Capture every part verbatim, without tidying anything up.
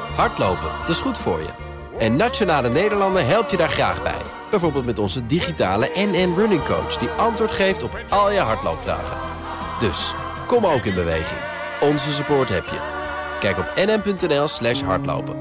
Hardlopen, dat is goed voor je. En Nationale Nederlanden helpt je daar graag bij. Bijvoorbeeld met onze digitale N N Running Coach... die antwoord geeft op al je hardloopvragen. Dus, kom ook in beweging. Onze support heb je. Kijk op nn.nl slash hardlopen.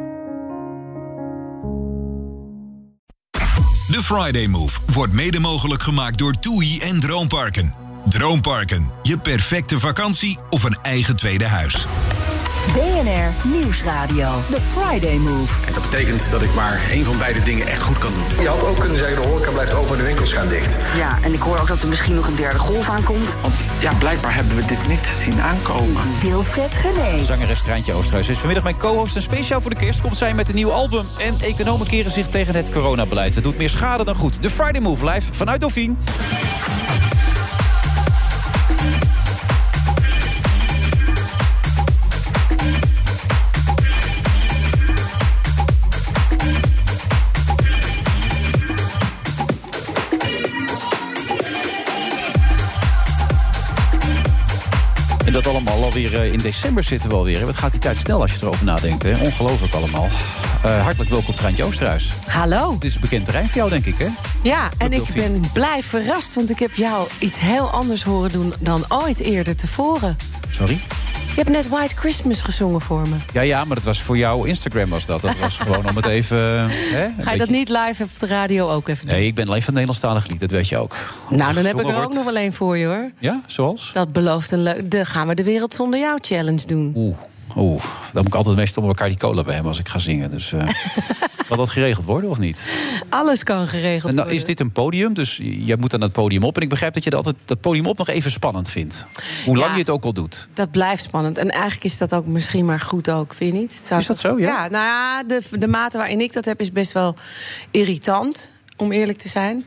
De Friday Move wordt mede mogelijk gemaakt door TUI en Droomparken. Droomparken, je perfecte vakantie of een eigen tweede huis. B N R Nieuwsradio, The Friday Move. En dat betekent dat ik maar één van beide dingen echt goed kan doen. Je had ook kunnen zeggen, de horeca blijft open en de winkels gaan dicht. Ja, en ik hoor ook dat er misschien nog een derde golf aankomt. Want ja, blijkbaar hebben we dit niet zien aankomen. Wilfred Genee. Zangeres Treintje Oosterhuis is vanmiddag mijn co-host. En speciaal voor de kerst komt zij met een nieuw album. En economen keren zich tegen het coronabeleid. Het doet meer schade dan goed. The Friday Move live vanuit Dauphine. En dat allemaal alweer in december zitten we alweer. Wat gaat die tijd snel als je erover nadenkt, hè? Ongelooflijk allemaal. Uh, hartelijk welkom, Treintje Oosterhuis. Hallo. Dit is een bekend terrein voor jou, denk ik, hè? Ja, en ik ben blij verrast, want ik heb jou iets heel anders horen doen dan ooit eerder tevoren. Sorry? Je hebt net White Christmas gezongen voor me. Ja, ja, maar dat was voor jouw Instagram was dat. Dat was gewoon om het even... Hè, Ga je beetje... dat niet live op de radio ook even doen? Nee, ik ben alleen van het Nederlandstalig lied, dat weet je ook. Nou, dan heb ik er wordt... ook nog wel een voor je, hoor. Ja, zoals? Dat belooft een leuk... Dan gaan we de Wereld Zonder Jou challenge doen. Oeh, oeh. Dan moet ik altijd meestal onder elkaar die cola bij hebben als ik ga zingen. Dus uh, zal dat geregeld worden of niet? Alles kan geregeld en nou, worden. Is dit een podium? Dus jij moet dan het podium op. En ik begrijp dat je dat, altijd, dat podium op nog even spannend vindt. Hoe lang ja, je het ook al doet. Dat blijft spannend. En eigenlijk is dat ook misschien maar goed ook, vind je niet? Zou is dat zo, ja? Ja, nou ja, de, de mate waarin ik dat heb is best wel irritant, om eerlijk te zijn.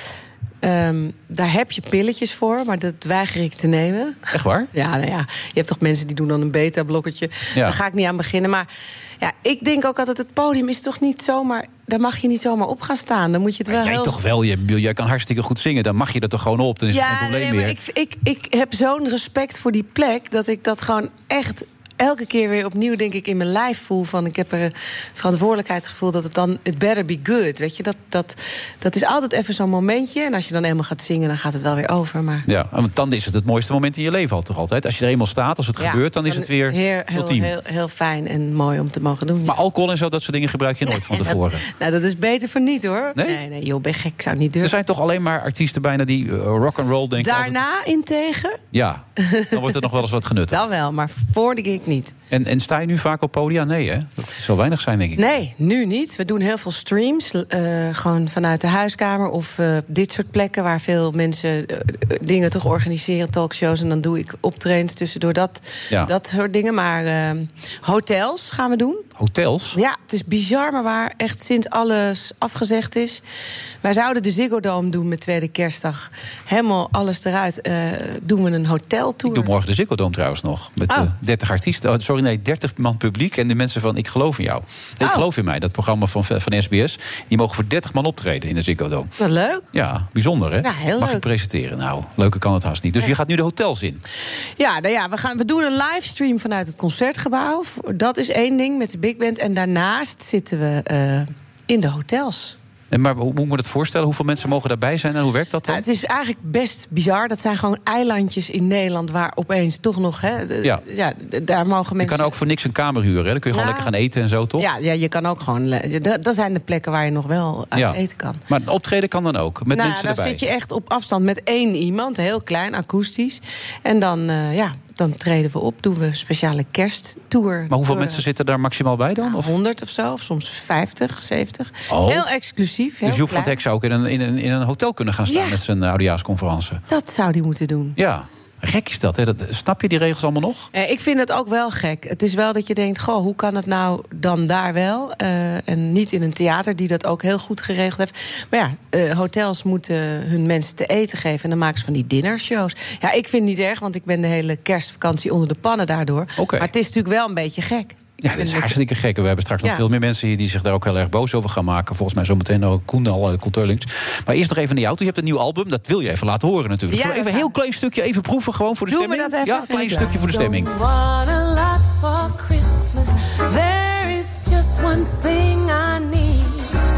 Um, daar heb je pilletjes voor, maar dat weiger ik te nemen. Echt waar? Ja, nou ja, je hebt toch mensen die doen dan een beta-blokketje. Ja. Daar ga ik niet aan beginnen. Maar ja, ik denk ook altijd, het podium is toch niet zomaar... Daar mag je niet zomaar op gaan staan. Dan moet je het wel jij heel... toch wel, jij, jij kan hartstikke goed zingen. Dan mag je er toch gewoon op, dan is ja, het geen probleem nee, maar meer. Ik, ik, ik heb zo'n respect voor die plek... dat ik dat gewoon echt... elke keer weer opnieuw denk ik in mijn lijf voel van... ik heb er een verantwoordelijkheidsgevoel dat het dan... it better be good, weet je. Dat, dat, dat is altijd even zo'n momentje. En als je dan eenmaal gaat zingen, dan gaat het wel weer over. Maar... Ja, want dan is het het mooiste moment in je leven al toch altijd. Als je er eenmaal staat, als het ja, gebeurt, dan is het weer heel, ultiem. Heel, heel, heel fijn en mooi om te mogen doen. Ja. Maar alcohol en zo, dat soort dingen gebruik je nooit van tevoren? Dat, nou, dat is beter voor niet, hoor. Nee? Nee, nee, joh, ben gek, ik zou niet durven. Er zijn toch alleen maar artiesten bijna die uh, rock and roll denken. Daarna altijd... integen? Ja, dan wordt er nog wel eens wat genuttigd. Dan wel, maar voor de gig niet. En, en sta je nu vaak op podia? Nee, hè? Dat zal weinig zijn, denk ik. Nee, nu niet. We doen heel veel streams. Uh, gewoon vanuit de huiskamer of uh, dit soort plekken... waar veel mensen uh, dingen toch organiseren, talkshows... en dan doe ik optredens tussendoor, dat, ja. dat soort dingen. Maar uh, hotels gaan we doen. Hotels? Ja, het is bizar, maar waar echt sinds alles afgezegd is. Wij zouden de Ziggo Dome doen met tweede kerstdag. Helemaal alles eruit. Uh, doen we een hoteltour. Ik doe morgen de Ziggo Dome trouwens nog. Met oh. uh, dertig artiesten. Oh, sorry, nee, dertig man publiek. En de mensen van Ik Geloof in Jou. Ik oh. Geloof in Mij, dat programma van, van S B S. Die mogen voor dertig man optreden in de Ziggo Dome. Wat leuk. Ja, bijzonder, hè? Ja, heel Mag leuk. ik presenteren? Nou, leuker kan het haast niet. Dus ja. Je gaat nu de hotels in. Ja, nou ja we, gaan, we doen een livestream vanuit het Concertgebouw. Dat is één ding met de Big Band. En daarnaast zitten we uh, in de hotels. En maar hoe moet ik me dat voorstellen? Hoeveel mensen mogen daarbij zijn en hoe werkt dat dan? Ja, het is eigenlijk best bizar. Dat zijn gewoon eilandjes in Nederland waar opeens toch nog... Hè, de, ja. Ja, daar mogen mensen... Je kan ook voor niks een kamer huren, hè? Dan kun je gewoon nou, lekker gaan eten en zo, toch? Ja, ja, je kan ook gewoon... Dat zijn de plekken waar je nog wel uit ja. eten kan. Maar optreden kan dan ook, met nou, mensen erbij? Dan zit je echt op afstand met één iemand, heel klein, akoestisch. En dan, uh, ja... Dan treden we op, doen we een speciale kersttour. Maar hoeveel mensen zitten daar maximaal bij dan? Nou, honderd of zo, of soms vijftig, zeventig. Oh. Heel exclusief. Heel dus Joep van klein. Teck zou ook in een, in, een, in een hotel kunnen gaan staan... Ja. met zijn oudejaarsconferentie. Dat zou hij moeten doen. Ja, gek is dat, hè? Dat, snap je die regels allemaal nog? Eh, ik vind het ook wel gek. Het is wel dat je denkt, goh, hoe kan het nou dan daar wel? Uh, en niet in een theater die dat ook heel goed geregeld heeft. Maar ja, uh, hotels moeten hun mensen te eten geven... en dan maken ze van die dinnershows. Ja, ik vind het niet erg, want ik ben de hele kerstvakantie onder de pannen daardoor. Okay. Maar het is natuurlijk wel een beetje gek. Ja, dat is hartstikke gek. We hebben straks nog ja. veel meer mensen hier die zich daar ook heel erg boos over gaan maken. Volgens mij zometeen ook Koen al, uh, Koen Teulings. Maar eerst nog even naar jou. Je hebt een nieuw album, dat wil je even laten horen natuurlijk. Ja, Zullen we even een heel klein stukje even proeven gewoon voor de Doe stemming? Me dat even, ja, een klein stukje voor de stemming. What a lot for Christmas. There is one thing I need.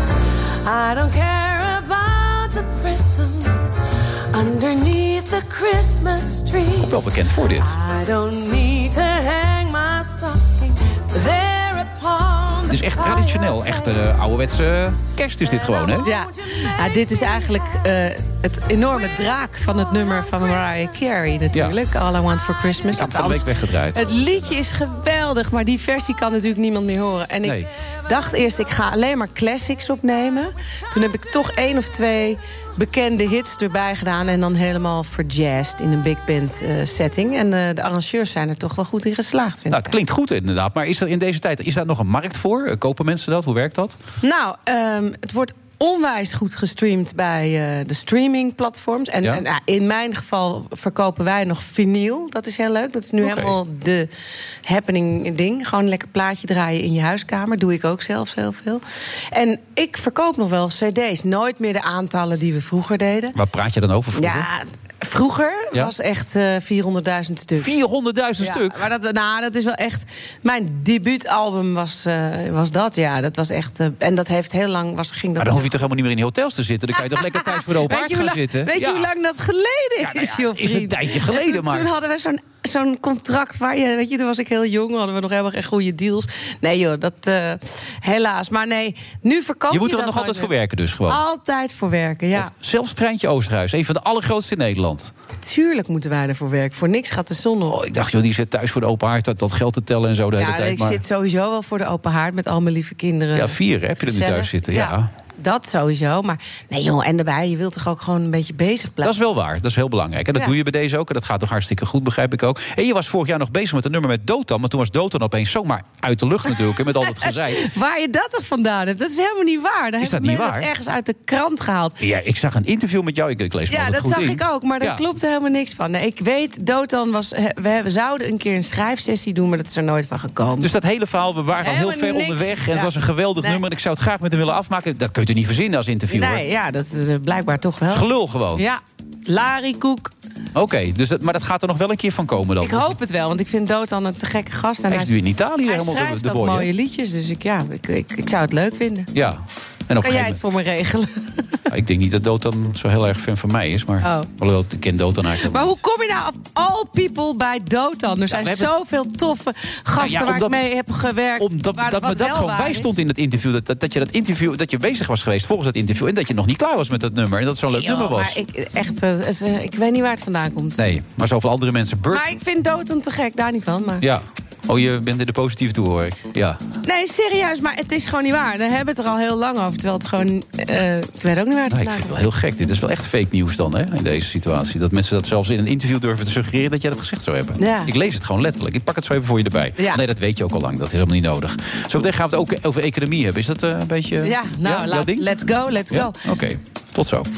I don't care about the prisms underneath the Christmas tree. Ook wel bekend voor dit. I don't need to hang my stocking there upon. Het is echt traditioneel, echt uh, ouderwetse kerst is dit gewoon, hè? Ja, ja dit is eigenlijk uh, het enorme draak van het nummer van Mariah Carey natuurlijk. Ja. All I Want For Christmas. Ik heb van de week weggedraaid. Het liedje is geweldig, maar die versie kan natuurlijk niemand meer horen. En ik nee. dacht eerst, ik ga alleen maar classics opnemen. Toen heb ik toch één of twee bekende hits erbij gedaan en dan helemaal verjazzed in een big band uh, setting. En uh, de arrangeurs zijn er toch wel goed in geslaagd, vind nou, ik. Het klinkt goed inderdaad, maar is er in deze tijd is daar nog een markt voor? Kopen mensen dat? Hoe werkt dat? Nou, um, het wordt onwijs goed gestreamd bij uh, de streamingplatforms. En, ja? en uh, in mijn geval verkopen wij nog vinyl. Dat is heel leuk. Dat is nu okay. helemaal de happening ding. Gewoon een lekker plaatje draaien in je huiskamer. Doe ik ook zelfs heel veel. En ik verkoop nog wel cd's. Nooit meer de aantallen die we vroeger deden. Waar praat je dan over vroeger? Ja, vroeger ja? was echt uh, vierhonderdduizend stuk. vierhonderdduizend ja, stuk? Maar dat, nou, dat is wel echt... Mijn debuutalbum was, uh, was dat, ja. Dat was echt... Uh, en dat heeft heel lang... Was, ging dat maar dan hoef je toch helemaal niet meer in hotels te zitten? Dan kan je toch lekker thuis voor de open haard gaan lang, zitten? Weet ja. je hoe lang dat geleden ja, nou is, joh, is een tijdje geleden, toen, maar... Toen hadden we zo'n zo'n contract waar je... Weet je, toen was ik heel jong, hadden we nog helemaal geen goede deals. Nee joh, dat... Uh, helaas. Maar nee, nu verkoop je Je moet er dat nog altijd weer. voor werken dus gewoon? Altijd voor werken, ja. Dat, zelfs Treintje Oosterhuis, een van de allergrootste in Nederland. Tuurlijk moeten wij ervoor werken. Voor niks gaat de zon op. Oh, ik dacht, joh, die zit thuis voor de open haard dat, dat geld te tellen en zo de ja, hele tijd. Ik maar... zit sowieso wel voor de open haard met al mijn lieve kinderen. Ja, vier heb je er nu thuis zitten, ja. ja. Dat sowieso, maar nee joh, en daarbij, je wilt toch ook gewoon een beetje bezig blijven. Dat is wel waar, dat is heel belangrijk. En dat ja. doe je bij deze ook, en dat gaat toch hartstikke goed, begrijp ik ook. En je was vorig jaar nog bezig met een nummer met Dotan, maar toen was Dotan opeens zomaar uit de lucht natuurlijk, met al dat gezeik. Waar je dat toch vandaan hebt, dat is helemaal niet waar. Dat is dat niet waar? Dat is ergens uit de krant gehaald. Ja, ik zag een interview met jou, ik, ik lees me ja, altijd goed in. Ja, dat zag ik ook, maar daar ja. klopt helemaal niks van. Nee, ik weet, Dotan was, we, we zouden een keer een schrijfsessie doen, maar dat is er nooit van gekomen. Dus dat hele verhaal, we waren helemaal al heel ver niks. onderweg, en ja. het was een geweldig nee. nummer, en ik zou het graag met hem willen afmaken. Dat kun je er niet verzinnen als interviewer. Nee, ja, dat is uh, blijkbaar toch wel. Het is gelul gewoon. Ja, larikoek. Oké, okay, dus dat, maar dat gaat er nog wel een keer van komen dan? Ik hoop het wel, want ik vind Dotan een te gekke gast. En hij is nu in Italië hij helemaal schrijft de, de boy, mooie hè? liedjes, dus ik, ja, ik, ik, ik zou het leuk vinden. Ja. En op kan jij het voor me regelen? Ik denk niet dat Dotan zo heel erg fan van mij is, maar oh. alhoewel, ik ken Dotan eigenlijk. Maar hoe kom je nou op all people bij Dotan? Er zijn ja, hebben... zoveel toffe gasten nou ja, omdat, waar ik mee heb gewerkt. Omdat waar, dat me dat gewoon bijstond in het interview. Dat, dat, dat je dat interview, dat je bezig was geweest volgens het interview en dat je nog niet klaar was met dat nummer. En dat het zo'n leuk jo, nummer was. Maar ik, echt, uh, ik weet niet waar het vandaan komt. Nee, maar zoveel andere mensen. Burt... Maar ik vind Dotan te gek, daar niet van. Maar... Ja. Oh, je bent in de positieve toe, hoor ik. Ja. Nee, serieus, maar het is gewoon niet waar. Daar hebben we het er al heel lang over. Terwijl het gewoon... Uh, ik weet ook niet waar het vandaan komt. Nou, ik vind het wel heel gek. Dit is wel echt fake nieuws dan, hè, in deze situatie. Dat mensen dat zelfs in een interview durven te suggereren dat jij dat gezegd zou hebben. Ja. Ik lees het gewoon letterlijk. Ik pak het zo even voor je erbij. Ja. Nee, dat weet je ook al lang. Dat is helemaal niet nodig. Zo meteen gaan we het ook over economie hebben. Is dat uh, een beetje... Ja, nou, ja, laat, ding? let's go, let's ja? go. Oké, okay. Tot zo.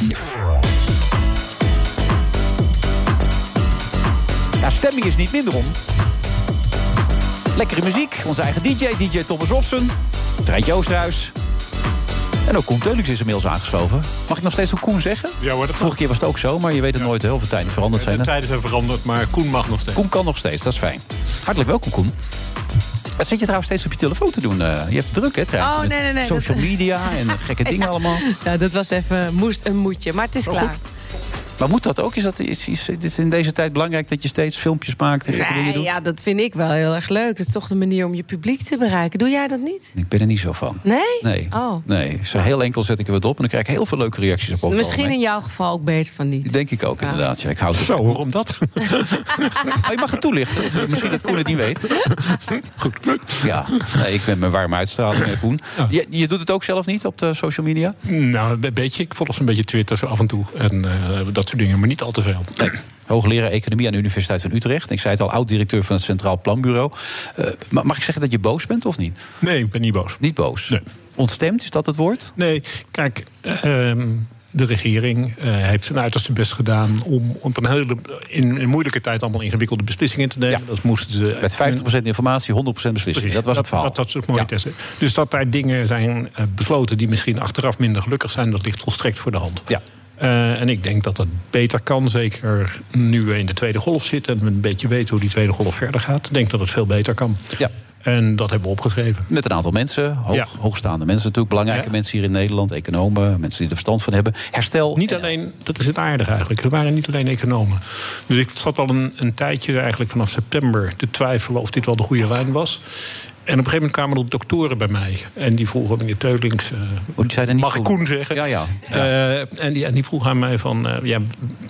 Ja, stemming is niet minder om. Lekkere muziek, onze eigen D J, D J Thomas Robson, Treintje Oosterhuis. En ook Koen Teulings is inmiddels aangeschoven. Mag ik nog steeds ook Koen zeggen? Ja hoor, dat Vorige keer was het ook zo, maar je weet het ja. nooit. Heel veel tijden veranderd zijn. De tijden zijn veranderd, maar Koen mag nog steeds. Koen kan nog steeds, dat is fijn. Hartelijk welkom, Koen. Wat zit je trouwens steeds op je telefoon te doen? Uh, je hebt het druk, hè, trouwens? Oh, nee, nee, nee. Social dat... media en gekke dingen ja. allemaal. Ja, dat was even moest een moedje, maar het is oh, klaar. Goed. Maar moet dat ook? Is, dat, is, is, is in deze tijd belangrijk dat je steeds filmpjes maakt? En nee, dingen doet? Ja, dat vind ik wel heel erg leuk. Het is toch de manier om je publiek te bereiken. Doe jij dat niet? Ik ben er niet zo van. Nee? Nee. Oh. nee. Zo heel enkel zet ik er wat op en dan krijg ik heel veel leuke reacties op. Misschien in jouw geval ook beter van niet. Dat denk ik ook, ja. inderdaad. Ja, ik houd het zo, waarom dat? Oh, je mag het toelichten. Misschien dat Koen het niet weet. Goed. Ja, nee, ik ben mijn warme uitstraling, Koen. Je, je doet het ook zelf niet op de social media? Nou, een beetje. Ik volg een beetje Twitter zo af en toe. En uh, dat soort dingen, maar niet al te veel. Nee. Hoogleraar Economie aan de Universiteit van Utrecht. Ik zei het al, oud-directeur van het Centraal Planbureau. Uh, mag ik zeggen dat je boos bent of niet? Nee, ik ben niet boos. Niet boos? Nee. Ontstemd, is dat het woord? Nee, kijk... Uh, de regering uh, heeft zijn uiterste best gedaan om op een hele in een moeilijke tijd allemaal ingewikkelde beslissingen te nemen. Ja. Dat moesten ze. Met vijftig procent informatie, honderd procent beslissing. Precies, dat was dat, het verhaal. Dat, dat, dat is het mooie ja. Dus dat daar dingen zijn uh, besloten die misschien achteraf minder gelukkig zijn, dat ligt volstrekt voor de hand. Ja. Uh, en ik denk dat dat beter kan, zeker nu we in de tweede golf zitten en we een beetje weten hoe die tweede golf verder gaat. Ik denk dat het veel beter kan. Ja. En dat hebben we opgeschreven. Met een aantal mensen, hoog, ja. hoogstaande mensen natuurlijk. Belangrijke ja. mensen hier in Nederland, economen, mensen die er verstand van hebben. Herstel. Niet alleen, dat is het aardige eigenlijk. Er waren niet alleen economen. Dus ik zat al een, een tijdje, eigenlijk vanaf september, te twijfelen of dit wel de goede lijn was. En op een gegeven moment kwamen er doktoren bij mij. En die vroegen, meneer Teulings, uh, oh, die zeiden niet mag ik Koen zeggen? Ja, ja. ja. Uh, en, die, en die vroegen aan mij van, uh, ja,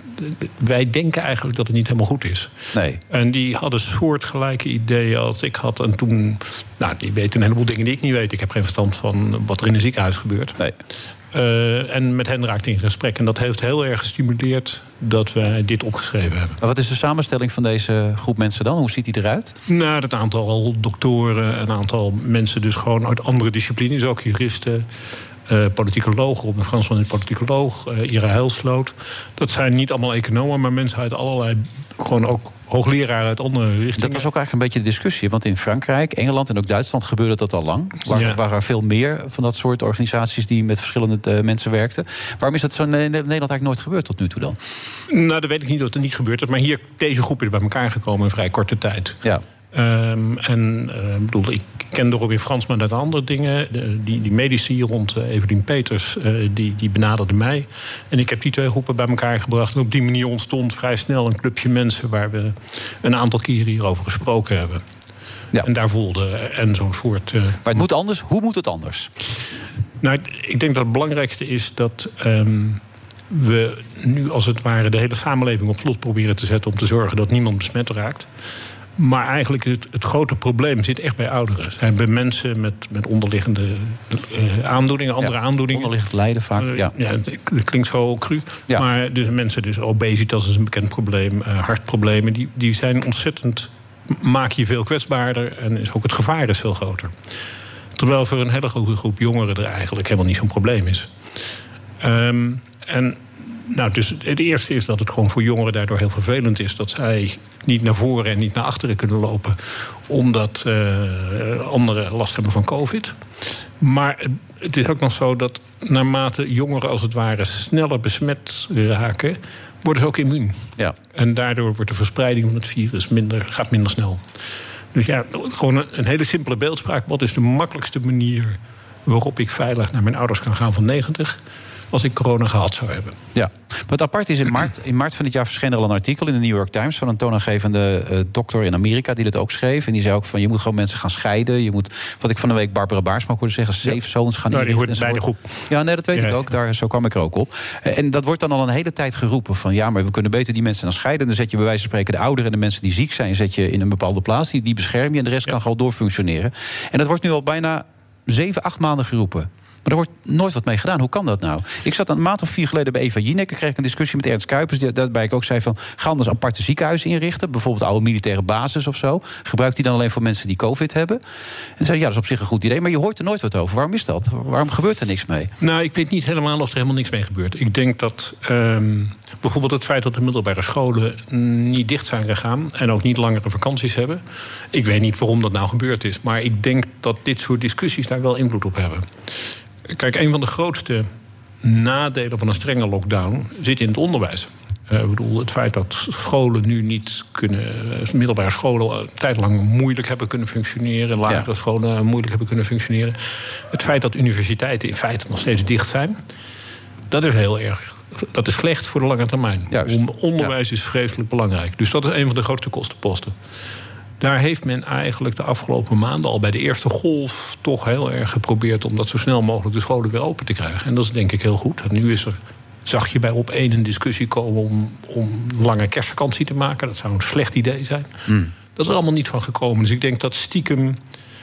wij denken eigenlijk dat het niet helemaal goed is. Nee. En die hadden soortgelijke ideeën als ik had. En toen, nou, die weten een heleboel dingen die ik niet weet. Ik heb geen verstand van wat er in een ziekenhuis gebeurt. Nee. Uh, en met hen raakte ik in gesprek. En dat heeft heel erg gestimuleerd dat wij dit opgeschreven hebben. Maar wat is de samenstelling van deze groep mensen dan? Hoe ziet die eruit? Nou, dat aantal doktoren, een aantal mensen dus gewoon uit andere disciplines, ook juristen, uh, politicologen, Robin Fransman is politicoloog, uh, Ira Heilsloot. Dat zijn niet allemaal economen, maar mensen uit allerlei, gewoon ook hoogleraren uit andere richtingen. Dat was ook eigenlijk een beetje de discussie. Want in Frankrijk, Engeland en ook Duitsland gebeurde dat al lang. Waar, ja. waar er veel meer van dat soort organisaties die met verschillende uh, mensen werkten. Waarom is dat zo in Nederland eigenlijk nooit gebeurd tot nu toe dan? Nou, dat weet ik niet dat het niet gebeurd is. Maar hier, deze groep is bij elkaar gekomen in vrij korte tijd. Ja. Um, en uh, bedoel, ik ken Robin Fransman uit andere dingen. De, die, die medici rond uh, Evelien Peters, uh, die, die benaderden mij. En ik heb die twee groepen bij elkaar gebracht. En op die manier ontstond vrij snel een clubje mensen waar we een aantal keren hierover gesproken hebben. Ja. En daar voelde en zo'n soort. Uh, maar het moet anders. Hoe moet het anders? Nou, ik denk dat het belangrijkste is dat Um, we nu als het ware de hele samenleving op slot proberen te zetten om te zorgen dat niemand besmet raakt. Maar eigenlijk het, het grote probleem zit echt bij ouderen. Het zijn bij mensen met, met onderliggende uh, aandoeningen, andere ja, aandoeningen. Onderliggend lijden vaak, uh, ja. ja. Het klinkt zo cru. Ja. Maar dus mensen, dus obesitas is een bekend probleem, uh, hartproblemen, die, die zijn ontzettend, maak je veel kwetsbaarder en is ook het gevaar dus veel groter. Terwijl voor een hele grote groep jongeren er eigenlijk helemaal niet zo'n probleem is. Um, en nou, dus het eerste is dat het gewoon voor jongeren daardoor heel vervelend is dat zij niet naar voren en niet naar achteren kunnen lopen, omdat uh, anderen last hebben van COVID. Maar het is ook nog zo dat naarmate jongeren als het ware sneller besmet raken, worden ze ook immuun. Ja. En daardoor wordt de verspreiding van het virus minder, gaat minder snel. Dus ja, gewoon een, een hele simpele beeldspraak. Wat is de makkelijkste manier waarop ik veilig naar mijn ouders kan gaan van negentig... als ik corona gehad zou hebben? Ja. Wat apart is, in maart, in maart van dit jaar verscheen er al een artikel in de New York Times van een toonaangevende uh, dokter in Amerika die dat ook schreef. En die zei ook van, je moet gewoon mensen gaan scheiden. Je moet, wat ik van de week Barbara Baarsma hoorde zeggen, safe ja. zones gaan nou, inrichten. Die hoort bij de groep. Ja, nee, dat weet ja, ik ook. Daar, zo kwam ik er ook op. Uh, en dat wordt dan al een hele tijd geroepen van, ja, maar we kunnen beter die mensen dan scheiden. Dan zet je bij wijze van spreken de ouderen en de mensen die ziek zijn, zet je in een bepaalde plaats. Die, die bescherm je en de rest ja. kan gewoon doorfunctioneren. En dat wordt nu al bijna zeven, acht maanden geroepen. Maar er wordt nooit wat mee gedaan. Hoe kan dat nou? Ik zat een maand of vier geleden bij Eva Jinek. Ik kreeg een discussie met Ernst Kuipers. Daarbij ik ook zei van, ga anders aparte ziekenhuizen inrichten. Bijvoorbeeld oude militaire basis of zo. Gebruik die dan alleen voor mensen die COVID hebben. En zei, ja, dat is op zich een goed idee. Maar je hoort er nooit wat over. Waarom is dat? Waarom gebeurt er niks mee? Nou, ik weet niet helemaal of er helemaal niks mee gebeurt. Ik denk dat um, bijvoorbeeld het feit dat de middelbare scholen niet dicht zijn gegaan en ook niet langere vakanties hebben. Ik weet niet waarom dat nou gebeurd is. Maar ik denk dat dit soort discussies daar wel invloed op hebben. Kijk, een van de grootste nadelen van een strenge lockdown zit in het onderwijs. Uh, ik bedoel, het feit dat scholen nu niet kunnen, middelbare scholen een tijd lang moeilijk hebben kunnen functioneren, lagere ja. scholen moeilijk hebben kunnen functioneren. Het feit dat universiteiten in feite nog steeds dicht zijn, dat is heel erg. Dat is slecht voor de lange termijn. Juist. Onderwijs ja. is vreselijk belangrijk. Dus dat is een van de grootste kostenposten. Daar heeft men eigenlijk de afgelopen maanden al bij de eerste golf toch heel erg geprobeerd om dat zo snel mogelijk de scholen weer open te krijgen. En dat is denk ik heel goed. En nu is er, zag je bij op één een discussie komen om, om lange kerstvakantie te maken. Dat zou een slecht idee zijn. Mm. Dat is er allemaal niet van gekomen. Dus ik denk dat stiekem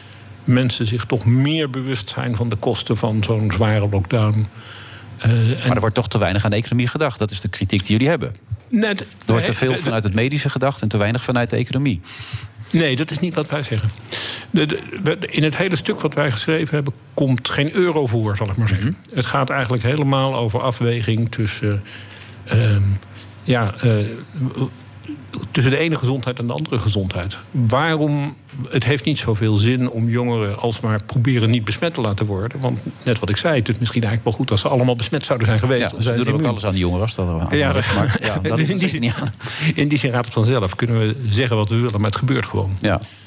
mensen zich toch meer bewust zijn van de kosten van zo'n zware lockdown. Uh, maar er wordt toch te weinig aan de economie gedacht. Dat is de kritiek die jullie hebben. Nee, er wordt te veel vanuit het medische gedacht en te weinig vanuit de economie. Nee, dat is niet wat wij zeggen. De, de, in het hele stuk wat wij geschreven hebben komt geen euro voor, zal ik maar zeggen. Mm-hmm. Het gaat eigenlijk helemaal over afweging tussen, uh, ja, uh, tussen de ene gezondheid en de andere gezondheid. Waarom? Het heeft niet zoveel zin om jongeren alsmaar proberen niet besmet te laten worden. Want net wat ik zei, het is misschien eigenlijk wel goed als ze allemaal besmet zouden zijn geweest. Ja, ze doen ook alles aan die jongeren als dat aan ja, dat, maar, ja, dat in, die zin, niet aan. in die zin gaat het vanzelf. Kunnen we zeggen wat we willen, maar het gebeurt gewoon. Ja.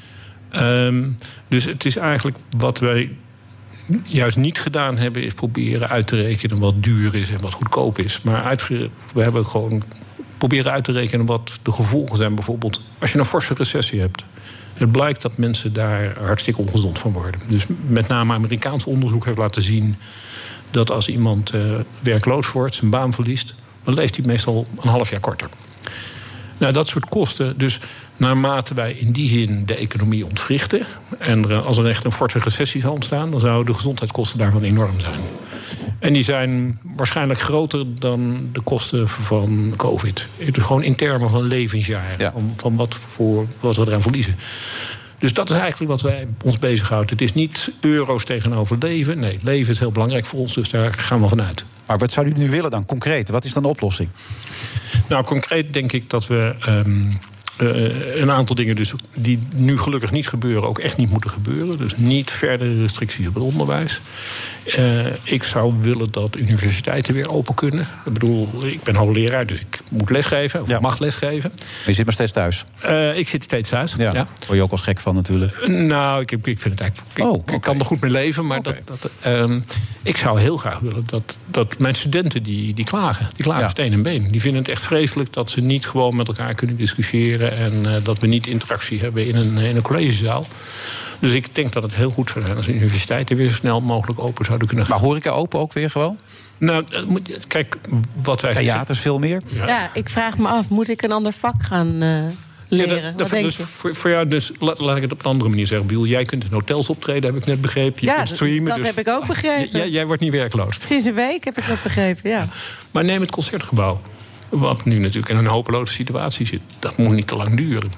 Um, dus het is eigenlijk wat wij juist niet gedaan hebben, is proberen uit te rekenen wat duur is en wat goedkoop is. Maar uitge- we hebben gewoon proberen uit te rekenen wat de gevolgen zijn. Bijvoorbeeld als je een forse recessie hebt. Het blijkt dat mensen daar hartstikke ongezond van worden. Dus met name Amerikaans onderzoek heeft laten zien dat als iemand uh, werkloos wordt, zijn baan verliest, dan leeft hij meestal een half jaar korter. Nou, dat soort kosten. Dus naarmate wij in die zin de economie ontwrichten, en er, als er echt een forse recessie zal ontstaan, dan zouden de gezondheidskosten daarvan enorm zijn. En die zijn waarschijnlijk groter dan de kosten van COVID. Het is gewoon in termen van levensjaren. Ja. Van, van wat, voor, wat we eraan verliezen. Dus dat is eigenlijk wat wij ons bezighoudt. Het is niet euro's tegenover leven. Nee, leven is heel belangrijk voor ons, dus daar gaan we vanuit. Maar wat zou u nu willen dan, concreet? Wat is dan de oplossing? Nou, concreet denk ik dat we Um, Uh, een aantal dingen dus die nu gelukkig niet gebeuren, ook echt niet moeten gebeuren. Dus niet verdere restricties op het onderwijs. Uh, ik zou willen dat universiteiten weer open kunnen. Ik bedoel, ik ben hoogleraar, dus ik moet lesgeven, of ja. mag lesgeven. Maar je zit maar steeds thuis? Uh, ik zit steeds thuis, ja. ja. Word je ook als gek van natuurlijk? Uh, nou, ik, ik vind het eigenlijk... Ik, oh, okay. ik kan er goed mee leven, maar okay. dat, dat, um, ik zou heel graag willen dat, dat mijn studenten die, die klagen. Die klagen ja. steen en been. Die vinden het echt vreselijk dat ze niet gewoon met elkaar kunnen discussiëren en uh, dat we niet interactie hebben in een, in een collegezaal. Dus ik denk dat het heel goed zou zijn als universiteiten weer zo snel mogelijk open zouden kunnen gaan. Maar horeca open ook weer gewoon? Nou, kijk, wat wij... Theaters veel meer? Ja. ja, ik vraag me af, moet ik een ander vak gaan uh, leren? Ja, dat, dat, Wat denk dus je? Voor, voor jou, dus laat, laat ik het op een andere manier zeggen. Biel, jij kunt in hotels optreden, heb ik net begrepen. Je ja, kunt streamen, dat dus, heb ik ook begrepen. Jij, jij wordt niet werkloos. Sinds een week heb ik dat begrepen, ja. Maar neem het Concertgebouw. Wat nu natuurlijk in een hopeloze situatie zit. Dat moet niet te lang duren.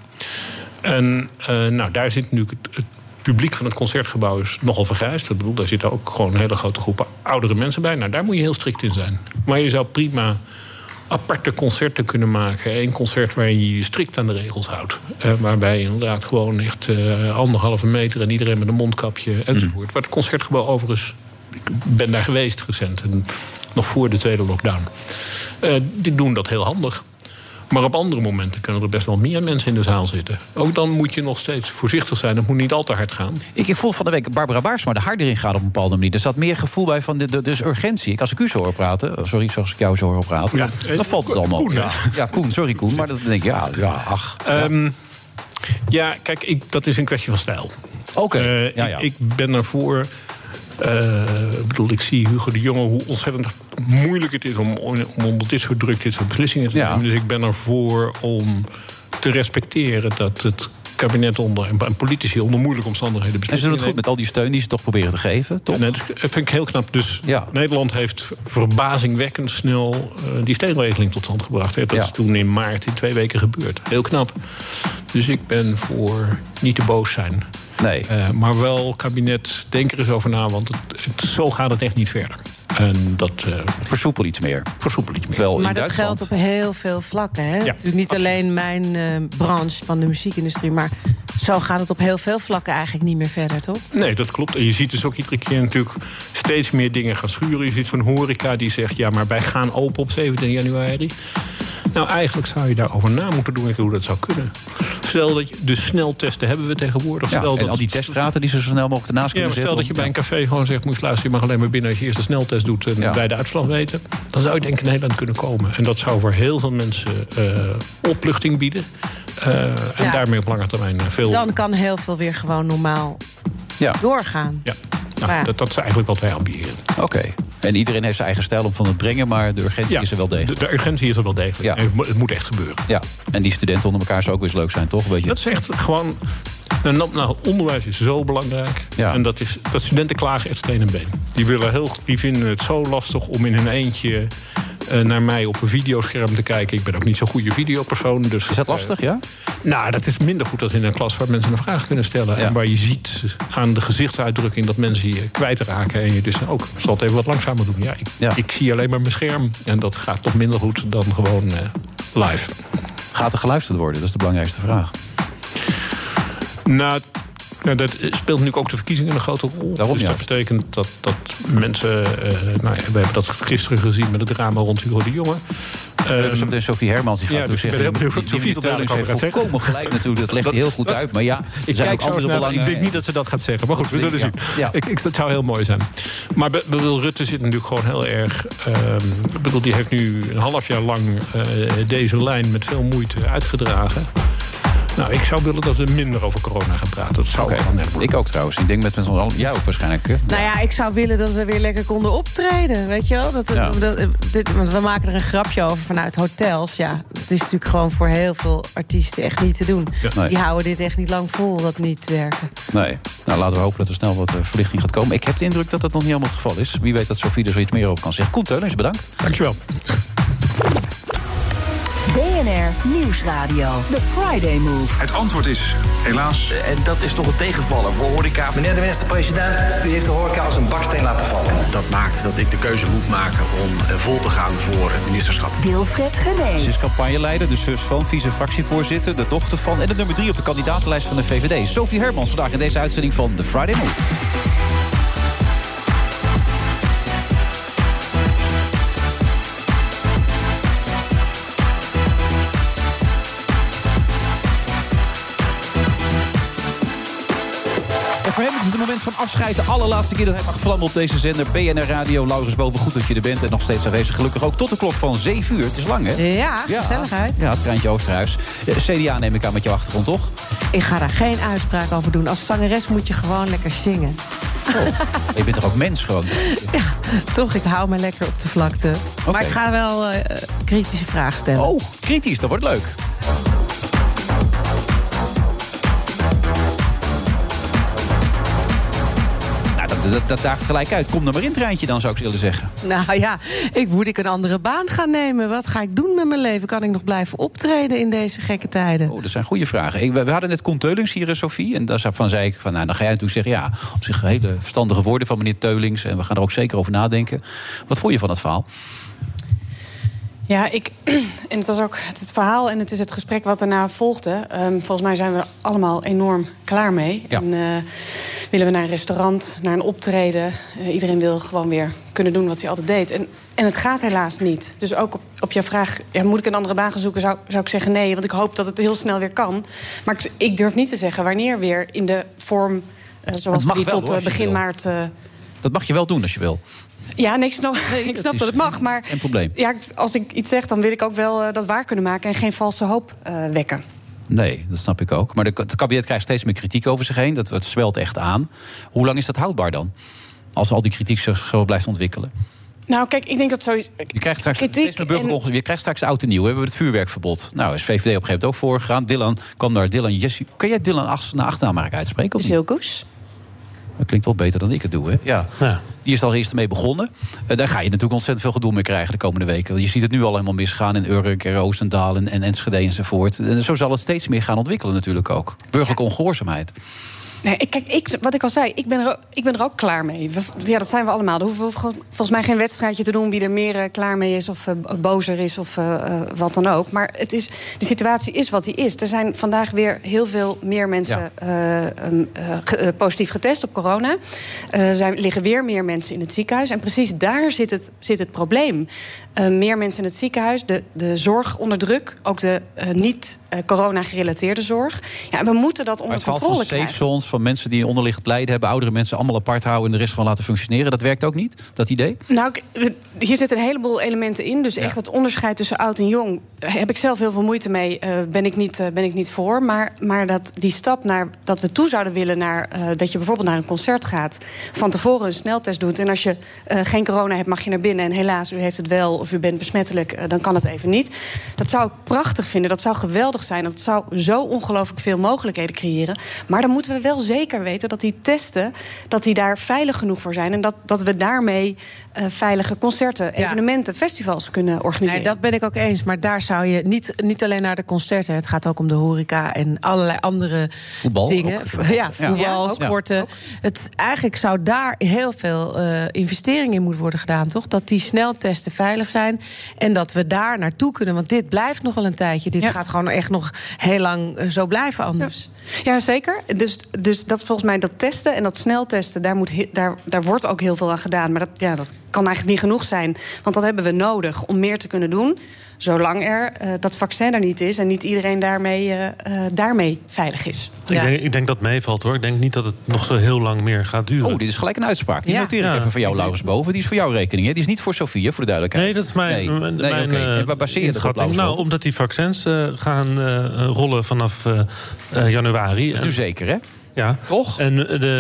En uh, nou, daar zit natuurlijk het, het publiek van het Concertgebouw is nogal vergrijsd. Ik bedoel, daar zitten ook gewoon een hele grote groepen oudere mensen bij. Nou, daar moet je heel strikt in zijn. Maar je zou prima aparte concerten kunnen maken. Eén concert waarin je je strikt aan de regels houdt. Uh, waarbij je inderdaad gewoon echt uh, anderhalve meter en iedereen met een mondkapje enzovoort. Mm. Maar het Concertgebouw overigens, ik ben daar geweest recent. En nog voor de tweede lockdown. Uh, die doen dat heel handig. Maar op andere momenten kunnen er best wel meer mensen in de zaal zitten. Ook dan moet je nog steeds voorzichtig zijn. Het moet niet al te hard gaan. Ik, ik voel van de week Barbara Baarsma de harder in gaat op een bepaalde manier. Er zat meer gevoel bij van, de, dus urgentie. Ik, als ik u zo hoor praten, sorry, zoals ik jou zo hoor praten, ja, dan, dan valt het allemaal op. Ja. ja, Koen, sorry Koen, maar dan denk ik, ja, ja ach. Ja, um, ja kijk, ik, dat is een kwestie van stijl. Oké, okay. uh, ja, ja. ik, ik ben ervoor. Uh, ik bedoel, ik zie Hugo de Jonge hoe ontzettend moeilijk het is om, om onder dit soort druk dit soort beslissingen te nemen. Ja. Dus ik ben ervoor om te respecteren dat het kabinet onder en politici onder moeilijke omstandigheden beslissingen nemen. En ze doen het goed met al die steun die ze toch proberen te geven, toch? Ja, nee, dat vind ik heel knap. Dus ja. Nederland heeft verbazingwekkend snel uh, die steunregeling tot stand gebracht. Hè. Dat ja. is toen in maart in twee weken gebeurd. Heel knap. Dus ik ben voor niet te boos zijn. Nee. Uh, maar wel, kabinet, denk er eens over na, want het, het, zo gaat het echt niet verder. En dat, uh, versoepel iets meer. Versoepel iets meer. Wel maar in dat Duitsland. geldt op heel veel vlakken. Hè? Ja, Natuurlijk niet absoluut. alleen mijn uh, branche van de muziekindustrie, maar zo gaat het op heel veel vlakken eigenlijk niet meer verder, toch? Nee, dat klopt. En je ziet dus ook iedere keer natuurlijk steeds meer dingen gaan schuren. Je ziet zo'n horeca die zegt, ja, maar wij gaan open op zeventien januari. Nou, eigenlijk zou je daarover na moeten doen hoe dat zou kunnen. Stel dat je, dus sneltesten hebben we tegenwoordig. Ja, stel en dat, al die teststraten die ze zo snel mogelijk ernaast ja, kunnen zetten. Stel dat je bij een café gewoon zegt, moet je luisteren, je mag alleen maar binnen als je eerst de sneltest doet en ja. bij de uitslag weten. Dan zou je denk ik in Nederland kunnen komen. En dat zou voor heel veel mensen uh, opluchting bieden. Uh, en ja. daarmee op lange termijn veel. Dan kan heel veel weer gewoon normaal ja. doorgaan. Ja. Nou, ja. dat, dat is eigenlijk wat wij ambiëren. Oké. Okay. En iedereen heeft zijn eigen stijl om van het brengen, maar de urgentie ja, is er wel degelijk. De, de urgentie is er wel degelijk. Ja. Het moet echt gebeuren. Ja. En die studenten onder elkaar zou ook eens leuk zijn, toch? Weet je? Dat is echt gewoon. Nou, onderwijs is zo belangrijk. Ja. En dat, is, dat studenten klagen echt steen en been. Die, willen heel, die vinden het zo lastig om in hun eentje uh, naar mij op een videoscherm te kijken. Ik ben ook niet zo'n goede videopersoon. Dus, is dat lastig, ja? Nou, dat is minder goed dan in een klas waar mensen een vraag kunnen stellen. Ja. En waar je ziet aan de gezichtsuitdrukking dat mensen je kwijtraken. En je dus ook, zal het even wat langzamer doen. Ja, ik, ja. ik zie alleen maar mijn scherm. En dat gaat toch minder goed dan gewoon uh, live. Gaat er geluisterd worden? Dat is de belangrijkste vraag. Nou, Ja, dat speelt natuurlijk ook de verkiezingen een grote rol. Daarom, dus ja. dat betekent dat, dat mensen... Uh, nou ja, we hebben dat gisteren gezien met het drama rond Hugo de Jonge. Um, uh, Sophie Hermans die gaat ja, dus zeggen... ik ben heel benieuwd wat Sophie dat heeft volkomen gelijk natuurlijk. Dat legt hij heel goed dat, uit. Maar ja, ik, zijn kijk ook andere naar, belangen. Ik denk niet dat ze dat gaat zeggen. Maar goed, we zullen zien. Ja. Ik, ik, dat zou heel mooi zijn. Maar be, bedoel, Rutte zit natuurlijk gewoon heel erg... Um, bedoel, die heeft nu een half jaar lang uh, deze lijn met veel moeite uitgedragen. Nou, ik zou willen dat we minder over corona gaan praten. Dat zou okay. ik wel net worden. Ik ook trouwens. Ik denk met met ons jij ook waarschijnlijk. Hè? Nou ja, ik zou willen dat we weer lekker konden optreden. Weet je wel? Dat, ja. dat, dit, want we maken er een grapje over vanuit hotels. Ja, het is natuurlijk gewoon voor heel veel artiesten echt niet te doen. Ja. Nee. Die houden dit echt niet lang vol, dat niet werken. Nee. Nou, laten we hopen dat er snel wat uh, verlichting gaat komen. Ik heb de indruk dat dat nog niet helemaal het geval is. Wie weet dat Sophie er zoiets meer over kan zeggen. Koen Teulings, bedankt. Dankjewel. B N R Nieuwsradio, The Friday Move. Het antwoord is helaas... En dat is toch een tegenvaller voor horeca. Meneer de minister-president, u heeft de horeca als een baksteen laten vallen. Dat maakt dat ik de keuze moet maken om vol te gaan voor het ministerschap. Wilfred Genee. Ze is campagneleider, de zus van, vice-fractievoorzitter, de dochter van... en de nummer drie op de kandidatenlijst van de V V D. Sophie Hermans, vandaag in deze uitzending van The Friday Move. Voor hem is het moment van afscheid. De allerlaatste keer dat hij mag vlammen op deze zender. B N R Radio, Laurens Boven, goed dat je er bent. En nog steeds aanwezig, gelukkig ook tot de klok van zeven uur. Het is lang, hè? Ja, ja. Gezelligheid. Ja, treintje Oosterhuis. C D A neem ik aan met jouw achtergrond, toch? Ik ga daar geen uitspraak over doen. Als zangeres moet je gewoon lekker zingen. Oh. Je bent toch ook mens gewoon? Ja, toch. Ik hou me lekker op de vlakte. Okay. Maar ik ga wel uh, kritische vragen stellen. Oh, kritisch. Dat wordt leuk. Dat, dat daagt gelijk uit. Kom er maar in, treintje dan, zou ik willen zeggen. Nou ja, ik moet ik een andere baan gaan nemen. Wat ga ik doen met mijn leven? Kan ik nog blijven optreden in deze gekke tijden? Oh, dat zijn goede vragen. Ik, we, we hadden net Koen Teulings hier, Sophie. En daarvan zei ik, van, nou, dan ga jij natuurlijk zeggen... ja, op zich hele verstandige woorden van meneer Teulings. En we gaan er ook zeker over nadenken. Wat vond je van dat verhaal? Ja, ik, en het was ook het verhaal en het is het gesprek wat daarna volgde. Um, volgens mij zijn we er allemaal enorm klaar mee. Ja. En uh, willen we naar een restaurant, naar een optreden. Uh, iedereen wil gewoon weer kunnen doen wat hij altijd deed. En, en het gaat helaas niet. Dus ook op, op jouw vraag, ja, moet ik een andere baan gaan zoeken? Zou, zou ik zeggen nee, want ik hoop dat het heel snel weer kan. Maar ik, ik durf niet te zeggen wanneer weer in de vorm... Uh, zoals we die wel, tot uh, begin maart... Uh, dat mag je wel doen als je wil. Ja, nee, ik snap, nee, ik snap dat, dat het mag, maar geen probleem. Ja, als ik iets zeg, dan wil ik ook wel uh, dat waar kunnen maken... en geen valse hoop uh, wekken. Nee, dat snap ik ook. Maar het kabinet krijgt steeds meer kritiek over zich heen. Dat, het zwelt echt aan. Hoe lang is dat houdbaar dan? Als al die kritiek zich zo blijft ontwikkelen. Nou, kijk, ik denk dat sowieso... Je krijgt straks, steeds meer burgeroorlog, en... je krijgt straks oud en nieuw. We hebben het vuurwerkverbod. Nou, is V V D op een gegeven moment ook voorgegaan. Dylan kwam naar Dylan Jessie. Kan jij Dylan naar achternaam maar uitspreken? Is heel koes. Dat klinkt wel beter dan ik het doe, hè? Ja. Ja. Die is er als eerste mee begonnen. Uh, daar ga je natuurlijk ontzettend veel gedoe mee krijgen de komende weken. Je ziet het nu al helemaal misgaan in Urk, Roosendaal en, en Enschede enzovoort. En zo zal het steeds meer gaan ontwikkelen natuurlijk ook. Burgerlijke ongehoorzaamheid. Nee, ik, kijk, ik, wat ik al zei, ik ben, er, ik ben er ook klaar mee. We, ja, dat zijn we allemaal. Er hoeven we volgens mij geen wedstrijdje te doen... wie er meer uh, klaar mee is of uh, bozer is of uh, uh, wat dan ook. Maar het is, de situatie is wat die is. Er zijn vandaag weer heel veel meer mensen ja. uh, um, uh, ge, uh, positief getest op corona. Uh, er zijn, liggen weer meer mensen in het ziekenhuis. En precies daar zit het, zit het probleem. Uh, meer mensen in het ziekenhuis, de, de zorg onder druk... ook de uh, niet-corona-gerelateerde zorg. Ja, we moeten dat onder controle krijgen. Het safe zones van mensen die onderliggend lijden hebben... oudere mensen allemaal apart houden en de rest gewoon laten functioneren. Dat werkt ook niet, dat idee? Nou, hier zitten een heleboel elementen in. Dus echt ja. het onderscheid tussen oud en jong... heb ik zelf heel veel moeite mee, uh, ben, ik niet, uh, ben ik niet voor. Maar, maar dat die stap naar dat we toe zouden willen... naar uh, dat je bijvoorbeeld naar een concert gaat... van tevoren een sneltest doet... en als je uh, geen corona hebt, mag je naar binnen... en helaas, u heeft het wel of u bent besmettelijk... Uh, dan kan het even niet. Dat zou ik prachtig vinden, dat zou geweldig zijn. Dat zou zo ongelooflijk veel mogelijkheden creëren. Maar dan moeten we wel zeker weten dat die testen... dat die daar veilig genoeg voor zijn... en dat, dat we daarmee uh, veilige concerten, evenementen, ja. festivals kunnen organiseren. Nee, dat ben ik ook eens, maar daar zou zou je niet, niet alleen naar de concerten... het gaat ook om de horeca en allerlei andere voetbal, dingen. Ook, ja, voetbal, ja, sporten. Ja, het, eigenlijk zou daar heel veel uh, investering in moeten worden gedaan, toch? Dat die sneltesten veilig zijn en dat we daar naartoe kunnen. Want dit blijft nog wel een tijdje. Dit ja. gaat gewoon echt nog heel lang uh, zo blijven anders. Ja, ja zeker. Dus, dus dat is volgens mij dat testen en dat sneltesten... daar, moet he, daar, daar wordt ook heel veel aan gedaan. Maar dat, ja, dat kan eigenlijk niet genoeg zijn. Want dat hebben we nodig om meer te kunnen doen... zolang er uh, dat vaccin er niet is... en niet iedereen daarmee, uh, uh, daarmee veilig is. Ik, ja. denk, ik denk dat het meevalt, hoor. Ik denk niet dat het nog zo heel lang meer gaat duren. Oh, dit is gelijk een uitspraak. Die ja. noteer ik ja. even voor jou, Laurens Boven. Die is voor jouw rekening, hè? Die is niet voor Sofie, voor de duidelijkheid. Nee, dat is mijn, nee. mijn, nee, mijn okay. En waar baseer je dat op, Laurens Nou, omdat die vaccins uh, gaan uh, rollen vanaf uh, uh, januari. Dat is nu zeker, hè? Ja, toch? En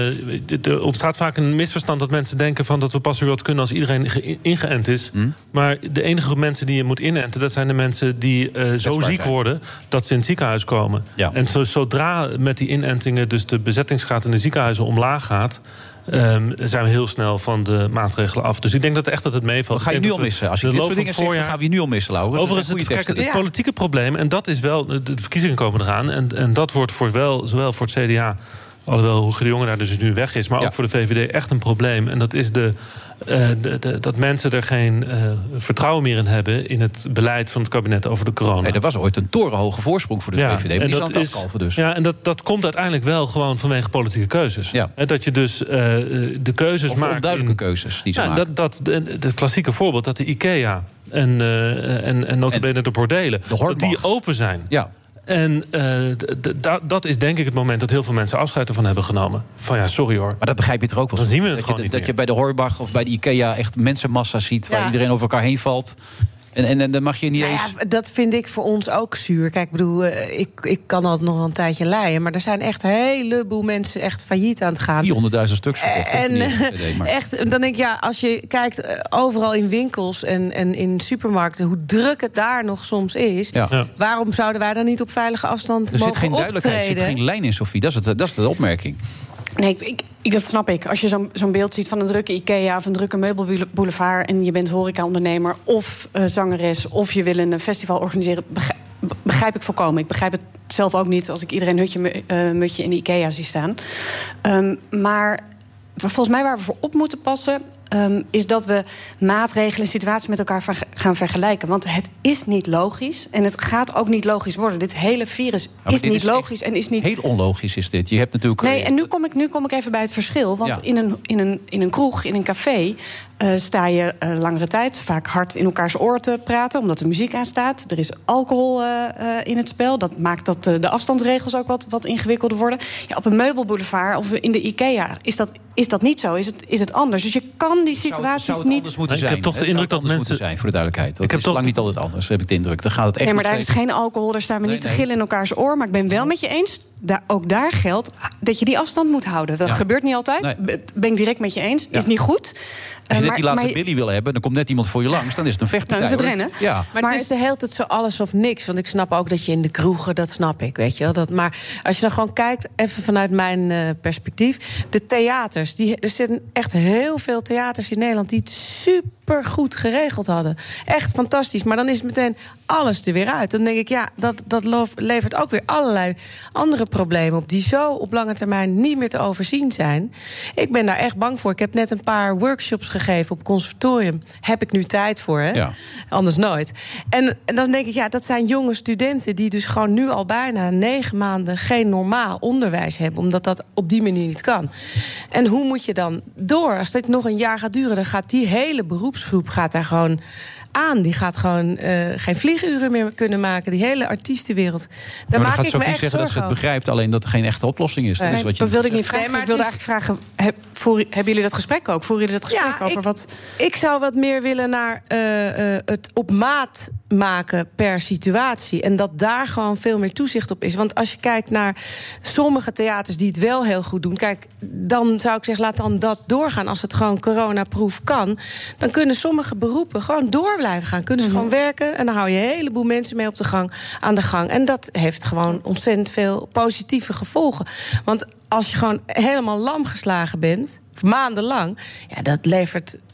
er ontstaat vaak een misverstand dat mensen denken van dat we pas weer wat kunnen als iedereen ge- ingeënt is. Mm. Maar de enige groep mensen die je moet inenten, dat zijn de mensen die uh, zo ziek worden dat ze in het ziekenhuis komen. Ja. En zo, zodra met die inentingen dus de bezettingsgraad in de ziekenhuizen omlaag gaat, Um, zijn we heel snel van de maatregelen af. Dus ik denk dat echt dat het meevalt. We gaan je nu al missen. Als je dit soort dingen zegt, dan gaan we je nu al missen, Laurens. Overigens, het, kijk, het ja. politieke probleem, en dat is wel, de verkiezingen komen eraan, en, en dat wordt voor wel, zowel voor het C D A, alhoewel Hugo de Jonge daar dus nu weg is, maar ja. ook voor de V V D echt een probleem. En dat is de, uh, de, de, dat mensen er geen uh, vertrouwen meer in hebben in het beleid van het kabinet over de corona. Nee, er was ooit een torenhoge voorsprong voor de ja, V V D. Maar en die dat is aan het is, afkalven dus. Ja, en dat, dat komt uiteindelijk wel gewoon vanwege politieke keuzes. Ja. En dat je dus uh, de keuzes of de maakt. Onduidelijke in, keuzes die ze ja, maken. Dat, dat, het klassieke voorbeeld dat de IKEA en, uh, en, en nota bene de bordelen, de dat die open zijn. Ja. En uh, d- d- dat is denk ik het moment dat heel veel mensen afscheid ervan hebben genomen. Van ja, sorry hoor. Maar dat begrijp je er ook wel. Dan zien we het dat gewoon je, niet Dat meer. je bij de Horbach of bij de IKEA echt mensenmassa ziet waar ja. iedereen over elkaar heen valt. En, en, en dan mag je niet nou eens... Ja, dat vind ik voor ons ook zuur. Kijk, ik bedoel, ik, ik kan altijd nog een tijdje leiden, maar er zijn echt een heleboel mensen echt failliet aan het gaan. vierhonderdduizend stuks verkocht. En nee, maar. echt, dan denk ik, ja, als je kijkt overal in winkels en, en in supermarkten, hoe druk het daar nog soms is, ja. Ja. waarom zouden wij dan niet op veilige afstand er mogen zit geen duidelijkheid, optreden? Er zit geen lijn in, Sofie. Dat is, het, dat is de opmerking. Nee, ik, ik, dat snap ik. Als je zo'n zo'n beeld ziet van een drukke IKEA of een drukke meubelboulevard en je bent horecaondernemer of uh, zangeres of je wil een festival organiseren, begrijp, begrijp ik volkomen. Ik begrijp het zelf ook niet als ik iedereen hutje uh, mutje in de IKEA zie staan. Um, maar volgens mij waar we voor op moeten passen, Um, is dat we maatregelen en situaties met elkaar ver- gaan vergelijken. Want het is niet logisch en het gaat ook niet logisch worden. Dit hele virus is niet is logisch en is niet... Heel onlogisch is dit. Je hebt natuurlijk... Nee, en nu kom ik, nu kom ik even bij het verschil. Want ja. in, een, in, een, in een kroeg, in een café, uh, sta je uh, langere tijd vaak hard in elkaars oor te praten, omdat er muziek aan staat. Er is alcohol uh, uh, in het spel. Dat maakt dat uh, de afstandsregels ook wat, wat ingewikkelder worden. Ja, op een meubelboulevard of in de IKEA is dat, is dat niet zo. Is het, is het anders. Dus je kan die situaties zou, zou niet... anders moeten zijn. Ik heb toch de indruk dat mensen zijn, voor de duidelijkheid. Dat ik heb is toch... lang niet altijd anders, heb ik de indruk. Dan gaat het echt. Nee, maar daar steeds... is geen alcohol. Daar staan we nee, niet nee. te gillen in elkaars oor. Maar ik ben wel met je eens. Daar, ook daar geldt dat je die afstand moet houden. Dat ja. gebeurt niet altijd. Nee. Ben ik direct met je eens. Ja. Is niet goed. Als je net maar, die laatste maar... Billy wil hebben, dan komt net iemand voor je langs. Dan is het een vechtpartij. Nou, dan is het rennen. Ja. Maar, maar het is de hele tijd zo alles of niks. Want ik snap ook dat je in de kroegen, dat snap ik, weet je wel. Dat, maar als je dan gewoon kijkt, even vanuit mijn uh, perspectief, de theaters. Die, er zitten echt heel veel theaters in Nederland die het super goed geregeld hadden. Echt fantastisch. Maar dan is meteen alles er weer uit. Dan denk ik, ja, dat, dat levert ook weer allerlei andere problemen op, die zo op lange termijn niet meer te overzien zijn. Ik ben daar echt bang voor. Ik heb net een paar workshops gegeven op het conservatorium. Heb ik nu tijd voor, hè? Ja. Anders nooit. En, en dan denk ik, ja, dat zijn jonge studenten die dus gewoon nu al bijna negen maanden geen normaal onderwijs hebben, omdat dat op die manier niet kan. En hoe moet je dan door? Als dit nog een jaar gaat duren, dan gaat die hele beroepsgroep gaat daar gewoon aan. Die gaat gewoon uh, geen vlieguren meer kunnen maken. Die hele artiestenwereld. Daar maak ik me echt zeggen dat ze het begrijpt, alleen dat er geen echte oplossing is. Nee, dat is wat je dat wilde ik niet vragen. Nee, maar ik wilde is... eigenlijk vragen, heb, voor, hebben jullie dat gesprek ook? Voeren jullie dat gesprek ja, over ik, wat... Ik zou wat meer willen naar uh, uh, het op maat maken per situatie. En dat daar gewoon veel meer toezicht op is. Want als je kijkt naar sommige theaters die het wel heel goed doen, kijk, dan zou ik zeggen, laat dan dat doorgaan. Als het gewoon coronaproof kan, dan kunnen sommige beroepen gewoon door blijven gaan. Kunnen ze mm-hmm. gewoon werken en dan hou je een heleboel mensen mee op de gang, aan de gang. En dat heeft gewoon ontzettend veel positieve gevolgen. Want als je gewoon helemaal lam geslagen bent, maandenlang, ja, dat levert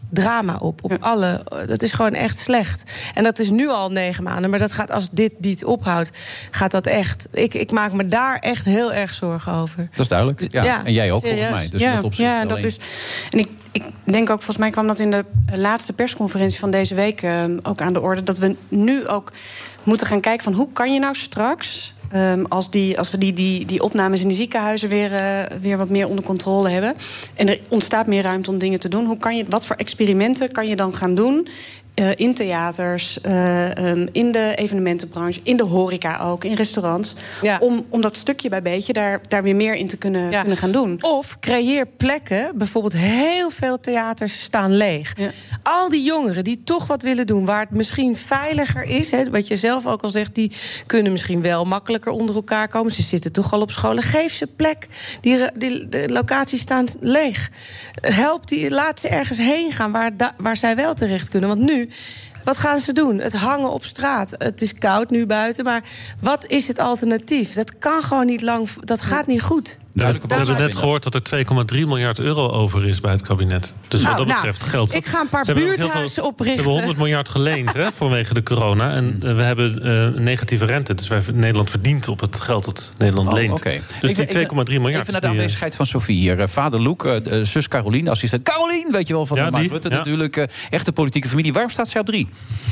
drama op. op alle, dat is gewoon echt slecht. En dat is nu al negen maanden. Maar dat gaat, als dit niet ophoudt, gaat dat echt... Ik, ik maak me daar echt heel erg zorgen over. Dat is duidelijk. Ja. Ja, en jij ook, serieus. Volgens mij. Dus ja, met opzicht ja, dat alleen. is... En ik, ik denk ook, volgens mij kwam dat in de laatste persconferentie van deze week uh, ook aan de orde, dat we nu ook moeten gaan kijken van hoe kan je nou straks... Um, als, die, als we die, die, die opnames in de ziekenhuizen weer, uh, weer wat meer onder controle hebben. En er ontstaat meer ruimte om dingen te doen. Hoe kan je, wat voor experimenten kan je dan gaan doen? Uh, in theaters, uh, um, in de evenementenbranche, in de horeca ook, in restaurants. Ja. Om, om dat stukje bij beetje daar, daar weer meer in te kunnen, ja. kunnen gaan doen. Of creëer plekken, bijvoorbeeld heel veel theaters staan leeg. Ja. Al die jongeren die toch wat willen doen, waar het misschien veiliger is, hè, wat je zelf ook al zegt, die kunnen misschien wel makkelijker onder elkaar komen. Ze zitten toch al op scholen. Geef ze plek. Die, die de locaties staan leeg. Help die, laat ze ergens heen gaan waar, da, waar zij wel terecht kunnen. Want nu, wat gaan ze doen? Het hangen op straat. Het is koud nu buiten, maar wat is het alternatief? Dat kan gewoon niet lang, dat gaat niet goed. We hebben net gehoord dat er twee komma drie miljard euro over is bij het kabinet. Dus nou, wat dat betreft nou, geldt. Ik ga een paar buurthuizen oprichten. Ze hebben honderd miljard geleend hè, vanwege de corona. En uh, we hebben uh, negatieve rente. Dus wij, Nederland verdient op het geld dat Nederland oh, leent. Okay. Dus ik, die twee komma drie miljard. Even naar de aanwezigheid van Sophie hier. Uh, vader Loek, uh, uh, zus Carolien, assistent Carolien, weet je wel, van ja, Mark Rutte ja. natuurlijk. Uh, echte politieke familie. Waarom staat zij op drie?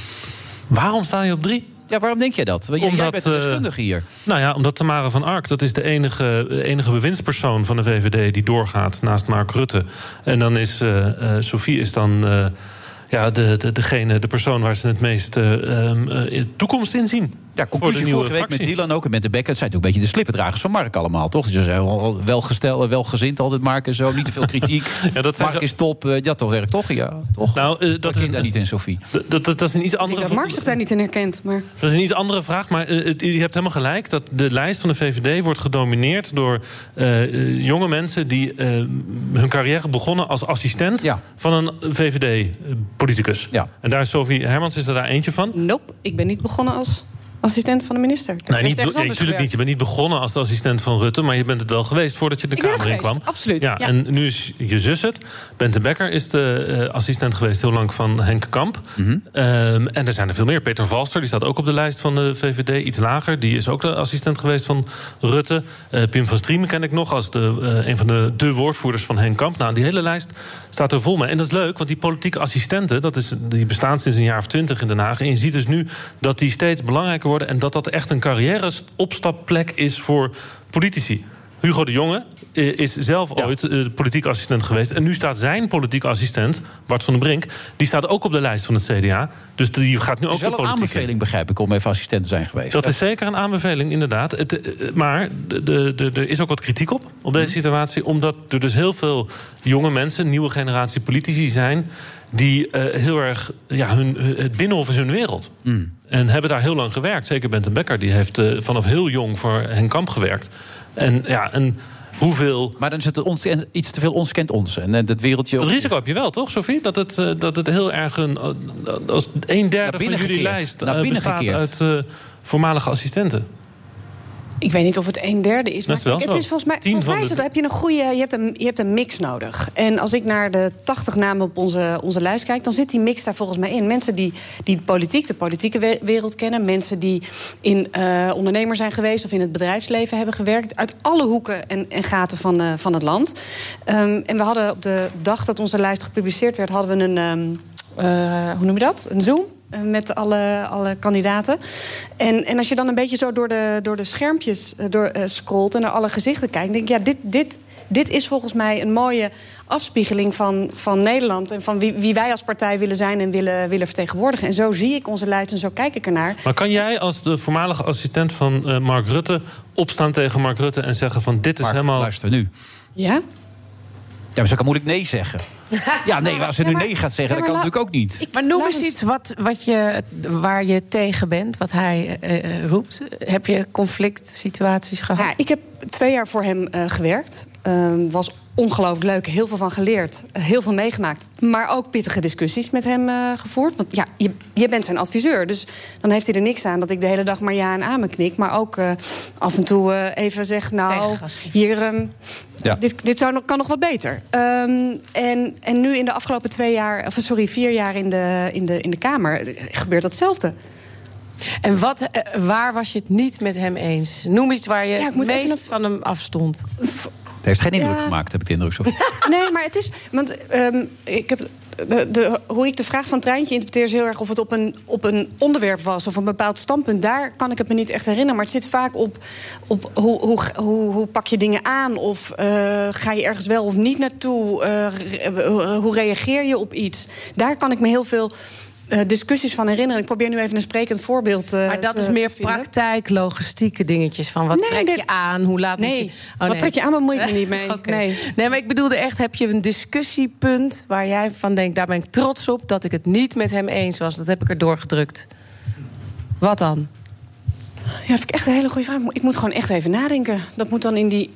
Waarom sta je op drie? Ja, waarom denk jij dat? Want omdat, jij bent de deskundige hier. Uh, nou ja, omdat Tamara van Ark, dat is de enige, enige bewindspersoon van de V V D die doorgaat naast Mark Rutte. En dan is uh, uh, Sophie is dan uh, ja, de, de, degene, de persoon waar ze het meest uh, uh, toekomst in zien. Ja, conclusie vorige week met Dylan ook en met de Becker. Het zijn ook een beetje de slippendragers van Mark allemaal, toch? Ze zijn wel welgesteld, welgezind altijd, Mark en zo. Niet te veel kritiek. Ja, dat Mark zo... is top. Uh, ja, toch werkt toch? Ja, toch? Nou, uh, dat is daar niet in, Sophie. Dat, dat, dat is een iets andere. Ik denk dat Mark zich daar niet in herkent, maar. Dat is een iets andere vraag, maar uh, je hebt helemaal gelijk dat de lijst van de V V D wordt gedomineerd door uh, uh, jonge mensen die uh, hun carrière begonnen als assistent ja. van een V V D-politicus. Ja. En daar is Sophie Hermans is er daar eentje van. Nope, ik ben niet begonnen als assistent van de minister. Nee, niet, nee, natuurlijk niet. Je bent niet begonnen als de assistent van Rutte, maar je bent het wel geweest voordat je de ik Kamer in kwam. Absoluut. Ja, ja. En nu is je zus het. Bente Becker is de uh, assistent geweest heel lang van Henk Kamp. Mm-hmm. Um, en er zijn er veel meer. Peter Valster, die staat ook op de lijst van de V V D. Iets lager, die is ook de assistent geweest van Rutte. Uh, Pim van Striemen ken ik nog als de, uh, een van de, de woordvoerders van Henk Kamp. Nou, die hele lijst staat er vol mee. En dat is leuk, want die politieke assistenten, dat is, die bestaan sinds een jaar of twintig in Den Haag. En je ziet dus nu dat die steeds belangrijker worden en dat dat echt een carrière-opstapplek is voor politici. Hugo de Jonge is zelf ja. ooit uh, politiek assistent geweest. En nu staat zijn politiek assistent, Bart van den Brink, die staat ook op de lijst van het C D A. Dus die gaat nu ook de politiek. Het is wel een aanbeveling, in. begrijp ik, om even assistent te zijn geweest. Dat ja. is zeker een aanbeveling, inderdaad. Het, uh, maar er is ook wat kritiek op, op deze situatie. Omdat er dus heel veel jonge mensen, nieuwe generatie politici zijn die uh, heel erg, ja, hun, het Binnenhof is hun wereld. Mm. En hebben daar heel lang gewerkt. Zeker Bente Becker, die heeft uh, vanaf heel jong voor Henk Kamp gewerkt. En ja, en hoeveel. Maar dan is het ons, iets te veel ons kent ons. En dat wereldje. Dat risico heb je wel, toch, Sophie? Dat het, uh, dat het heel erg een. Uh, als een derde van jullie lijst uh, bestaat uit uh, voormalige assistenten. Ik weet niet of het een derde is, maar het is volgens mij, volgens mij is het, heb je een goede, je hebt een, je hebt een mix nodig. En als ik naar de tachtig namen op onze, onze lijst kijk, dan zit die mix daar volgens mij in. Mensen die, die de politiek, de politieke wereld kennen, mensen die in uh, ondernemer zijn geweest of in het bedrijfsleven hebben gewerkt, uit alle hoeken en, en gaten van, uh, van het land. Um, en we hadden op de dag dat onze lijst gepubliceerd werd, hadden we een, um, uh, hoe noem je dat? Een Zoom. Met alle, alle kandidaten. En, en als je dan een beetje zo door de, door de schermpjes door, uh, scrolt en naar alle gezichten kijkt, denk ik, ja, dit, dit, dit is volgens mij een mooie afspiegeling van, van Nederland en van wie, wie wij als partij willen zijn en willen, willen vertegenwoordigen. En zo zie ik onze lijst en zo kijk ik ernaar. Maar kan jij als de voormalige assistent van uh, Mark Rutte opstaan tegen Mark Rutte en zeggen van dit is Mark, helemaal. Luister nu. Ja? Ja, maar zo kan moeilijk nee zeggen. Ja, nee, als ze nu ja, maar, nee gaat zeggen, ja, dat kan natuurlijk ook niet. Ik, maar noem eens iets wat, wat je, waar je tegen bent, wat hij uh, roept. Heb je conflict situaties gehad? Ja, ik heb twee jaar voor hem uh, gewerkt. Uh, was ongelooflijk leuk, heel veel van geleerd, heel veel meegemaakt. Maar ook pittige discussies met hem uh, gevoerd. Want ja, je, je bent zijn adviseur, dus dan heeft hij er niks aan dat ik de hele dag maar ja en amen knik. Maar ook uh, af en toe uh, even zeg, nou, hier, um, ja. dit, dit zou nog, kan nog wat beter. Um, en, en nu in de afgelopen twee jaar, of sorry, vier jaar in de, in de, in de Kamer gebeurt datzelfde. En wat, waar was je het niet met hem eens? Noem iets waar je ja, het meest het... van hem afstond. Het heeft geen indruk ja. gemaakt, heb ik de indruk. Zo. Nee, maar het is... Want um, ik heb... De, de, hoe ik de vraag van Treintje interpreteer is heel erg of het op een, op een onderwerp was of een bepaald standpunt. Daar kan ik het me niet echt herinneren. Maar het zit vaak op, op hoe, hoe, hoe, hoe pak je dingen aan? Of uh, ga je ergens wel of niet naartoe? Uh, hoe reageer je op iets? Daar kan ik me heel veel... Uh, discussies van herinneren. Ik probeer nu even een sprekend voorbeeld uh, Maar dat te, is meer praktijk, logistieke dingetjes. Van wat nee, trek dit... je aan, hoe laat nee. moet je... Oh, wat nee. trek je aan, bemoei ik me niet mee. Okay. nee. nee, maar ik bedoelde echt, heb je een discussiepunt waar jij van denkt, daar ben ik trots op dat ik het niet met hem eens was. Dat heb ik er doorgedrukt. Wat dan? Ja, dat vind ik echt een hele goede vraag. Ik moet gewoon echt even nadenken. Dat moet dan in die...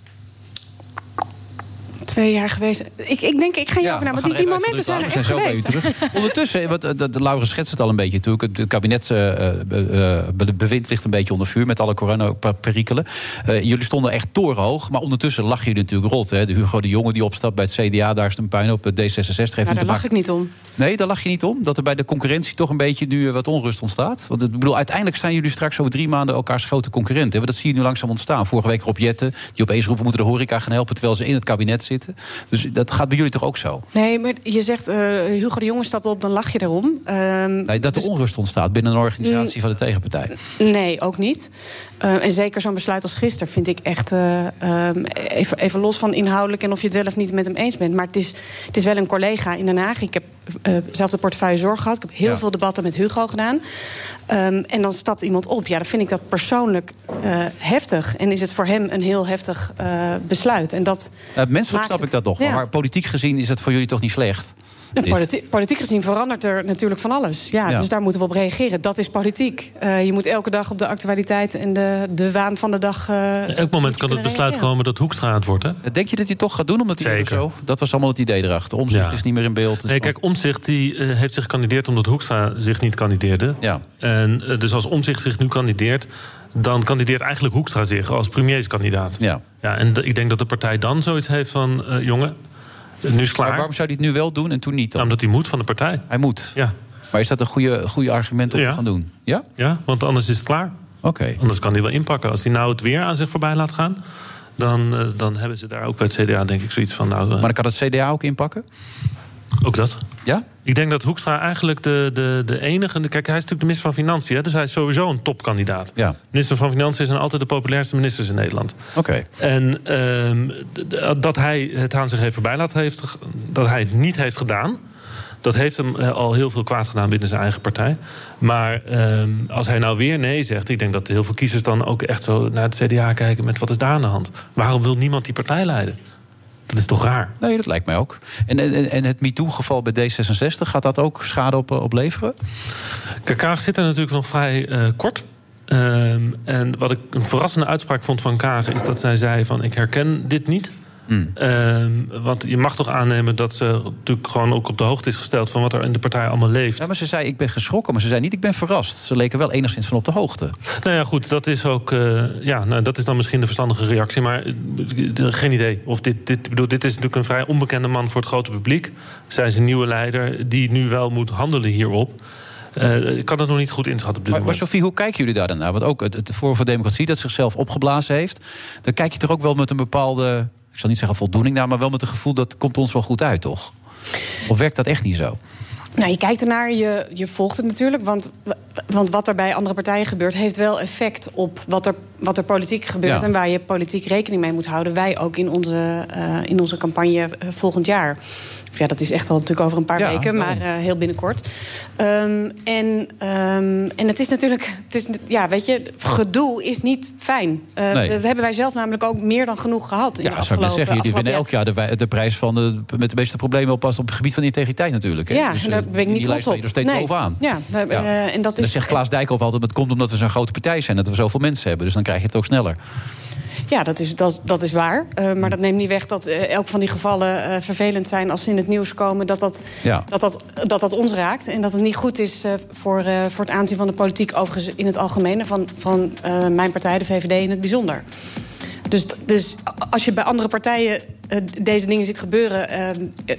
Twee jaar geweest. Ik, ik denk, ik ga je ja, over naar, want die, die momenten zijn er echt zijn geweest. Zo terug. Ondertussen, wat, de, de Laura schetst het al een beetje natuurlijk. Het kabinetsbewind uh, ligt een beetje onder vuur met alle coronaperikelen. Uh, jullie stonden echt torenhoog, maar ondertussen lachen jullie natuurlijk rot. Hè? De Hugo de Jonge die opstapt bij het C D A, daar is een puin op. Het D zesenzestig heeft ja, daar lach maken. ik niet om. Nee, daar lach je niet om? Dat er bij de concurrentie toch een beetje nu wat onrust ontstaat? Want ik bedoel, uiteindelijk zijn jullie straks over drie maanden elkaars grote concurrenten. Dat zie je nu langzaam ontstaan. Vorige week Rob Jetten, die opeens roepen, we moeten de horeca gaan helpen terwijl ze in het kabinet zitten. Dus dat gaat bij jullie toch ook zo? Nee, maar je zegt, uh, Hugo de Jonge stapt op, dan lach je erom. Um, nee, dat er dus onrust ontstaat binnen een organisatie mm, van de tegenpartij. Nee, ook niet. Uh, en zeker zo'n besluit als gisteren vind ik echt... Uh, um, even, even los van inhoudelijk en of je het wel of niet met hem eens bent. Maar het is, het is wel een collega in Den Haag. Ik heb uh, zelf de portefeuille zorg gehad. Ik heb heel ja. veel debatten met Hugo gedaan. Um, en dan stapt iemand op. Ja, dan vind ik dat persoonlijk uh, heftig. En is het voor hem een heel heftig uh, besluit. En dat uh, menselijk snap het, ik dat nog. Ja. Maar politiek gezien is het voor jullie toch niet slecht? Nou, politi- politiek gezien verandert er natuurlijk van alles. Ja, ja. Dus daar moeten we op reageren. Dat is politiek. Uh, je moet elke dag op de actualiteit en de, de waan van de dag... Uh, Elk moment kan het besluit reageren. komen dat Hoekstra het wordt, hè? Denk je dat hij toch gaat doen? Omdat hij zo? Dat was allemaal het idee erachter. Omtzigt ja. is niet meer in beeld. Nee, kijk, Omtzigt die, uh, heeft zich gekandideerd omdat Hoekstra zich niet kandideerde. Ja. En uh, dus als Omtzigt zich nu kandideert, dan kandideert eigenlijk Hoekstra zich als premierskandidaat. Ja. Ja, en d- ik denk dat de partij dan zoiets heeft van... Uh, jongen, nu is klaar. Maar waarom zou hij het nu wel doen en toen niet dan? Nou, omdat hij moet van de partij. Hij moet? Ja. Maar is dat een goede, goede argument om ja. te gaan doen? Ja? Ja, want anders is het klaar. Oké. Okay. Anders kan hij wel inpakken. Als hij nou het weer aan zich voorbij laat gaan... dan, uh, dan hebben ze daar ook bij het C D A denk ik zoiets van... Nou, uh, maar dan kan het C D A ook inpakken? Ook dat. Ja? Ik denk dat Hoekstra eigenlijk de, de, de enige... Kijk, hij is natuurlijk de minister van Financiën, hè, dus hij is sowieso een topkandidaat. Ja. Minister van Financiën zijn altijd de populairste ministers in Nederland. Oké. Okay. En um, d- dat hij het aan zich heeft voorbij laten heeft... dat hij het niet heeft gedaan... dat heeft hem al heel veel kwaad gedaan binnen zijn eigen partij. Maar um, als hij nou weer nee zegt... ik denk dat heel veel kiezers dan ook echt zo naar het C D A kijken... met wat is daar aan de hand? Waarom wil niemand die partij leiden? Dat is toch raar? Nee, dat lijkt mij ook. En, en, en het MeToo-geval bij D zesenzestig, gaat dat ook schade op, opleveren? Kijk, Kaag zit er natuurlijk nog vrij uh, kort. Um, en wat ik een verrassende uitspraak vond van Kaag... is dat zij zei van, ik herken dit niet... Hmm. Um, want je mag toch aannemen dat ze natuurlijk gewoon ook op de hoogte is gesteld... van wat er in de partij allemaal leeft. Ja, maar ze zei, ik ben geschrokken, maar ze zei niet, ik ben verrast. Ze leken wel enigszins van op de hoogte. Nou ja, goed, dat is ook... Uh, ja, nou, dat is dan misschien de verstandige reactie, maar uh, geen idee. Of dit, dit, bedoel, dit is natuurlijk een vrij onbekende man voor het grote publiek. Zij is een nieuwe leider die nu wel moet handelen hierop. Uh, ik kan het nog niet goed inschatten op dit maar, moment. Maar Sophie, hoe kijken jullie daar dan naar? Want ook het, het Forum voor Democratie dat zichzelf opgeblazen heeft... dan kijk je toch ook wel met een bepaalde... ik zal niet zeggen voldoening naar, maar wel met een gevoel... dat komt ons wel goed uit, toch? Of werkt dat echt niet zo? Nou, je kijkt ernaar, je, je volgt het natuurlijk. Want, want wat er bij andere partijen gebeurt... heeft wel effect op wat er, wat er politiek gebeurt... Ja. en waar je politiek rekening mee moet houden. Wij ook in onze, uh, in onze campagne uh, volgend jaar. Of ja, dat is echt al natuurlijk over een paar ja, weken, maar uh, heel binnenkort. Um, en, um, en het is natuurlijk... Het is, ja, weet je, gedoe is niet fijn. Uh, nee. Dat hebben wij zelf namelijk ook meer dan genoeg gehad. In ja, dat zou ik net zeggen. Jullie winnen elk jaar de, de prijs van de, met de meeste problemen oppast... op het gebied van integriteit natuurlijk. Hè? Ja, dus, en daar ben ik niet trots op. Die lijst er steeds nee. bovenaan. Ja, ja. Uh, en dat is... Dan zegt Klaas Dijkhoff altijd... het komt omdat we zo'n grote partij zijn... dat we zoveel mensen hebben. Dus dan krijg je het ook sneller. Ja, dat is, dat, dat is waar. Uh, maar dat neemt niet weg dat uh, elk van die gevallen uh, vervelend zijn als ze in het nieuws komen. Dat dat, ja. dat, dat, dat, dat ons raakt. En dat het niet goed is uh, voor, uh, voor het aanzien van de politiek, overigens in het algemeen. En van, van uh, mijn partij, de V V D, in het bijzonder. Dus, dus als je bij andere partijen uh, deze dingen ziet gebeuren, uh,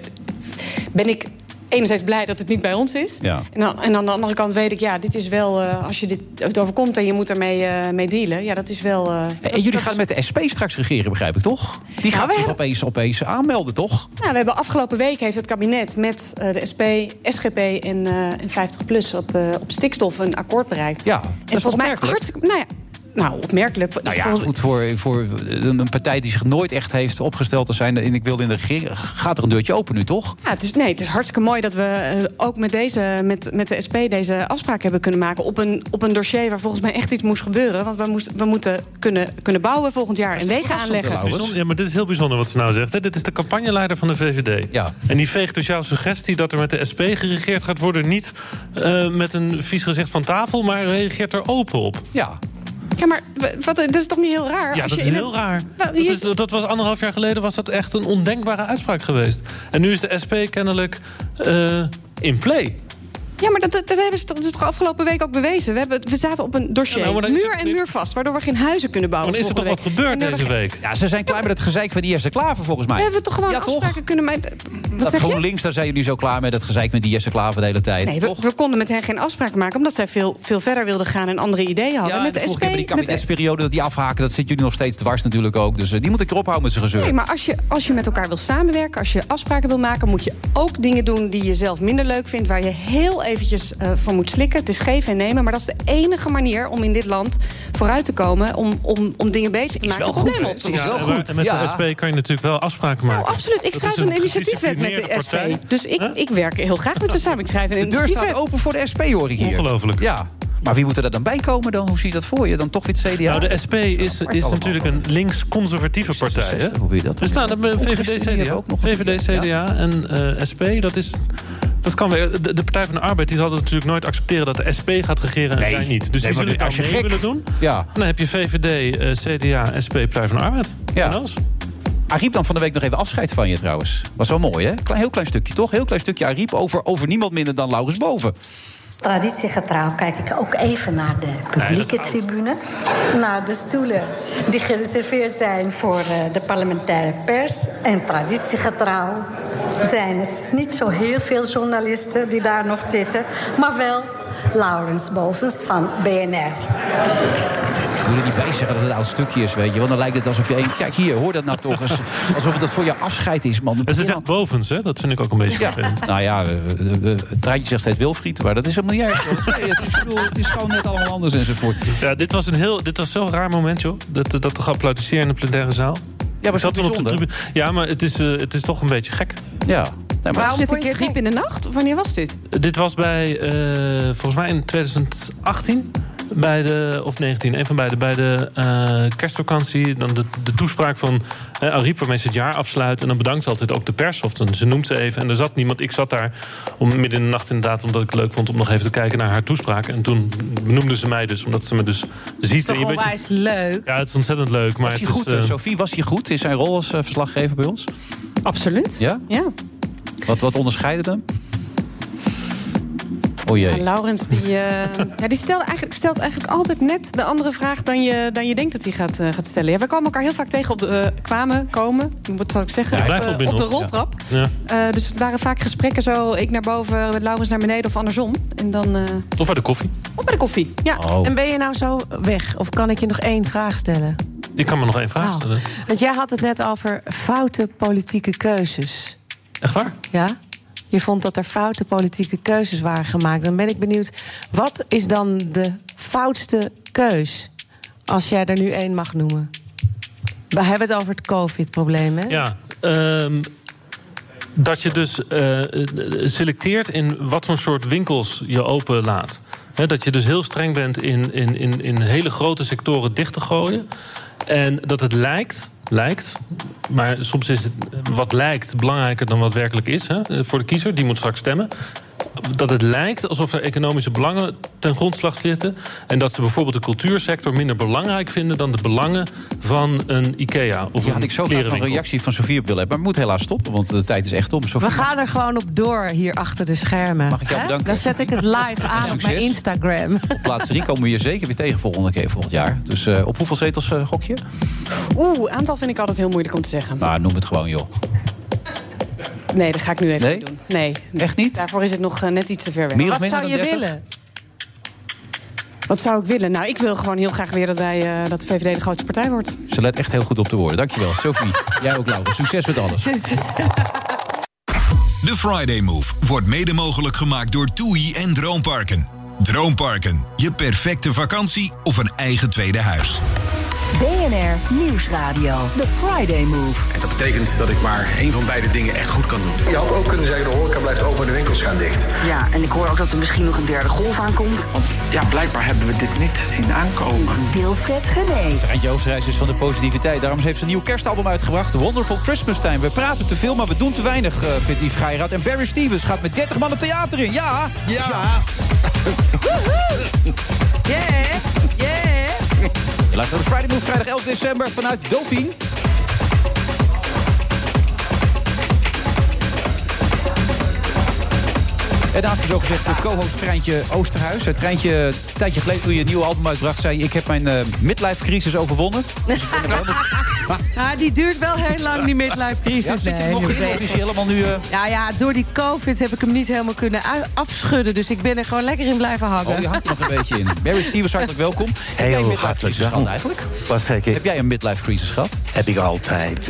ben ik enerzijds blij dat het niet bij ons is. Ja. En, dan, en aan de andere kant weet ik, ja, dit is wel, uh, als je dit het overkomt en je moet ermee uh, mee dealen, ja, dat is wel. Uh, en jullie dat gaan met de S P straks regeren, begrijp ik toch? Die gaat nou, zich hebben... opeens, opeens aanmelden, toch? Nou, we hebben afgelopen week heeft het kabinet met uh, de S P, S G P en, uh, en vijftig plus op, uh, op stikstof een akkoord bereikt. Ja, dat en is volgens mij hartstikke. Nou ja. Nou, opmerkelijk. Nou ja, volgens... goed, voor, voor een partij die zich nooit echt heeft opgesteld te zijn, en ik wilde in de regering, gaat er een deurtje open nu, toch? Ja, het is, nee, het is hartstikke mooi dat we uh, ook met, deze, met, met de S P deze afspraak hebben kunnen maken op een, op een dossier waar volgens mij echt iets moest gebeuren. Want we, moest, we moeten kunnen, kunnen bouwen volgend jaar en wegen aanleggen. Ja, maar dit is heel bijzonder wat ze nou zegt. Hè. Dit is de campagneleider van de V V D. Ja. En die veegt dus jouw suggestie dat er met de S P geregeerd gaat worden niet uh, met een vies gezicht van tafel, maar reageert er open op. Ja. Ja, maar wat, dat is toch niet heel raar? Ja, als dat je is in heel een... raar. Well, dat, je... is, dat was anderhalf jaar geleden was dat echt een ondenkbare uitspraak geweest. En nu is de S P kennelijk uh, in play. Ja, maar dat, dat, hebben ze, dat is toch afgelopen week ook bewezen? We, hebben, we zaten op een dossier, ja, nou, muur en muur vast, waardoor we geen huizen kunnen bouwen. Maar is er toch wat gebeurd deze week? Ja, ze zijn klaar met het gezeik van die Jesse Klaver, volgens mij. We hebben toch gewoon ja, afspraken toch? kunnen... Wat dat zeg GroenLinks, daar zijn jullie zo klaar met het gezeik met die Jesse Klaver de hele tijd. Nee, we, we konden met hen geen afspraken maken, omdat zij veel, veel verder wilden gaan en andere ideeën hadden. Ja, met de de S P, die kabinetsperiode, dat die afhaken, dat zit jullie nog steeds dwars natuurlijk ook. Dus uh, die moet ik erop houden met zijn gezeur. Nee, maar als je, als je met elkaar wil samenwerken, als je afspraken wil maken, moet je ook dingen doen die je zelf minder leuk vindt, waar je heel eventjes uh, van moet slikken. Het is geven en nemen, maar dat is de enige manier om in dit land vooruit te komen, om, om, om dingen beter te maken en problemen op te lossen. Ja, wel goed. En met ja. de S P kan je natuurlijk wel afspraken maken. Nou, absoluut. Ik schrijf een, een initiatiefwet met de S P. Partij. Dus ik, huh? ik werk heel graag met ze samen. Ik schrijf een de deur staat open voor de S P, hoor ik hier. Ongelooflijk. Ja. Maar wie moet er dan bij komen dan? Hoe zie je dat voor je? Dan toch weer het C D A? Nou, de S P is, is natuurlijk een links-conservatieve partij. Hè? Hoe wil je dat? Dus nou, de V V D, C D A, V V D, C D A en uh, S P, dat is... Dat kan weer. De, de Partij van de Arbeid die zal het natuurlijk nooit accepteren dat de S P gaat regeren en nee. zij niet. Dus nee, die zullen als je mee willen doen. Ja. Dan heb je V V D, uh, C D A, S P, Partij van de Arbeid. Ja. Ariep dan van de week nog even afscheid van je trouwens. Was wel mooi, hè? Klein, heel klein stukje, toch? Heel klein stukje Ariep over, over niemand minder dan Laurens Boven. Traditiegetrouw kijk ik ook even naar de publieke nee, tribune. Naar de stoelen die gereserveerd zijn voor uh, de parlementaire pers. En traditiegetrouw zijn het niet zo heel veel journalisten die daar nog zitten. Maar wel Laurens Bovens van B N R. Ik wil er niet bij zeggen dat het een oud stukje is, weet je. Want dan lijkt het alsof je... Een... Kijk hier, hoor dat nou toch eens. Alsof het voor je afscheid is, man. En ze zegt Bovens, hè? Dat vind ik ook een beetje vervelend. Ja. Nou ja, het treintje zegt steeds Wilfried, maar dat is helemaal niet erg. Nee, het, is, bedoel, het is gewoon net allemaal anders enzovoort. Ja, dit was een heel... Dit was zo'n raar moment, joh. Dat, dat te geapplaudisseerd in de plenaire zaal. Ja, maar zat toen op de tribune. Ja, maar het is, uh, het is toch een beetje gek. Ja. Nee, maar zit een keer diep in de nacht? Of wanneer was dit? Dit was bij, uh, volgens mij in twintig achttien... Bij de, of negentien, een van beide. Bij de uh, kerstvakantie, dan de, de toespraak van uh, Ariep, waarmee ze het jaar afsluit. En dan bedankt ze altijd ook de pers. Of dan, ze noemt ze even. En er zat niemand. Ik zat daar om midden in de nacht inderdaad, omdat ik het leuk vond om nog even te kijken naar haar toespraak. En toen benoemde ze mij dus, omdat ze me dus ziet. Dat is toch onwijs leuk? Ja, het is ontzettend leuk. Maar was je het goed, is, uh, Sophie? Was je goed in zijn rol als uh, verslaggever bij ons? Absoluut. Ja? Ja. Wat, wat onderscheidde hem? Oh jee. Ja, Laurens die, uh, ja, die stelt, eigenlijk, stelt eigenlijk altijd net de andere vraag dan je, dan je denkt dat hij gaat, uh, gaat stellen. Ja, we kwamen elkaar heel vaak tegen op de uh, kwamen, komen, wat zou ik zeggen, ja, op, uh, op de roltrap. Ja. Ja. Uh, dus het waren vaak gesprekken zo, ik naar boven, met Laurens naar beneden of andersom. En dan, uh... Of bij de koffie. Of bij de koffie, ja. Oh. En ben je nou zo weg? Of kan ik je nog één vraag stellen? Ik kan me nog één vraag oh. stellen. Want jij had het net over foute politieke keuzes. Echt waar? Ja. Je vond dat er foute politieke keuzes waren gemaakt. Dan ben ik benieuwd, wat is dan de foutste keus? Als jij er nu één mag noemen. We hebben het over het COVID-probleem, hè? Ja, um, dat je dus uh, selecteert in wat voor soort winkels je open laat. He, dat je dus heel streng bent in, in, in, in hele grote sectoren dicht te gooien. En dat het lijkt... Lijkt, maar soms is het wat lijkt belangrijker dan wat werkelijk is, hè, voor de kiezer. Die moet straks stemmen. dat het lijkt alsof er economische belangen ten grondslag zitten. En dat ze bijvoorbeeld de cultuursector minder belangrijk vinden dan de belangen van een IKEA. Of ja, een had ik zo graag een reactie van Sofie op willen hebben. Maar we moeten helaas stoppen, want de tijd is echt op. Sofie, we gaan er gewoon op door hier achter de schermen. Mag ik jou bedanken? Dan zet ik het live aan op mijn Instagram. Op plaats drie komen we je zeker weer tegen volgende keer volgend jaar. Dus uh, op hoeveel zetels uh, gok je? Oeh, aantal vind ik altijd heel moeilijk om te zeggen. Nou, noem het gewoon, joh. Nee, dat ga ik nu even nee? niet doen. Nee, nee. Echt niet? Daarvoor is het nog uh, net iets te ver weg. Maar wat zou je dertig? Willen? Wat zou ik willen? Nou, ik wil gewoon heel graag weer dat, wij, uh, dat de V V D de grootste partij wordt. Ze let echt heel goed op de woorden. Dankjewel, Sophie. Jij ook, Laura. Succes met alles. De Friday Move wordt mede mogelijk gemaakt door TUI en Droomparken. Droomparken, je perfecte vakantie of een eigen tweede huis. B N R Nieuwsradio, The Friday Move. En dat betekent dat ik maar één van beide dingen echt goed kan doen. Je had ook kunnen zeggen, de horeca blijft open en de winkels gaan dicht. Ja, en ik hoor ook dat er misschien nog een derde golf aankomt. Want ja, blijkbaar hebben we dit niet zien aankomen. Wilfred Genee. Treintje Oosterhuis is van de positiviteit. Daarom heeft ze een nieuw kerstalbum uitgebracht. Wonderful Christmas Time. We praten te veel, maar we doen te weinig, uh, vindt Yves Geiraat. En Barry Stevens gaat met dertig man het theater in. Ja! Ja! ja. Yeah! Yeah! Je luistert naar de Friday Move, vrijdag elf december vanuit Dauphine. En daarvoor zo gezegd de co-host Treintje Oosterhuis. Het Treintje, een tijdje geleden toen je een nieuw album uitbracht, zei je: ik heb mijn uh, midlife-crisis overwonnen. Dus ik ben helemaal... ah, die duurt wel heel lang, die midlife-crisis. Ja, zit je er nog in? Of is je helemaal nu... Uh... Ja, ja, door die COVID heb ik hem niet helemaal kunnen afschudden. Dus ik ben er gewoon lekker in blijven hangen. Oh, je hangt er nog een beetje in. Barry Stevens, hartelijk welkom. Heb jij een midlife-crisis gehad eigenlijk? Wat zeg ik? Heb jij een midlife-crisis gehad? Heb ik altijd.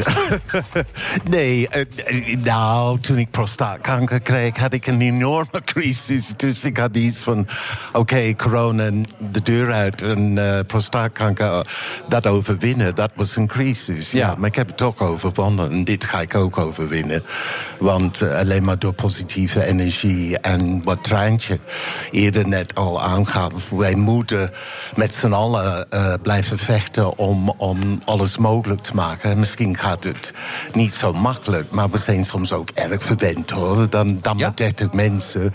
nee, uh, nou, toen ik prostaatkanker kreeg, had ik een enorme crisis. Dus ik had iets van, oké, okay, corona de deur uit en uh, prostaatkanker, dat overwinnen, dat was een crisis. Ja. ja, maar ik heb het ook overwonnen en dit ga ik ook overwinnen. Want uh, alleen maar door positieve energie en wat Treintje eerder net al aangaf, wij moeten met z'n allen uh, blijven vechten om, om alles mogelijk te maken. En misschien gaat het niet zo makkelijk, maar we zijn soms ook erg verwend, hoor. Dan, dan ja. met dertig mensen.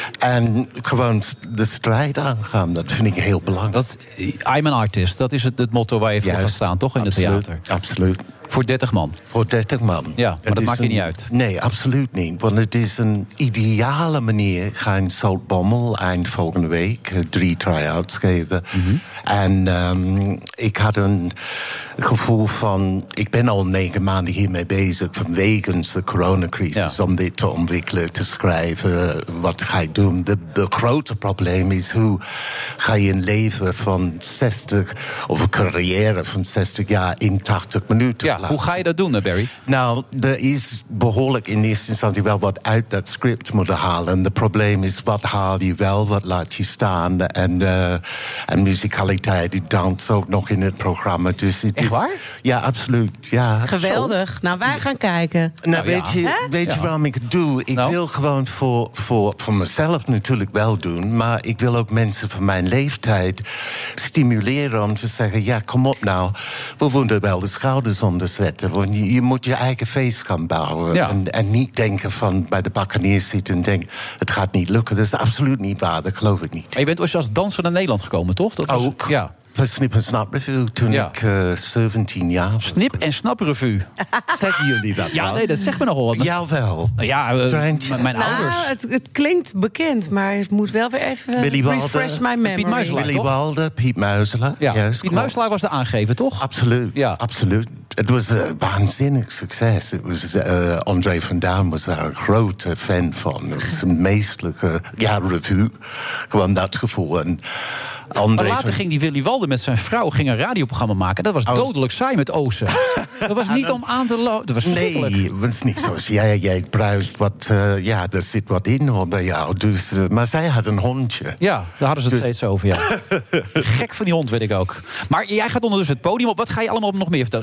En gewoon de strijd aangaan, dat vind ik heel belangrijk. Dat, I'm an artist, dat is het, het motto waar je voor gaat staan, toch, in absoluut, het theater? Absoluut. Voor dertig man? Voor dertig man. Ja, maar het dat maakt je een, niet uit. Nee, absoluut niet. Want het is een ideale manier. Ik ga in Zaltbommel eind volgende week uh, drie try-outs geven. Mm-hmm. En um, ik had een gevoel van... Ik ben al negen maanden hiermee bezig vanwege de coronacrisis... Ja. om dit te ontwikkelen, te schrijven. Wat ga ik doen? De, de grote probleem is hoe ga je een leven van zestig... of een carrière van zestig jaar in tachtig minuten... Ja. Hoe ga je dat doen, Barry? Nou, er is behoorlijk in eerste instantie wel wat uit dat script moeten halen. En het probleem is, wat haal je wel, wat laat je staan? En, uh, en muzikaliteit, die dans ook nog in het programma. Dus het Echt is, waar? Ja, absoluut. Ja, geweldig. Zo. Nou, wij gaan kijken. Nou, nou weet ja. je, weet ja. je waarom ik het doe? Ik nou? wil gewoon voor, voor, voor mezelf natuurlijk wel doen... maar ik wil ook mensen van mijn leeftijd stimuleren om te zeggen... ja, kom op nou, we moeten wel de schouders onder zetten. Want je, je moet je eigen feest gaan bouwen. Ja. En, en niet denken van bij de bakkanier zitten en denken... het gaat niet lukken. Dat is absoluut niet waar, dat geloof ik niet. Maar je bent als danser naar Nederland gekomen, toch? Dat was, ook. Ja. Voor Snip en Snap Revue toen ja. ik uh, zeventien jaar was. Snip en Snap Revue. Zeggen jullie dat Ja, wel? nee, dat zegt me nogal wat. Jawel. Nou ja, uh, m- mijn nou, ouders. Het, het klinkt bekend, maar het moet wel weer even Willy refresh Walde, my memory. Piet Muizelaar, Willy toch? Walde, Piet Muizelaar. Ja, Juist, Piet Muizelaar was de aangever, toch? Absoluut, ja. absoluut. Het was een waanzinnig succes. Het was, uh, André van Duin was daar een grote fan van. Het was een meestelijke ja, revue. Gewoon dat gevoel. En André maar later van... ging die Willy Walde met zijn vrouw ging een radioprogramma maken. Dat was oh. dodelijk saai met Ozen. Dat was niet om aan te lopen. Dat was Nee, het is niet zoals jij. Jij bruist wat... Uh, ja, er zit wat in hoor, bij jou. Dus, uh, maar zij had een hondje. Ja, daar hadden ze het dus... steeds over, ja. Gek van die hond, weet ik ook. Maar jij gaat ondertussen het podium op. Wat ga je allemaal nog meer vertellen?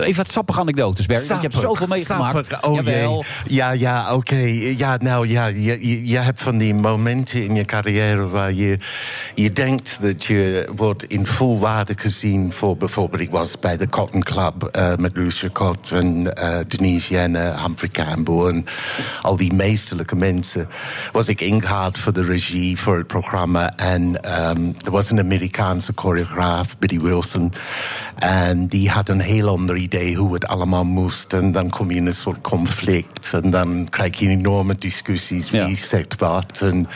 even wat sappige anekdotes, Barry. Want je hebt zoveel meegemaakt. Sappig, oh jee. Ja, ja, oké. Okay. Ja, nou ja, je, je, je hebt van die momenten in je carrière waar je, je denkt dat je wordt in volwaarde gezien voor bijvoorbeeld, ik was bij de Cotton Club uh, met Lucia Cott en uh, Denise Jenner, Humphrey Campbell en al die meesterlijke mensen. Was ik ingehaald voor de regie voor het programma en um, er was een Amerikaanse choreograaf, Biddy Wilson, en die had een heel ander idee hoe het allemaal moest. En dan kom je in een soort conflict. En dan krijg je enorme discussies. Wie ja. zegt wat. En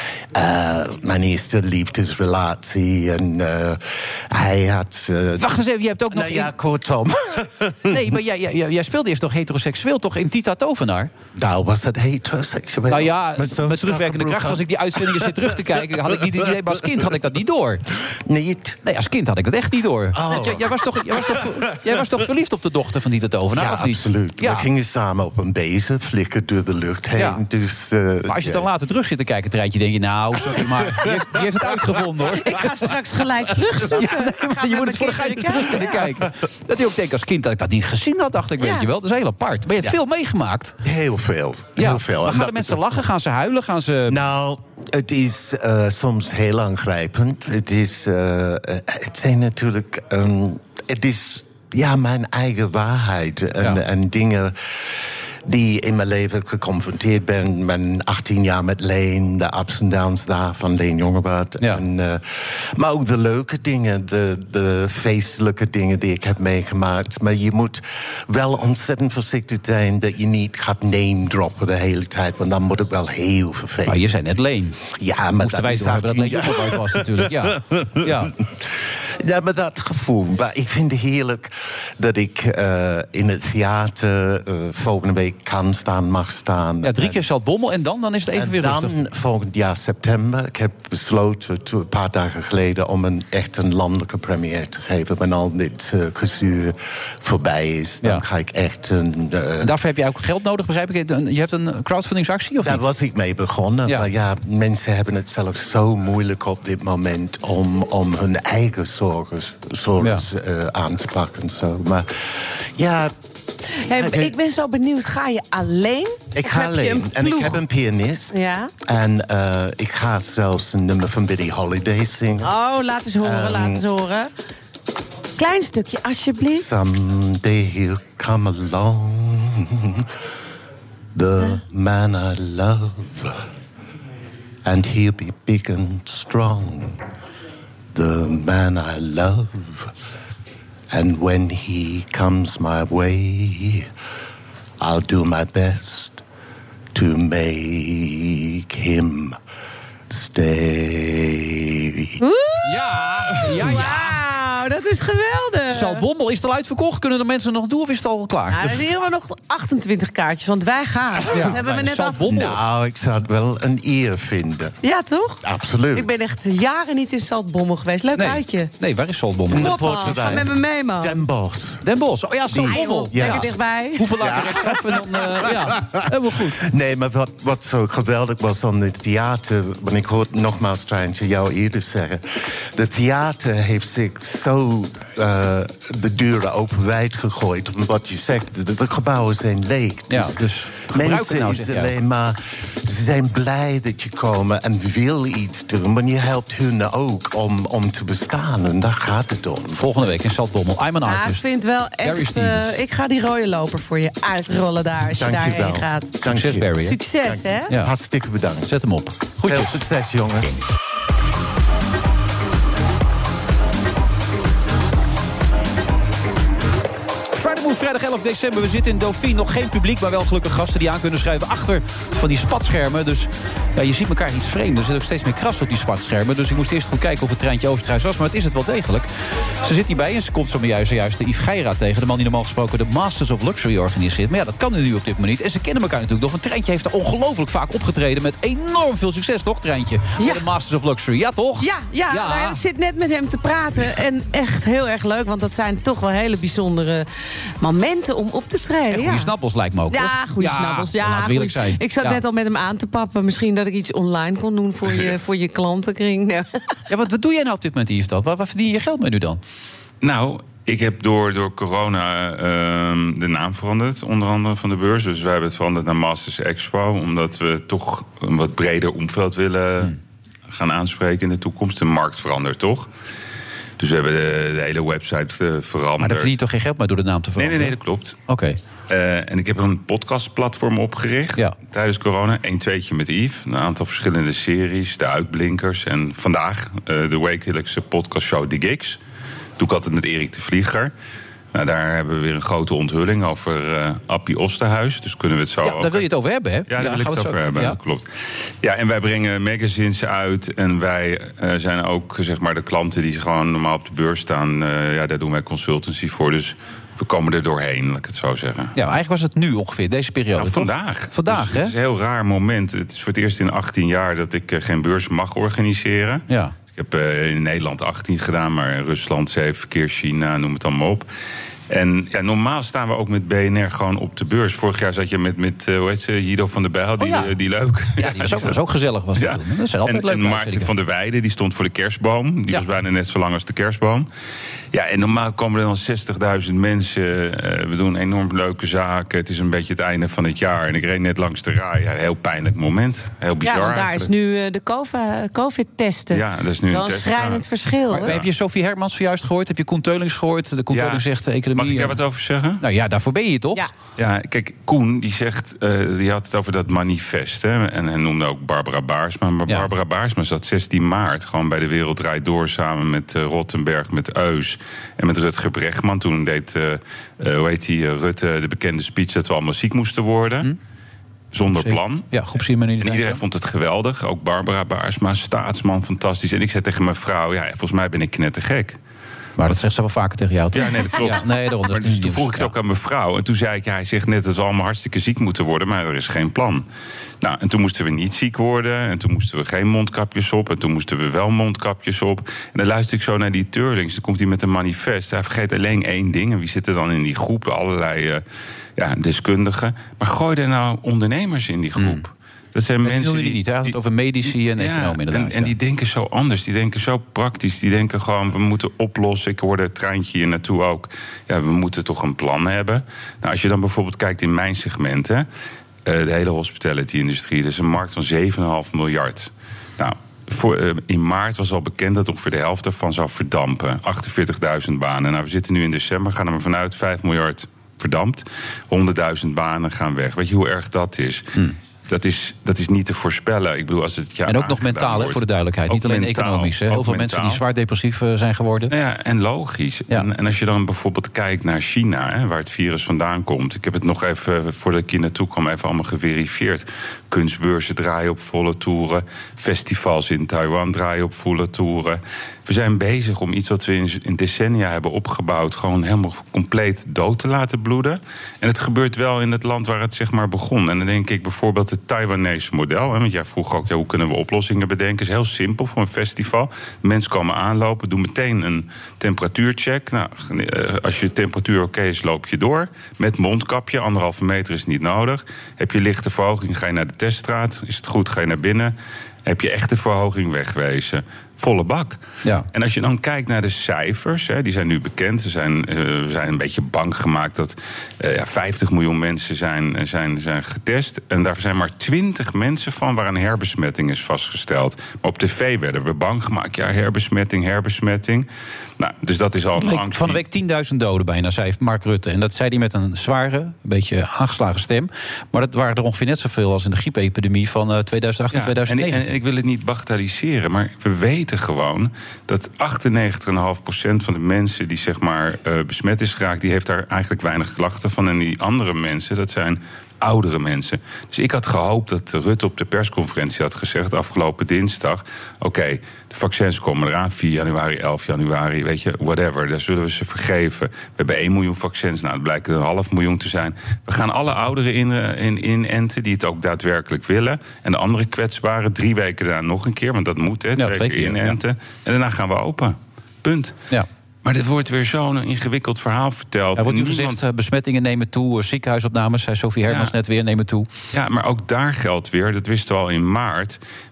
uh, mijn eerste liefdesrelatie. En uh, hij had... Uh, Wacht eens even, je hebt ook nog... Nou ja, kortom. Nee, maar jij, jij, jij speelde eerst nog heteroseksueel, toch? In Tita Tovenaar? Nou, was dat heteroseksueel? Nou ja, met, met terugwerkende kracht. Als ik die uitzendingen zit terug te kijken, had ik niet het idee. Maar als kind had ik dat niet door. Niet? Nee, als kind had ik dat echt niet door. Oh. Jij, jij, was toch, jij, was toch, jij was toch verliefd op de dochter van Tita Tovenaar, ja, of niet? Absoluut. Ja, we gingen samen op een bezen, flikken door de lucht heen. Ja. Dus, uh, maar als je dan later terug zit te kijken, Treintje, denk je, nou, sorry, maar die heeft, die heeft het uitgevonden, hoor. Ik ga straks gelijk terugzoeken. Ja, nee, maar je moet het voor de gein terug kunnen kijken. Dat hij ook denkt als kind dat ik dat niet gezien had, dacht ik, ja. weet je wel. Dat is heel apart. Maar je hebt ja. veel meegemaakt. Heel veel. Heel ja. veel. Maar gaan de mensen lachen? Gaan ze huilen? Gaan ze... Nou, het is uh, soms heel aangrijpend. Het is... Uh, het zijn natuurlijk... Um, het is... Ja, mijn eigen waarheid. En, ja. en dingen die in mijn leven geconfronteerd ben. Mijn achttien jaar met Leen, de ups en downs daar van Leen Jongewaard. Ja. En, uh, maar ook de leuke dingen, de, de feestelijke dingen die ik heb meegemaakt. Maar je moet wel ontzettend voorzichtig zijn dat je niet gaat name droppen de hele tijd. Want dan wordt het wel heel vervelend. Maar je zei net Leen. Ja, maar moesten wij hebben dat Leen Jongewaard was natuurlijk. Ja. Ja. Ja, maar dat gevoel. Maar ik vind het heerlijk dat ik uh, in het theater uh, volgende week kan staan, mag staan. Ja, drie keer Zaltbommel en dan? Dan is het even en weer rustig. dan volgend jaar september. Ik heb besloten to, een paar dagen geleden om een echt een landelijke première te geven. Wanneer al dit uh, gezuur voorbij is, dan ja. ga ik echt een... Uh, en daarvoor heb je ook geld nodig, begrijp ik? Je hebt een crowdfundingsactie, of Daar niet? was ik mee begonnen. Ja. Maar ja, mensen hebben het zelf zo moeilijk op dit moment om, om hun eigen zorgen, zorgen ja. uh, aan te pakken. Zo. Maar ja... Hey, ik ben zo benieuwd, ga je alleen? Ik ga alleen. En ik heb een pianist. Ja. En uh, ik ga zelfs een nummer van Billie Holiday zingen. Oh, laat eens horen, um, laat eens horen. Klein stukje, alsjeblieft. Someday he'll come along, the man I love, and he'll be big and strong, the man I love. And when he comes my way, I'll do my best to make him stay. Ja, ja, ja. Wauw, dat is geweldig. Zaltbommel, is het al uitverkocht? Kunnen de mensen nog doen of is het al klaar? Nou, er zijn hier nog achtentwintig kaartjes, want wij gaan. Ja, dat hebben we net afgesproken. Nou, ik zou het wel een eer vinden. Ja, toch? Absoluut. Ik ben echt jaren niet in Zaltbommel geweest. Leuk nee. uitje. Nee, waar is Zaltbommel? Hoppa, ga met me mee, man. Den Bosch. Den Bosch, oh ja, Zaltbommel. Ja. Lekker dichtbij. Hoeveel later rechtsaf en dan, uh, ja, helemaal goed. Nee, maar wat, wat zo geweldig was aan het theater, want ik hoorde nogmaals, Treintje, jou eerder zeggen, de theater heeft zich zo uh, de deuren openwijd gegooid. Om wat je zegt, de, de gebouwen zijn leeg. Ja, dus, dus mensen nou, is alleen maar, ze zijn blij dat je komt en wil iets doen, maar je helpt hun ook om, om te bestaan. En daar gaat het om. Volgende week in Zaltbommel. I'm an artist. Ja, ik vind wel echt, uh, ik ga die rode loper voor je uitrollen daar, als Dank je daarheen je gaat. Dank Succes, Barry. Succes, hè? Ja. Hartstikke bedankt. Zet hem op. Goedjes. Veel succes, jongen. Vrijdag elf december, we zitten in Dauphine. Nog geen publiek, maar wel gelukkig gasten die aan kunnen schrijven achter van die spatschermen. Dus ja, je ziet elkaar iets vreemd. Er zit ook steeds meer kras op die spatschermen. Dus ik moest eerst goed kijken of het Treintje Oosterhuis was. Maar het is het wel degelijk. Ze zit hierbij en ze komt zo maar juist, juist de Yves Geira tegen. De man die normaal gesproken de Masters of Luxury organiseert. Maar ja, dat kan nu op dit moment niet. En ze kennen elkaar natuurlijk nog. Want Treintje heeft er ongelooflijk vaak opgetreden. Met enorm veel succes, toch, Treintje? Ja. De Masters of Luxury, ja toch? Ja, ja, ja. Nou, ik zit net met hem te praten. En echt heel erg leuk, want dat zijn toch wel hele bijzondere momenten om op te treden. En goede ja. snappels lijkt me ook. Ja, goede ja, snappels. Ja, laat eerlijk zijn. Ik zat ja. net al met hem aan te pappen. Misschien dat ik iets online kon doen voor je, voor je klantenkring. Ja, ja wat, wat doe jij nou op dit moment, Yves? Waar, waar verdien je je geld mee nu dan? Nou, Ik heb door, door corona uh, de naam veranderd, onder andere van de beurs. Dus wij hebben het veranderd naar Masters Expo, omdat we toch een wat breder omveld willen hmm. gaan aanspreken in de toekomst. De markt verandert toch? Dus we hebben de, de hele website uh, veranderd. Maar daar verdien je toch geen geld mee door de naam te veranderen? Nee, nee, nee, dat klopt. Oké. Okay. Uh, en ik heb een podcastplatform opgericht ja. tijdens corona. Eén tweetje met Yves. Een aantal verschillende series, de uitblinkers. En vandaag uh, de wekelijkse podcastshow The Gigs. Doe ik altijd met Erik de Vlieger. Nou, daar hebben we weer een grote onthulling over uh, Appie Osterhuis. Dus kunnen we het zo... Ja, daar wil je het over hebben, hè? Ja, daar ja, wil ik het, het over zo... hebben, ja. klopt. Ja, en wij brengen magazines uit. En wij uh, zijn ook, zeg maar, de klanten die gewoon normaal op de beurs staan. Uh, ja, daar doen wij consultancy voor. Dus we komen er doorheen, laat ik het zo zeggen. Ja, eigenlijk was het nu ongeveer, deze periode. Nou, vandaag. Vandaag, dus hè? Het is een heel raar moment. Het is voor het eerst in achttien jaar dat ik uh, geen beurs mag organiseren. Ja. Ik heb uh, in Nederland achttien gedaan, maar in Rusland zeven, verkeer, China, noem het allemaal op. En ja, normaal staan we ook met B N R gewoon op de beurs. Vorig jaar zat je met, met uh, hoe heet ze, Guido van der Bijl, die, oh ja. uh, die leuk. Ja, die was ook, was ook gezellig, was ja. dat toen. Dat zijn altijd en, leuke en Maarten van der Weijden, die stond voor de kerstboom. Die ja. was bijna net zo lang als de kerstboom. Ja, en normaal komen er dan zestigduizend mensen. Uh, we doen enorm leuke zaken. Het is een beetje het einde van het jaar. En ik reed net langs de rij. Ja, een heel pijnlijk moment. Heel bizar. Ja, want daar eigenlijk. is nu uh, de COVID-testen. Ja, dat is nu wel een test. Een schrijnend verschil. Maar, heb je Sophie Hermans zojuist gehoord? Heb je Koen Teulings gehoord? De Koen ja. Teulings zegt de economie... Mag ik daar wat over zeggen? Nou ja, daarvoor ben je toch? Ja, ja kijk, Koen die zegt, uh, die had het over dat manifest. Hè, en hij noemde ook Barbara Baarsma. Maar ja. Barbara Baarsma zat zestien maart gewoon bij de Wereld Draait Door samen met uh, Rottenberg, met Eus en met Rutger Bregman. Toen deed, uh, uh, hoe heet die, uh, Rutte de bekende speech dat we allemaal ziek moesten worden. Hm? Zonder plan. Ja, groepsimmuniteit. En iedereen vond het geweldig. Ook Barbara Baarsma, staatsman, fantastisch. En ik zei tegen mijn vrouw, ja, volgens mij ben ik knettergek. Maar dat zegt ze wel vaker tegen jou, toch? Ja, nee, dat klopt. Ja, nee, daarom, dat maar dus toen vroeg ik het ook aan mijn vrouw. En toen zei ik, ja, hij zegt net dat we allemaal hartstikke ziek moeten worden, maar er is geen plan. Nou, en toen moesten we niet ziek worden. En toen moesten we geen mondkapjes op. En toen moesten we wel mondkapjes op. En dan luister ik zo naar die Teulings. Dan komt hij met een manifest. Hij vergeet alleen één ding. En wie zit er dan in die groep? Allerlei uh, ja, deskundigen. Maar gooi er nou ondernemers in die groep. Mm. Dat zijn dat mensen die, die niet. Hij had het over medici en ja, economen inderdaad. En, en die denken zo anders. Die denken zo praktisch. Die denken gewoon, we moeten oplossen. Ik hoorde het treintje hier naartoe ook. Ja, we moeten toch een plan hebben. Nou, als je dan bijvoorbeeld kijkt in mijn segment, hè, uh, de hele hospitality-industrie, dat is een markt van zeven komma vijf miljard. Nou, voor, uh, in maart was al bekend dat ongeveer de helft ervan zou verdampen. achtenveertigduizend banen. Nou, we zitten nu in december, gaan er maar vanuit vijf miljard verdampt. honderdduizend banen gaan weg. Weet je hoe erg dat is? Hmm. Dat is, dat is niet te voorspellen. Ik bedoel, als het ja, en ook nog mentaal, hè, voor de duidelijkheid. Ook niet alleen mentaal, economisch. Hè. Heel veel mentaal. Mensen die zwaar depressief uh, zijn geworden. Nou ja, en logisch. Ja. En, en als je dan bijvoorbeeld kijkt naar China, hè, waar het virus vandaan komt. Ik heb het nog even, voordat ik hier naartoe kwam, even allemaal geverifieerd. Kunstbeurzen draaien op volle toeren. Festivals in Taiwan draaien op volle toeren. We zijn bezig om iets wat we in, in decennia hebben opgebouwd, gewoon helemaal compleet dood te laten bloeden. En het gebeurt wel in het land waar het zeg maar begon. En dan denk ik bijvoorbeeld het Taiwanese model. Hè, want jij vroeg ook, ja, hoe kunnen we oplossingen bedenken? Het is heel simpel voor een festival. Mensen komen aanlopen, doen meteen een temperatuurcheck. Nou, als je temperatuur oké okay is, loop je door. Met mondkapje, anderhalve meter is niet nodig. Heb je lichte verhoging, ga je naar de teststraat. Is het goed, ga je naar binnen. Heb je echte verhoging, wegwezen. Volle bak. Ja. En als je dan kijkt naar de cijfers, hè, die zijn nu bekend. Ze zijn, uh, we zijn een beetje bang gemaakt dat uh, ja, vijftig miljoen mensen zijn, zijn, zijn getest. En daar zijn maar twintig mensen van waar een herbesmetting is vastgesteld. Maar op tv werden we bang gemaakt. Ja, herbesmetting, herbesmetting. Nou, dus dat is al van de een week, angst. Van de week tienduizend doden bijna, zei Mark Rutte. En dat zei hij met een zware, een beetje aangeslagen stem. Maar dat waren er ongeveer net zoveel als in de griepepidemie van uh, tweeduizend acht en tweeduizend negentien. En, en ik wil het niet bagatelliseren, maar we weten gewoon dat achtennegentig komma vijf procent van de mensen die zeg maar uh, besmet is geraakt, die heeft daar eigenlijk weinig klachten van. En die andere mensen, dat zijn oudere mensen. Dus ik had gehoopt dat Rutte op de persconferentie had gezegd afgelopen dinsdag, oké, okay, de vaccins komen eraan, vier januari, elf januari, weet je, whatever, daar zullen we ze vergeven. We hebben één miljoen vaccins, nou, het blijkt een half miljoen te zijn. We gaan alle ouderen in, in, inenten die het ook daadwerkelijk willen. En de andere kwetsbaren, drie weken daarna nog een keer, want dat moet, hè, twee, ja, twee keer inenten. Ja. En daarna gaan we open. Punt. Ja. Maar dit wordt weer zo'n ingewikkeld verhaal verteld. Er wordt nu niemand... gezegd, uh, besmettingen nemen toe, ziekenhuisopnames, zei Sophie Hermans ja. net weer, nemen toe. Ja, maar ook daar geldt weer, dat wisten we al in maart.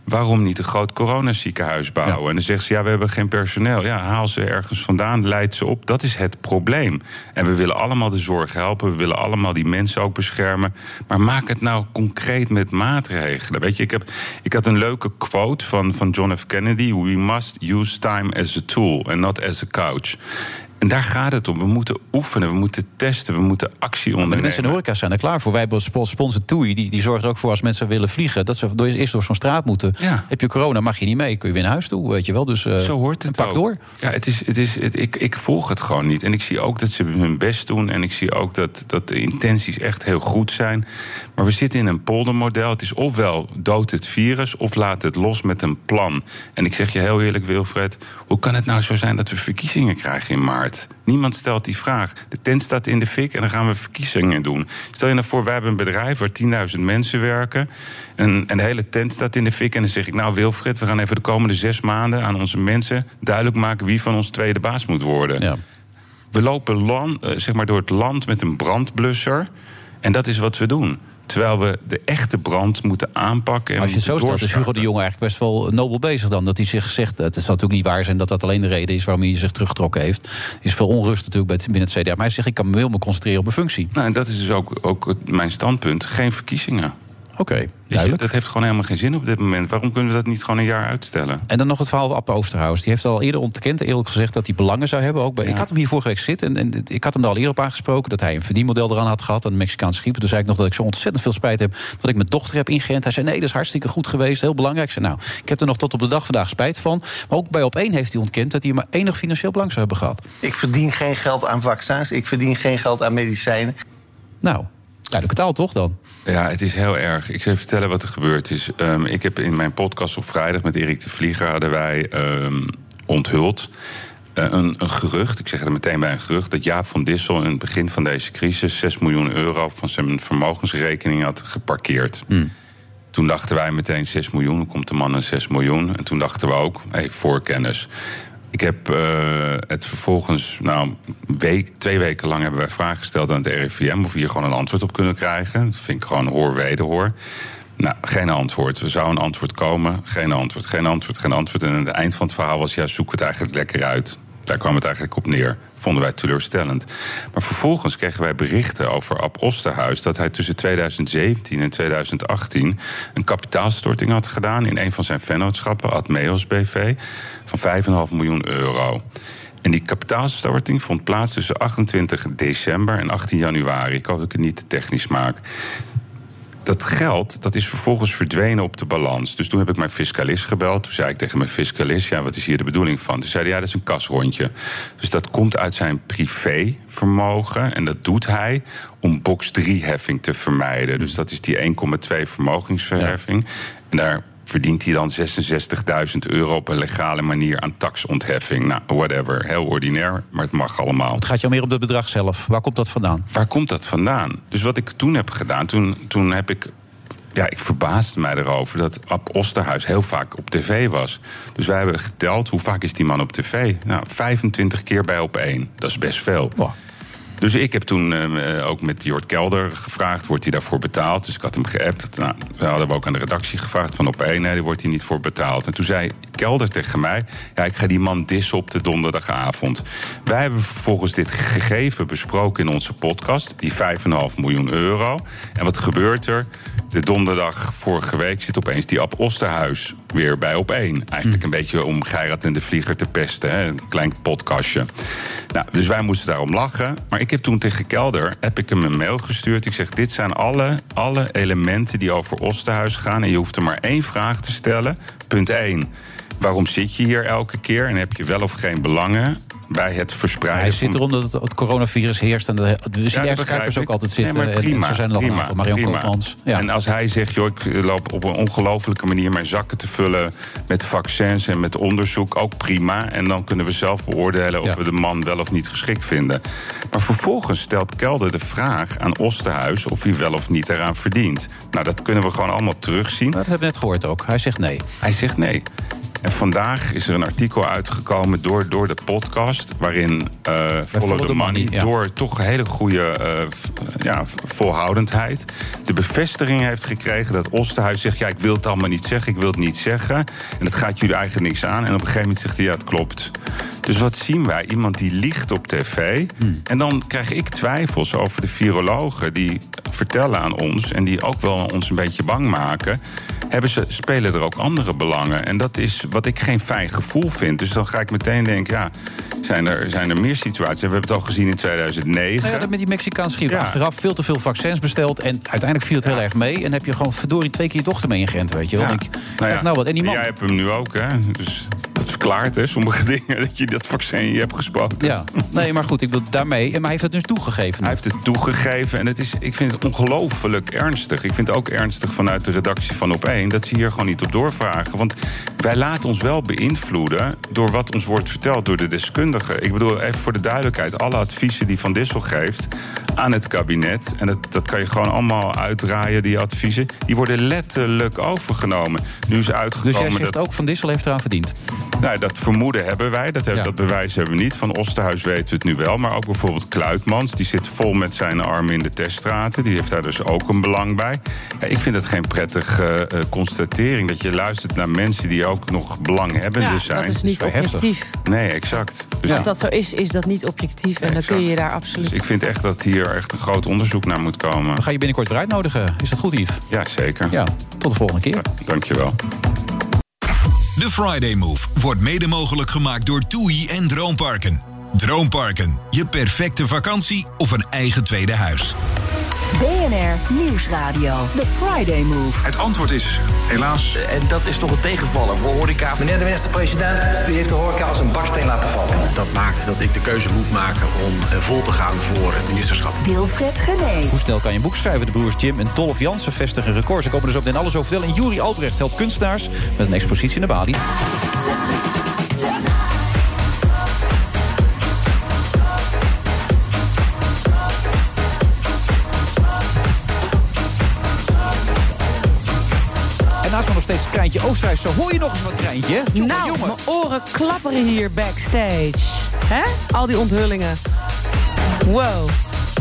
waarom niet een groot coronaziekenhuis bouwen? Ja. En dan zegt ze, ja, we hebben geen personeel. Ja, haal ze ergens vandaan, leid ze op. Dat is het probleem. En we willen allemaal de zorg helpen. We willen allemaal die mensen ook beschermen. Maar maak het nou concreet met maatregelen. Weet je, ik, heb, ik had een leuke quote van, van John F. Kennedy. We must use time as a tool and not as a couch. En daar gaat het om. We moeten oefenen, we moeten testen, we moeten actie ondernemen. De mensen in de horeca zijn er klaar voor. Wij hebben sponsor TUI, die, die zorgt er ook voor als mensen willen vliegen, dat ze eerst door zo'n straat moeten. Ja. Heb je corona, mag je niet mee, kun je weer naar huis toe, weet je wel. Dus uh, zo hoort het pak ook. door. Ja, het is, het is, het, ik, ik volg het gewoon niet. En ik zie ook dat ze hun best doen. En ik zie ook dat, dat de intenties echt heel goed zijn. Maar we zitten in een poldermodel. Het is ofwel dood het virus, of laat het los met een plan. En ik zeg je heel eerlijk, Wilfred, hoe kan het nou zo zijn dat we verkiezingen krijgen in maart? Niemand stelt die vraag. De tent staat in de fik en dan gaan we verkiezingen doen. Stel je nou voor, wij hebben een bedrijf waar tienduizend mensen werken. En, en de hele tent staat in de fik. En dan zeg ik, nou Wilfred, we gaan even de komende zes maanden aan onze mensen duidelijk maken wie van ons tweede baas moet worden. Ja. We lopen land, zeg maar door het land met een brandblusser. En dat is wat we doen. Terwijl we de echte brand moeten aanpakken. En als je het zo stelt, is Hugo de Jonge eigenlijk best wel nobel bezig dan. Dat hij zich zegt, het zal natuurlijk niet waar zijn dat dat alleen de reden is waarom hij zich teruggetrokken heeft. Er is veel onrust natuurlijk binnen het C D A. Maar hij zegt, ik kan me heel me concentreren op mijn functie. Nou, en dat is dus ook, ook mijn standpunt. Geen verkiezingen. Oké, okay, duidelijk. Dat heeft gewoon helemaal geen zin op dit moment. Waarom kunnen we dat niet gewoon een jaar uitstellen? En dan nog het verhaal van Ab Oosterhuis. Die heeft al eerder ontkend, eerlijk gezegd, dat hij belangen zou hebben. Ook bij, ja. Ik had hem hier vorige week zitten en, en ik had hem daar al eerder op aangesproken dat hij een verdienmodel eraan had gehad aan de Mexicaanse schiepen. Toen zei ik nog dat ik zo ontzettend veel spijt heb dat ik mijn dochter heb ingeënt. Hij zei, nee, dat is hartstikke goed geweest, heel belangrijk. Ik zei, nou, ik heb er nog tot op de dag vandaag spijt van. Maar ook bij Op één heeft hij ontkend dat hij maar enig financieel belang zou hebben gehad. Ik verdien geen geld aan vaccins, ik verdien geen geld aan medicijnen. Nou, duidelijke taal toch dan? Ja, het is heel erg. Ik zal je vertellen wat er gebeurd is. Um, ik heb in mijn podcast op vrijdag met Erik de Vlieger hadden wij um, onthuld uh, een, een gerucht, ik zeg er meteen bij een gerucht, dat Jaap van Dissel in het begin van deze crisis zes miljoen euro van zijn vermogensrekening had geparkeerd. Hmm. Toen dachten wij meteen zes miljoen, hoe komt de man aan zes miljoen? En toen dachten we ook, hey, voorkennis. Ik heb uh, het vervolgens, nou, week, twee weken lang hebben wij vragen gesteld aan het R I V M of we hier gewoon een antwoord op kunnen krijgen. Dat vind ik gewoon hoor wederhoor. Nou, geen antwoord. Er zou een antwoord komen, geen antwoord, geen antwoord, geen antwoord. En aan het eind van het verhaal was, ja, zoek het eigenlijk lekker uit. Daar kwam het eigenlijk op neer. Vonden wij teleurstellend. Maar vervolgens kregen wij berichten over Ab Oosterhuis dat hij tussen tweeduizend zeventien en tweeduizend achttien een kapitaalstorting had gedaan in een van zijn vennootschappen, Admeos B V, van vijf komma vijf miljoen euro. En die kapitaalstorting vond plaats tussen achtentwintig december en achttien januari. Ik hoop dat ik het niet te technisch maak. Dat geld, dat is vervolgens verdwenen op de balans. Dus toen heb ik mijn fiscalist gebeld. Toen zei ik tegen mijn fiscalist, ja, wat is hier de bedoeling van? Toen zei hij, ja, dat is een kasrondje. Dus dat komt uit zijn privévermogen. En dat doet hij om box drie heffing te vermijden. Dus dat is die één komma twee vermogensverheffing. Ja. En daar verdient hij dan zesenzestigduizend euro op een legale manier aan taxontheffing. Nou, whatever. Heel ordinair, maar het mag allemaal. Het gaat jou meer om het bedrag zelf. Waar komt dat vandaan? Waar komt dat vandaan? Dus wat ik toen heb gedaan, toen, toen heb ik... Ja, ik verbaasde mij erover dat Ab Oosterhuis heel vaak op tv was. Dus wij hebben geteld, hoe vaak is die man op tv? Nou, vijfentwintig keer bij Op één. Dat is best veel. Wow. Dus ik heb toen uh, ook met Jort Kelder gevraagd, wordt hij daarvoor betaald? Dus ik had hem geappt. Nou, we hadden ook aan de redactie gevraagd van Op één, nee, daar wordt hij niet voor betaald. En toen zei Kelder tegen mij, ja, ik ga die man dissen op de donderdagavond. Wij hebben vervolgens dit gegeven besproken in onze podcast, die vijf komma vijf miljoen euro. En wat gebeurt er? De donderdag vorige week zit opeens die Ab Oosterhuis weer bij Op één. Eigenlijk een beetje om Geirat en de Vlieger te pesten. Hè? Een klein podcastje. Nou, dus wij moesten daarom lachen. Maar ik heb toen tegen Kelder heb ik hem een mail gestuurd. Ik zeg, dit zijn alle, alle elementen die over Oosterhuis gaan. En je hoeft er maar één vraag te stellen. Punt één. Waarom zit je hier elke keer en heb je wel of geen belangen bij het verspreiden? Hij zit erom dat het, het coronavirus heerst. En de, we zien ja, Skypers ook altijd zitten. Nee, maar prima, en zo zijn er nog prima, een aantal. Marion prima. Koopmans. Ja. En als hij zegt, joh, ik loop op een ongelofelijke manier mijn zakken te vullen met vaccins en met onderzoek, ook prima. En dan kunnen we zelf beoordelen of ja. we de man wel of niet geschikt vinden. Maar vervolgens stelt Kelder de vraag aan Oosterhuis of hij wel of niet eraan verdient. Nou, dat kunnen we gewoon allemaal terugzien. Dat hebben we net gehoord ook. Hij zegt nee. Hij zegt nee. En vandaag is er een artikel uitgekomen door, door de podcast, waarin uh, Follow the, the Money, money ja. door toch een hele goede uh, ja, volhoudendheid de bevestiging heeft gekregen dat Osterhuis zegt, ja, ik wil het allemaal niet zeggen, ik wil het niet zeggen. En dat gaat jullie eigenlijk niks aan. En op een gegeven moment zegt hij, ja, het klopt. Dus wat zien wij? Iemand die liegt op tv. Hmm. En dan krijg ik twijfels over de virologen die vertellen aan ons en die ook wel ons een beetje bang maken. Hebben ze, spelen er ook andere belangen. En dat is wat ik geen fijn gevoel vind. Dus dan ga ik meteen denken, ja, zijn er, zijn er meer situaties? We hebben het al gezien in tweeduizend negen. Nou ja, dat met die Mexicaanse griep. Ja. Achteraf veel te veel vaccins besteld. En uiteindelijk viel het ja. heel erg mee. En heb je gewoon verdorie twee keer je dochter mee in Gent, weet je wel. Ja. Ik, nou ja, nou wat. En die man... jij hebt hem nu ook, hè. Dus dat verklaart, hè, sommige dingen, dat je dat vaccin je hebt gespoten. Ja, nee, maar goed, ik wil daarmee. Maar hij heeft het dus toegegeven. Hij heeft het toegegeven. En het is, ik vind het ongelooflijk ernstig. Ik vind het ook ernstig vanuit de redactie van Op één dat ze hier gewoon niet op doorvragen. Want wij laten ons wel beïnvloeden door wat ons wordt verteld door de deskundigen. Ik bedoel, even voor de duidelijkheid, alle adviezen die Van Dissel geeft aan het kabinet, en dat, dat kan je gewoon allemaal uitdraaien, die adviezen, die worden letterlijk overgenomen. Nu is uitgekomen. Dus jij zegt dat ook Van Dissel heeft eraan verdiend? Nou, dat vermoeden hebben wij. Dat, hebben, ja. dat bewijs hebben we niet. Van Osterhuis weten we het nu wel. Maar ook bijvoorbeeld Kluitmans, die zit vol met zijn armen in de teststraten. Die heeft daar dus ook een belang bij. Ja, ik vind het geen prettige uh, constatering dat je luistert naar mensen die ook nog belanghebbenden ja, zijn. Dat is niet objectief. Nee, exact. Dus als ja. dat zo is, is dat niet objectief. En ja, dan exact. kun je daar absoluut. Dus ik vind echt dat hier echt een groot onderzoek naar moet komen. We gaan je binnenkort weer uitnodigen. Is dat goed, Yves? Ja, zeker. Ja, tot de volgende keer. Ja, dank je wel. De Friday Move wordt mede mogelijk gemaakt door TUI en Droomparken. Droomparken, je perfecte vakantie of een eigen tweede huis. B N R Nieuwsradio, The Friday Move. Het antwoord is helaas... En dat is toch een tegenvaller voor horeca. Meneer de minister-president, u heeft de horeca als een baksteen laten vallen. Dat maakt dat ik de keuze moet maken om vol te gaan voor het ministerschap. Wilfred Genee. Hoe snel kan je een boek schrijven? De broers Jim en Dolph Jansen vestigen records. Ze komen dus op den alles over vertellen. En Juri Albrecht helpt kunstenaars met een expositie naar Bali. Naast me nog steeds het treintje Oosterhuis. Zo hoor je nog eens wat treintje, hè? Jongen, nou, jongen. Mijn oren klapperen hier backstage. Hè? Al die onthullingen. Wow.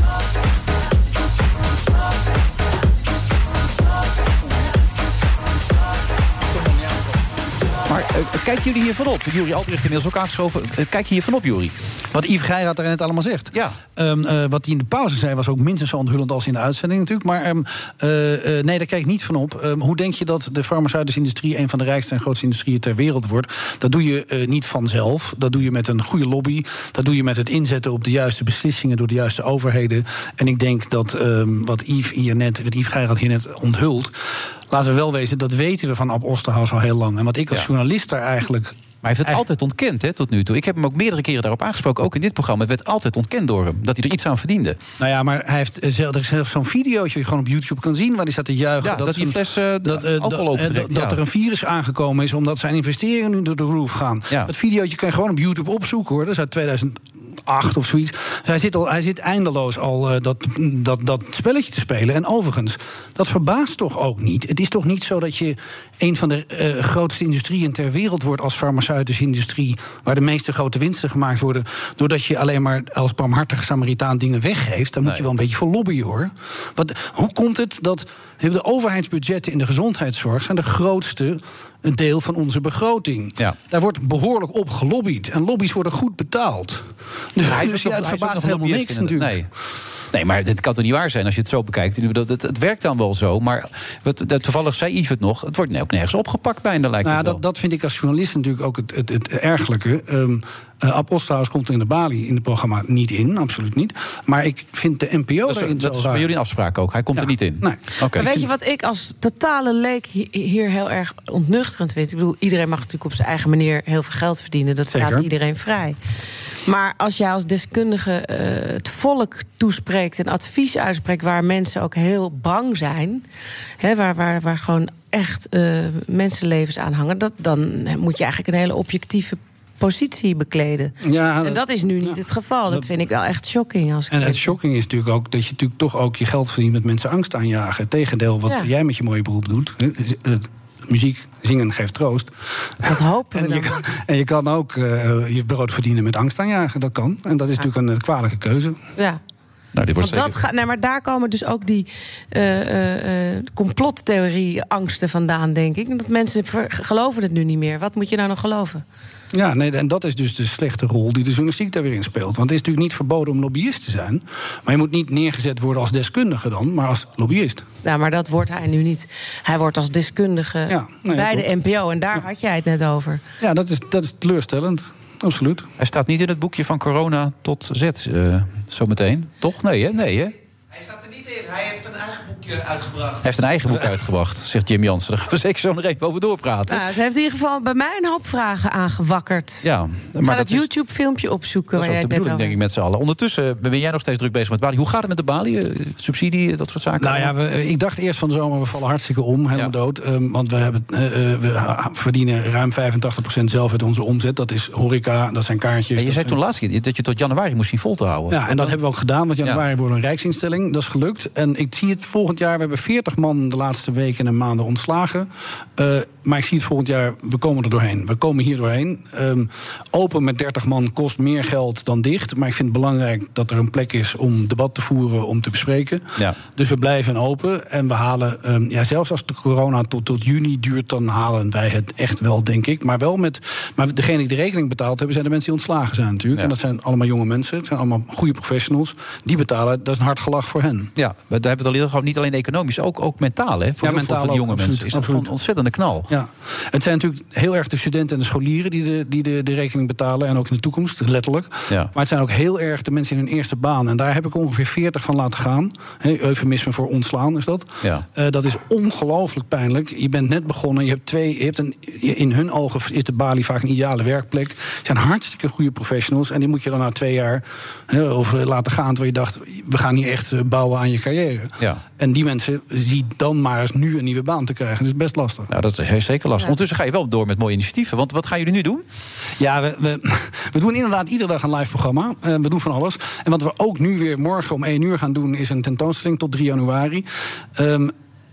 Maar uh, kijken jullie hiervan op? Juri Albrecht inmiddels ook aangeschoven. Uh, kijk je hiervan op, Juri? Wat Yves Geiraat er net allemaal zegt. Ja. Um, uh, wat hij in de pauze zei was ook minstens zo onthullend als in de uitzending natuurlijk. Maar um, uh, uh, nee, daar kijk ik niet van op. Um, hoe denk je dat de farmaceutische industrie een van de rijkste en grootste industrieën ter wereld wordt? Dat doe je uh, niet vanzelf. Dat doe je met een goede lobby. Dat doe je met het inzetten op de juiste beslissingen door de juiste overheden. En ik denk dat um, wat Yves hier net, wat Yves Geiraat hier net onthult, laten we wel wezen, dat weten we van Ab Osterhaus al heel lang. En wat ik als ja. journalist daar eigenlijk... Maar hij heeft het altijd ontkend, hè, tot nu toe. Ik heb hem ook meerdere keren daarop aangesproken, ook in dit programma. Het werd altijd ontkend door hem, dat hij er iets aan verdiende. Nou ja, maar hij heeft er is zelfs zo'n videootje die je gewoon op YouTube kan zien, waar hij staat te juichen. Ja, dat, dat hij een fles uh, dat, uh, alcohol opentrekt. Dat, ja. dat er een virus aangekomen is, omdat zijn investeringen nu door de roof gaan. Ja. Dat videootje kan je gewoon op YouTube opzoeken, hoor. Dat is uit tweeduizend acht of zoiets. Dus hij zit, al, hij zit eindeloos al uh, dat, dat, dat spelletje te spelen. En overigens, dat verbaast toch ook niet. Het is toch niet zo dat je een van de uh, grootste industrieën ter wereld wordt als farmaceutische industrie, waar de meeste grote winsten gemaakt worden, doordat je alleen maar als barmhartige Samaritaan dingen weggeeft. Daar moet nee. je wel een beetje voor lobbyen, hoor. Wat, hoe komt het dat de overheidsbudgetten in de gezondheidszorg zijn de grootste een deel van onze begroting? Ja. Daar wordt behoorlijk op gelobbyd. En lobby's worden goed betaald. Dus, ja, dus ja, het verbaast helemaal niks natuurlijk. Nee. Nee, maar dit kan toch niet waar zijn als je het zo bekijkt. Het, het, het werkt dan wel zo, maar wat, dat, toevallig zei Yves het nog, het wordt ook nergens opgepakt bijna, lijkt nou, het wel. Dat, dat vind ik als journalist natuurlijk ook het, het, het ergelijke. Um, uh, Ab Osterhaus komt er in de Bali in het programma niet in, absoluut niet. Maar ik vind de N P O dat is, erin dat zo is raar. bij jullie een afspraak ook, hij komt ja. er niet in. Nee. Okay. Maar weet je wat ik als totale leek hier heel erg ontnuchterend vind? Ik bedoel, iedereen mag natuurlijk op zijn eigen manier heel veel geld verdienen. Dat Zeker. staat iedereen vrij. Maar als jij als deskundige uh, het volk toespreekt en advies uitspreekt waar mensen ook heel bang zijn, hè, waar, waar, waar gewoon echt uh, mensenlevens aan hangen, dat, dan moet je eigenlijk een hele objectieve positie bekleden. Ja, dat, en dat is nu niet ja, het geval. Dat, dat vind ik wel echt shocking. Als ik en het shocking is natuurlijk ook dat je natuurlijk toch ook je geld verdient met mensen angst aanjagen. Tegendeel wat ja. jij met je mooie beroep doet. muziek, zingen geeft troost. Dat hopen we en, je kan, en je kan ook uh, je brood verdienen met angst aanjagen. Dat kan. En dat is ja. natuurlijk een kwalijke keuze. Ja. Nou, dit wordt Want dat gaat, nee, maar daar komen dus ook die uh, uh, uh, complottheorie-angsten vandaan, denk ik. Dat mensen ver, geloven het nu niet meer. Wat moet je nou nog geloven? Ja, nee, en dat is dus de slechte rol die de journalistiek daar weer in speelt. Want het is natuurlijk niet verboden om lobbyist te zijn. Maar je moet niet neergezet worden als deskundige dan, maar als lobbyist. Ja, maar dat wordt hij nu niet. Hij wordt als deskundige ja, nee, bij de N P O. En daar ja. had jij het net over. Ja, dat is, dat is teleurstellend. Absoluut. Hij staat niet in het boekje van corona tot Z, uh, zometeen. Toch? Nee, hè? Nee, hè? Hij staat er niet in. Hij heeft een eigen boekje uitgebracht. Hij heeft een eigen boek uitgebracht, zegt Jim Jansen. Daar gaan we zeker zo nog even over doorpraten. Nou, het heeft in ieder geval bij mij een hoop vragen aangewakkerd. Ja, maar ga het YouTube-filmpje opzoeken. Dat is ook de bedoeling, denk ik, met z'n allen. Ondertussen ben jij nog steeds druk bezig met Bali. Hoe gaat het met de Bali? Subsidie, dat soort zaken? Nou ja, we, ik dacht eerst van de zomer, we vallen hartstikke om, helemaal ja. dood. Um, want we, hebben, uh, we verdienen ruim vijfentachtig procent zelf uit onze omzet. Dat is horeca, dat zijn kaartjes. En je zei zijn... toen laatst keer dat je tot januari moest zien vol te houden. Ja, en dat hebben we ook gedaan, want januari ja. wordt een rijksinstelling. Dat is gelukt. En ik zie het volgend jaar, we hebben veertig man de laatste weken en maanden ontslagen. Uh, maar ik zie het volgend jaar, we komen er doorheen. We komen hier doorheen. Um, open met dertig man kost meer geld dan dicht. Maar ik vind het belangrijk dat er een plek is om debat te voeren, om te bespreken. Ja. Dus we blijven open. En we halen, um, ja, zelfs als de corona tot, tot juni duurt, dan halen wij het echt wel, denk ik. Maar wel met, maar degene die de rekening betaald hebben, zijn de mensen die ontslagen zijn natuurlijk. Ja. En dat zijn allemaal jonge mensen. Het zijn allemaal goede professionals. Die betalen, dat is een hard gelach voor hen. Ja, we hebben het al eerder gehad, niet alleen economisch, ook, ook mentaal. Hè? Voor, ja, mentaal voor de jonge ook, mensen absoluut, is dat gewoon een ontzettende knal. Ja. Het zijn natuurlijk heel erg de studenten en de scholieren die de, die de, de rekening betalen. En ook in de toekomst, letterlijk. Ja. Maar het zijn ook heel erg de mensen in hun eerste baan. En daar heb ik ongeveer veertig van laten gaan. He, eufemisme voor ontslaan is dat. Ja. Uh, dat is ongelooflijk pijnlijk. Je bent net begonnen. Je hebt twee. Je hebt een, in hun ogen is de Bali vaak een ideale werkplek. Het zijn hartstikke goede professionals. En die moet je dan na twee jaar he, over laten gaan. Terwijl je dacht, we gaan hier echt bouwen aan je carrière. Ja. En die mensen zien dan maar eens nu een nieuwe baan te krijgen. Dat is best lastig. Nou, dat is zeker lastig. Ja. Ondertussen ga je wel door met mooie initiatieven. Want wat gaan jullie nu doen? Ja, we, we, we doen inderdaad iedere dag een live programma. Uh, we doen van alles. En wat we ook nu weer morgen om één uur gaan doen, is een tentoonstelling tot drie januari. Um,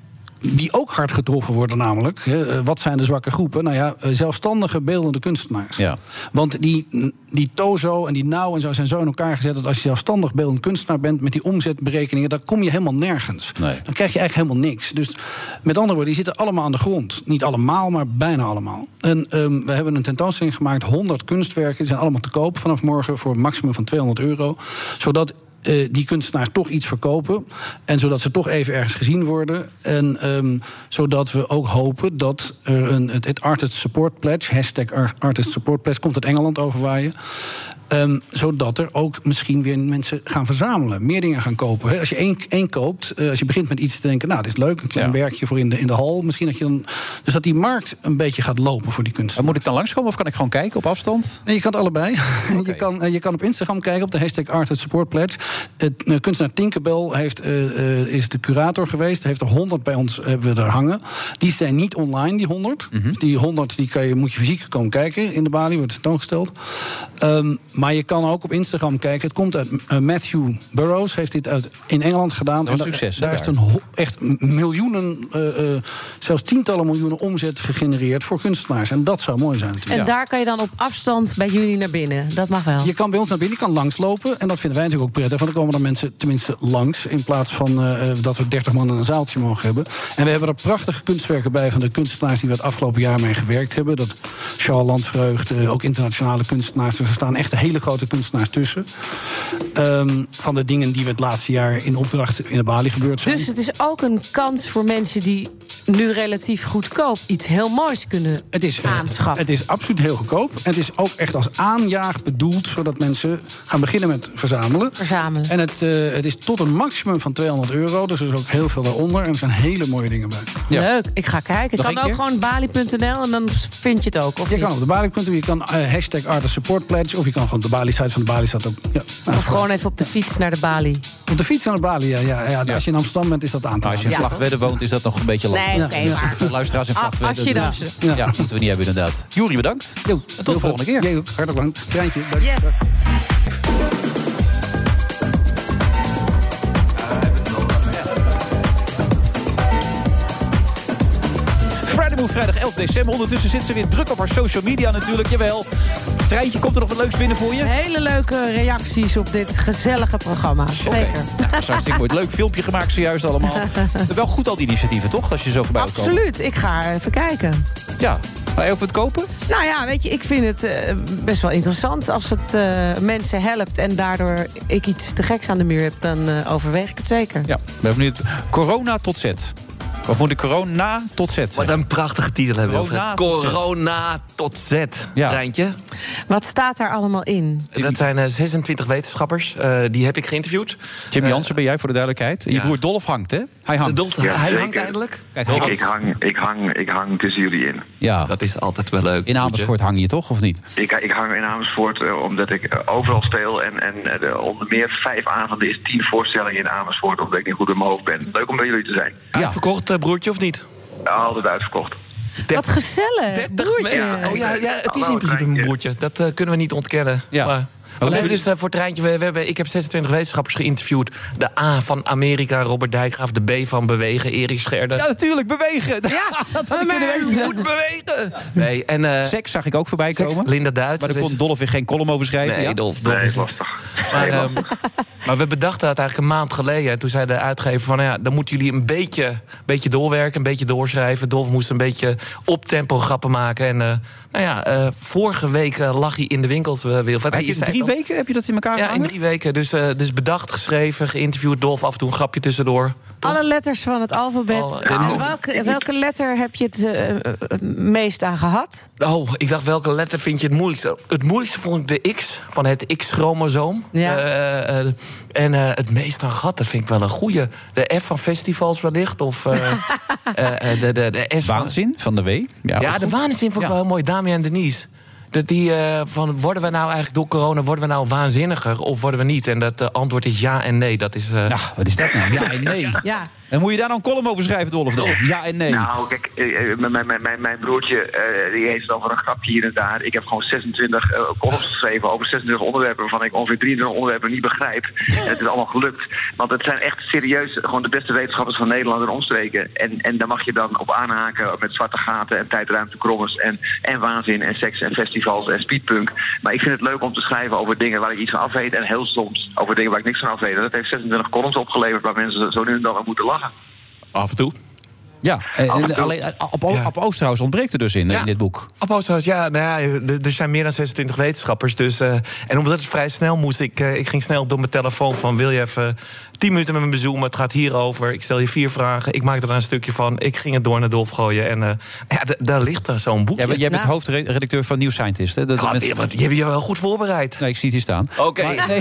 Die ook hard getroffen worden namelijk. Hè, wat zijn de zwakke groepen? Nou ja, zelfstandige beeldende kunstenaars. Ja. Want die, die Tozo en die Now en zo zijn zo in elkaar gezet dat als je zelfstandig beeldend kunstenaar bent met die omzetberekeningen, dan kom je helemaal nergens. Nee. Dan krijg je eigenlijk helemaal niks. Dus met andere woorden, die zitten allemaal aan de grond. Niet allemaal, maar bijna allemaal. En um, we hebben een tentoonstelling gemaakt, honderd kunstwerken. Die zijn allemaal te koop vanaf morgen voor een maximum van tweehonderd euro. Zodat Uh, die kunstenaars toch iets verkopen. En zodat ze toch even ergens gezien worden. En um, zodat we ook hopen dat er een, het, het Artist Support Pledge, hashtag Artist Support Pledge, komt uit Engeland overwaaien. Um, zodat er ook misschien weer mensen gaan verzamelen. Meer dingen gaan kopen. He, als je één, één koopt, uh, als je begint met iets te denken, nou, dit is leuk, een klein ja. werkje voor in de, in de hal. Misschien dat je dan. Dus dat die markt een beetje gaat lopen voor die kunstenaars. Moet ik dan langskomen of kan ik gewoon kijken op afstand? Nee, je kan het allebei. Okay. je, kan, uh, je kan op Instagram kijken op de hashtag Artist Support Pledge. Het uh, kunstenaar Tinkerbell heeft, uh, uh, is de curator geweest. Heeft er honderd bij ons uh, hebben we er hangen. Die zijn niet online, die honderd. Mm-hmm. Dus die honderd die kan je, moet je fysiek komen kijken in de Bali, wordt tentoongesteld. Um, Maar je kan ook op Instagram kijken. Het komt uit uh, Matthew Burrows, heeft dit uit, in Engeland gedaan. Dat is succes. Daar, daar is een ho- echt miljoenen, uh, uh, zelfs tientallen miljoenen omzet gegenereerd voor kunstenaars. En dat zou mooi zijn natuurlijk. En daar kan je dan op afstand bij jullie naar binnen. Dat mag wel. Je kan bij ons naar binnen, je kan langslopen. En dat vinden wij natuurlijk ook prettig. Want dan komen er mensen tenminste langs. In plaats van uh, dat we dertig man in een zaaltje mogen hebben. En we hebben er prachtige kunstwerken bij van de kunstenaars die we het afgelopen jaar mee gewerkt hebben. Dat Charles Landvreugd, uh, ook internationale kunstenaars. Dus er staan echt hele grote kunstenaars tussen. Um, van de dingen die we het laatste jaar in opdracht in de Bali gebeurd zijn. Dus het is ook een kans voor mensen die nu relatief goedkoop iets heel moois kunnen het is, aanschaffen. Het is absoluut heel goedkoop. En het is ook echt als aanjaag bedoeld, zodat mensen gaan beginnen met verzamelen. Verzamelen. En het, uh, het is tot een maximum van tweehonderd euro. Dus er is ook heel veel daaronder. En er zijn hele mooie dingen bij. Ja. Leuk, ik ga kijken. Nog kan ook gewoon bali punt n l en dan vind je het ook. Of je niet? kan op de bali punt n l, je kan uh, hashtag Artist Support Pledge, of je kan gewoon de Bali-site van de Bali staat ook. Ja, nou, of gewoon even op de fiets naar de Bali. Op de fiets naar de Bali, ja. ja, ja. ja. Als je in Amsterdam bent, is dat aan te Als je in ja, Vlagtwedde woont, is dat nog een beetje lastig. Nee, oké, okay, maar. Veel luisteraars in Vlagtwedde. Als je dan. Dus, ja. ja, moeten we niet hebben inderdaad. Juri, bedankt. Jo, en tot de volgende keer. Jij ook. Hartelijk bedankt. Treintje. Dank. Yes. vrijdag elf december. Ondertussen zit ze weer druk op haar social media natuurlijk. Jawel. Treintje, komt er nog wat leuks binnen voor je? Hele leuke reacties op dit gezellige programma. Zeker. Okay. Nou, dat is hartstikke mooi. Leuk filmpje gemaakt zojuist allemaal. Wel goed al die initiatieven, toch? Als je zo voorbij komt. Absoluut. Ik ga even kijken. Ja. Ga je ook wat kopen? Nou ja, weet je, ik vind het uh, best wel interessant. Als het uh, mensen helpt en daardoor ik iets te geks aan de muur heb, dan uh, overweeg ik het zeker. Ja, ben benieuwd. Corona tot Z. Of moet ik corona tot Z? Wat een prachtige titel hebben we. Corona, corona tot Z. Ja. Rijntje. Wat staat daar allemaal in? Dat zijn uh, zesentwintig wetenschappers. Uh, die heb ik geïnterviewd. Jim Jansen uh, ben jij voor de duidelijkheid. En je ja. broer Dolf hangt, hè? Hij hangt. Dolf, ja, hij hangt eindelijk. Kijk, ik, ik, hang, ik, hang, ik hang tussen jullie in. Ja. Dat is altijd wel leuk. In Amersfoort hang je toch, of niet? Ik, ik hang in Amersfoort uh, omdat ik uh, overal speel. En, en uh, de, onder meer vijf avonden is tien voorstellingen in Amersfoort. Omdat ik niet goed in mijn hoofd ben. Leuk om bij jullie te zijn. Ja. Uitverkocht, uh, broertje, of niet? Ja, altijd uitverkocht. Wat gezellig, broertje. Ja, oh, ja, ja, het is in principe mijn broertje. Dat uh, kunnen we niet ontkennen. Ja. Maar, we hebben dus uh, voor het Treintje, we, we hebben, ik heb zesentwintig wetenschappers geïnterviewd. De A van Amerika, Robert Dijkgraaf. De B van Bewegen, Erik Scherder. Ja, natuurlijk, bewegen. Ja, dat had ik kunnen weten. Je moet bewegen. Nee, en, uh, Seks zag ik ook voorbij Seks, komen. Linda Duits. Maar daar kon Dolf weer geen column over schrijven. Nee, ja? Dolf, Dolf nee, is lastig. Maar, nee, um, maar we bedachten dat eigenlijk een maand geleden. En toen zei de uitgever van, nou ja, dan moeten jullie een beetje, beetje doorwerken, een beetje doorschrijven. Dolf moest een beetje op tempo grappen maken. En uh, nou ja, uh, vorige week uh, lag hij in de winkels, uh, Wilfred. Heb je drie weken heb je dat in elkaar Ja, in drie weken. Dus, uh, dus bedacht, geschreven, geïnterviewd. Dolf af en toe een grapje tussendoor. Alle letters van het alfabet. Oh, en welke, welke letter heb je het uh, het meest aan gehad? Oh, ik dacht, welke letter vind je het moeilijkste? Het moeilijkste vond ik de X, van het X-chromosoom. Ja. Uh, uh, en uh, het meest aan gehad, dat vind ik wel een goeie. De F van festivals wellicht. Of uh, uh, de, de, de S Waanzin van, van de W. Ja, ja de waanzin vond ik ja. wel heel mooi. Damian en Denise. Dat die, uh, van, worden we nou eigenlijk door corona worden we nou waanzinniger of worden we niet? En dat uh, antwoord is ja en nee. Dat is, uh... nou, wat is dat nou? Ja en nee. Ja. En moet je daar nou een column over schrijven, Dolf? Dolf? Ja en nee. Nou, kijk, uh, mijn, mijn, mijn, mijn broertje uh, die heeft het over een grapje hier en daar. Ik heb gewoon zesentwintig uh, columns geschreven over zesentwintig onderwerpen, waarvan ik ongeveer drieëntwintig onderwerpen niet begrijp. En het is allemaal gelukt. Want het zijn echt serieus gewoon de beste wetenschappers van Nederland en omstreken. En, en daar mag je dan op aanhaken met zwarte gaten en tijdruimtekrommers en, en waanzin en seks en festivals en speedpunk. Maar ik vind het leuk om te schrijven over dingen waar ik iets van af weet en heel soms over dingen waar ik niks van af weet. En dat heeft zesentwintig columns opgeleverd waar mensen zo nu en dan aan moeten lachen. Af en toe. Ja, en, en alleen Ab, Ab, Ab Oosterhuis ontbreekt er dus in, ja. in dit boek. Ab Oosterhuis, ja, nou ja, er zijn meer dan zesentwintig wetenschappers. Dus, uh, en omdat het vrij snel moest, ik, uh, ik ging snel door mijn telefoon van, wil je even tien minuten met me bezoomen? Het gaat hierover. Ik stel je vier vragen. Ik maak er dan een stukje van. Ik ging het door naar Dolf gooien. En uh, ja, d- daar ligt er zo'n boekje. Ja, jij bent nou. hoofdredacteur van New Scientist. Hè? Dat ah, mensen... wat, je hebt je wel goed voorbereid. Nee, ik zie het hier staan. Oké. Okay. Nee.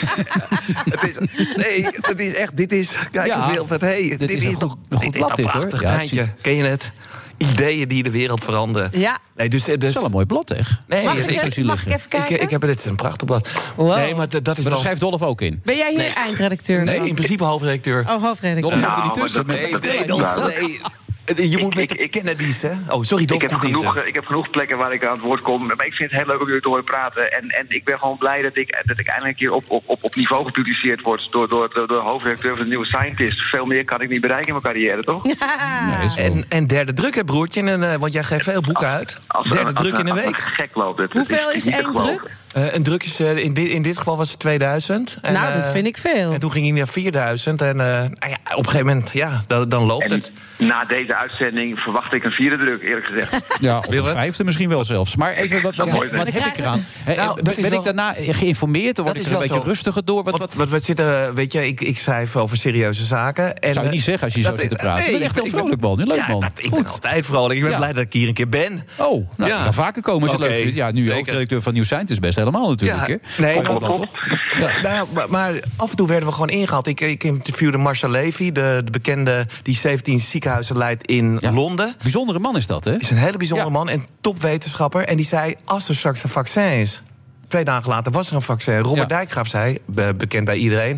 het is, nee, het is echt, dit is, kijk ja, eens Wilfred, hey, dit, dit is, is toch een goed blad, dit hoor. Ja, ken je het? Ideeën die de wereld veranderen. Ja. Nee, dus, dus... Dat is wel een mooi blad, zeg. Nee, mag, ik, ik, ik, mag ik even kijken? Ik, ik heb dit een prachtig blad. Wow. Nee, maar dat is maar wel... daar schrijft Dolf ook in. Ben jij hier nee. eindredacteur? Nee, in principe hoofdredacteur. Oh, hoofdredacteur. Dolf komt er niet tussen. Nee, nee, Dolf, nee. Je moet met de Kennedy's, hè? Oh, sorry, Dolf. Ik heb, genoeg, ik heb genoeg plekken waar ik aan het woord kom. Maar ik vind het heel leuk om jullie te horen praten. En, en ik ben gewoon blij dat ik, dat ik eindelijk een keer op, op, op, op niveau gepubliceerd word door, door, door de hoofdredacteur van de Nieuwe Scientist. Veel meer kan ik niet bereiken in mijn carrière, toch? Ja. Nee, en, en derde druk, hè, broertje? En, uh, want jij geeft veel boeken uit. Als, derde als, druk als, in een week. Gek loopt het. Hoeveel het is, is één druk? Uh, een druk is, uh, in, dit, in dit geval was het tweeduizend. En, nou, dat uh, vind ik veel. En toen ging hij naar vierduizend. En uh, nou ja, op een gegeven moment, ja, dan, dan loopt en het. Na deze uitzending verwacht ik een vierde druk, eerlijk gezegd. Ja, of een vijfde misschien wel zelfs. Maar even, wat, wat, wat, wat heb ik eraan? Nou, ben ben wel, ik daarna geïnformeerd? Of word ik er een beetje zo rustiger door? Wat, wat, wat, wat zitten, weet je, ik, ik schrijf over serieuze zaken. En, zou je niet zeggen als je zo zit te praten. Nee, je bent echt heel vrolijk, man. Leuk, ja, man. Dat, ik ben altijd vrolijk. Ik ben ja. blij dat ik hier een keer ben. Oh, nou, ja. ik ga vaker komen als je okay. leuk vindt. Ja, nu hoofdredacteur van New Scientist is best helemaal natuurlijk. Ja, hè? Nee, maar, ja, nou, maar, maar af en toe werden we gewoon ingehaald. Ik, ik interviewde Marcel Levy, de, de bekende die zeventien ziekenhuizen leidt in ja. Londen. Bijzondere man is dat, hè? Is een hele bijzondere ja. man en topwetenschapper. En die zei, als er straks een vaccin is... Twee dagen later was er een vaccin. Robert ja. Dijkgraaf zei, be- bekend bij iedereen...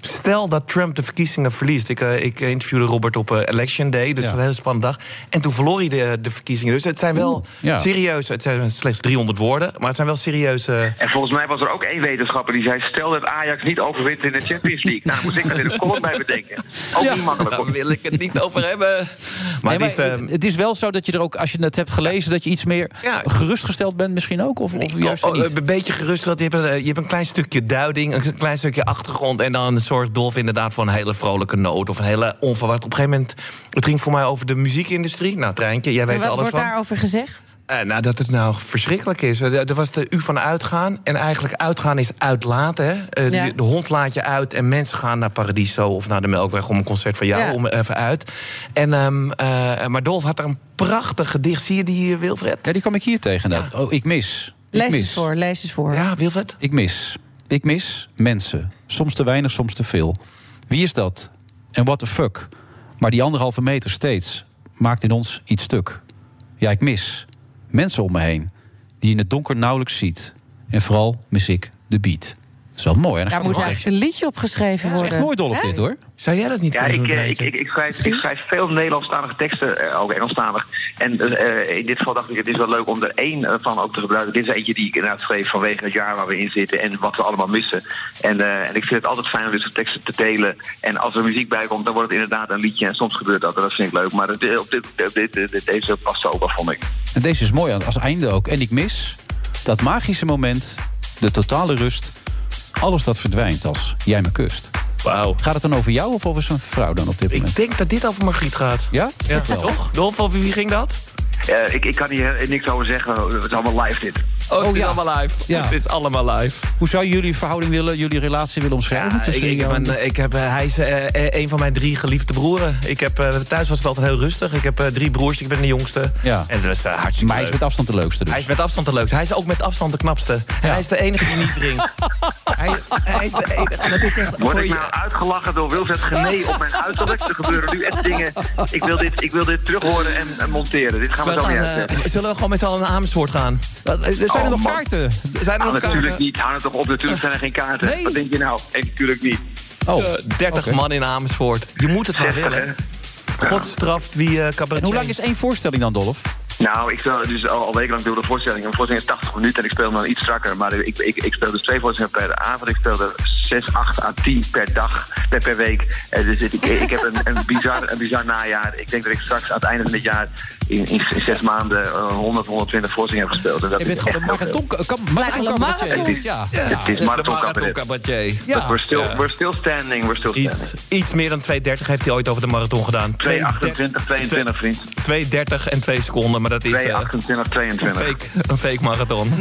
Stel dat Trump de verkiezingen verliest. Ik, uh, ik interviewde Robert op uh, Election Day, dus ja. een hele spannende dag. En toen verloor hij de, de verkiezingen. Dus het zijn wel Oeh, ja. serieus, het zijn slechts driehonderd woorden, maar het zijn wel serieuze... En volgens mij was er ook één wetenschapper die zei... stel dat Ajax niet overwint in de Champions League. Nou, dan moest ik daar weer een column bij bedenken. Ook ja. niet makkelijk. Daar wil ik het niet over hebben. Maar, nee, het, maar is, uh, het is wel zo dat je er ook, als je het hebt gelezen... dat je iets meer ja. gerustgesteld bent misschien ook? Of, of juist oh, niet? Een beetje gerustgesteld. Je hebt, een, je hebt een klein stukje duiding, een klein stukje achtergrond... en dan een soort Dolf inderdaad van een hele vrolijke noot... of een hele onverwacht. Op een gegeven moment, het ging voor mij over de muziekindustrie. Nou, Treintje, jij weet alles van. Wat wordt daarover gezegd? Uh, nou, dat het nou verschrikkelijk is. Uh, er was de U van uitgaan. En eigenlijk uitgaan is uitlaten. Hè? Uh, ja. de, de hond laat je uit en mensen gaan naar Paradiso... of naar de Melkweg om een concert van jou, ja. om even uit. En, um, uh, maar Dolf had er een prachtig gedicht. Zie je die, Wilfred? Ja, die kwam ik hier tegen. Ja. Oh, ik mis. Ik lees mis. eens voor, lees eens voor. Ja, Wilfred? Ik mis. Ik mis mensen. Soms te weinig, soms te veel. Wie is dat? En what the fuck? Maar die anderhalve meter steeds maakt in ons iets stuk. Ja, ik mis mensen om me heen die je in het donker nauwelijks ziet. En vooral mis ik de beat. Dat is wel mooi. Hè? Daar moet eigenlijk een liedje op geschreven ja, worden. Dat is echt mooi, Dolf, dit, hoor. Zou jij dat niet ja, kunnen ik, doen? ik, ik, ik, schrijf, ik schrijf veel Nederlandstalige teksten, uh, ook Engelstalig. En uh, in dit geval dacht ik, het is wel leuk om er één van ook te gebruiken. Dit is eentje die ik inderdaad schreef vanwege het jaar waar we in zitten... en wat we allemaal missen. En, uh, en ik vind het altijd fijn om dit soort teksten te delen. En als er muziek bij komt, dan wordt het inderdaad een liedje. En soms gebeurt dat, en dat vind ik leuk. Maar het, op dit, dit, dit, dit, deze past ook wel, vond ik. En deze is mooi als einde ook. En ik mis dat magische moment, de totale rust... alles dat verdwijnt als jij me kust. Wauw. Gaat het dan over jou of over zijn vrouw dan op dit moment? Ik denk dat dit over Margriet gaat. Ja? Ja, ja. Toch? Dolf, over wie ging dat? Uh, ik, ik kan hier niks over zeggen. Het is allemaal live dit. Oh, het oh, is ja. allemaal live. Ja. Het is allemaal live. Hoe zou jullie verhouding willen, jullie relatie willen omschrijven? Ja, ik, ik ben, ik heb, hij is uh, een van mijn drie geliefde broeren. Ik heb, uh, thuis was het altijd heel rustig. Ik heb uh, drie broers, ik ben de jongste. Ja. En dat is uh, hartstikke Maar hij is met afstand de leukste dus. Hij is met afstand de leukste. Hij is ook met afstand de knapste. Ja. Hij is de enige die niet drinkt. hij, hij is de enige. Dat is echt, Word ik nou uitgelachen door Wilfred Genee op mijn uiterlijk? Er gebeuren nu echt dingen. Ik wil dit, ik wil dit terug horen en, en monteren. Dit gaan we, we zo gaan, niet uitzetten. Uh, zullen we gewoon met z'n allen naar Amersfoort gaan? Er zijn oh, er nog man. kaarten. Zijn er ah, nog natuurlijk kaarten? niet. Hou het toch op. Natuurlijk zijn er geen kaarten. Nee. Wat denk je nou? Nee, natuurlijk niet. Oh, uh, dertig okay. man in Amersfoort. Je moet het wel willen. God straft wie uh, cabaretier. En hoe lang is één voorstelling dan, Dolf? Nou, ik speel dus al, al wekenlang door de voorstelling. Een voorstelling is tachtig minuten en ik speel dan iets strakker. Maar ik, ik, ik speel dus twee voorstellingen per avond. Ik speel er zes, acht à tien per dag, per, per week. Uh, dus ik, ik heb een, een, bizar, een bizar najaar. Ik denk dat ik straks aan het einde van dit jaar in, in, in zes maanden uh, honderd, honderdtwintig voorstellingen heb gespeeld. En dat je bent gewoon een marathon cabaretier. Ja, het is marathon cabaretier. Ja. We're still, we're still standing, we're still standing. Iets, iets meer dan twee dertig heeft hij ooit over de marathon gedaan. twee achtentwintig, tweeëntwintig, vriend. twee dertig en twee seconden, maar dat is... twee achtentwintig, tweeëntwintig. Een fake, een fake marathon.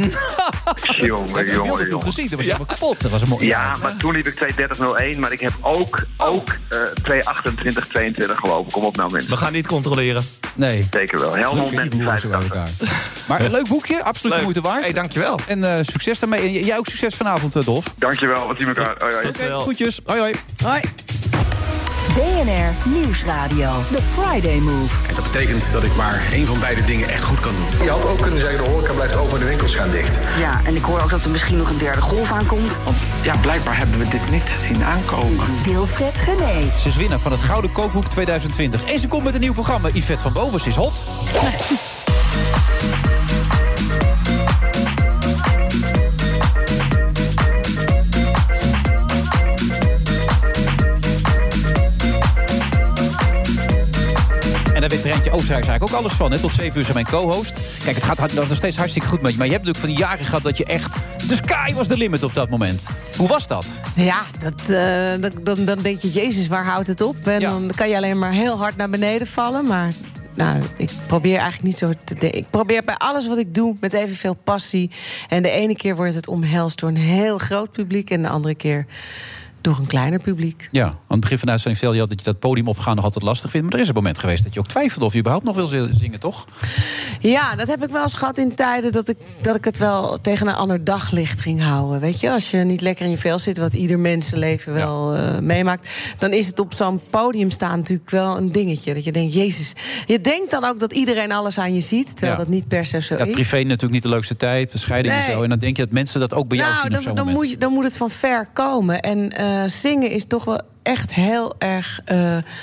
jongen, jongen, jongen. Toen gezien, dat was helemaal kapot. Dat was een mooi. Ja, maar toen liep ik twee dertig nul één, maar ik heb ook, ook uh, twee achtentwintig, tweeëntwintig gelopen. Kom op nou, mensen. We gaan niet controleren. Nee. Zeker wel. Helmond met die vijfentachtig. Maar een leuk boekje, absoluut de moeite waard. Hey, dankjewel. En uh, succes daarmee. En jij ook succes vanavond, uh, Dolf. Dankjewel, we zien elkaar. Hoi, hoi. Oké, okay, groetjes. Hoi, hoi. Hoi. B N R Nieuwsradio, The Friday Move. En dat betekent dat ik maar één van beide dingen echt goed kan doen. Je had ook kunnen zeggen, de horeca blijft open en de winkels gaan dicht. Ja, en ik hoor ook dat er misschien nog een derde golf aankomt. Want ja, blijkbaar hebben we dit niet zien aankomen. Wilfred Genee. Ze is winnaar van het Gouden Kookboek tweeduizend twintig. En ze komt met een nieuw programma. Yvette van Boven, ze is hot. En daar weet Treintje Oosterhuis eigenlijk ook alles van. Hè? Tot zeven uur zijn mijn co-host. Kijk, het gaat nog steeds hartstikke goed met je. Maar je hebt natuurlijk van die jaren gehad dat je echt... De sky was the limit op dat moment. Hoe was dat? Ja, dat, uh, dan, dan denk je, jezus, waar houdt het op? En ja. Dan kan je alleen maar heel hard naar beneden vallen. Maar nou, ik probeer eigenlijk niet zo te denken. Ik probeer bij alles wat ik doe met evenveel passie. En de ene keer wordt het omhelst door een heel groot publiek. En de andere keer... door een kleiner publiek. Ja, aan het begin van de uitzending vertelde je al dat je dat podium opgaan nog altijd lastig vindt. Maar er is een moment geweest dat je ook twijfelde of je überhaupt nog wil zingen, toch? Ja, dat heb ik wel eens gehad in tijden dat ik, dat ik het wel tegen een ander daglicht ging houden. Weet je, als je niet lekker in je vel zit, wat ieder mensenleven wel ja. uh, meemaakt, dan is het op zo'n podium staan natuurlijk wel een dingetje. Dat je denkt, jezus. Je denkt dan ook dat iedereen alles aan je ziet, terwijl ja. dat niet per se zo ja, is. Privé natuurlijk niet de leukste tijd, bescheiding nee. en zo. En dan denk je dat mensen dat ook bij jou nou, zien dan, op zo'n dan moment. Moet je, dan moet het van ver komen. En... Uh, uh, zingen is toch wel echt heel erg uh, uh,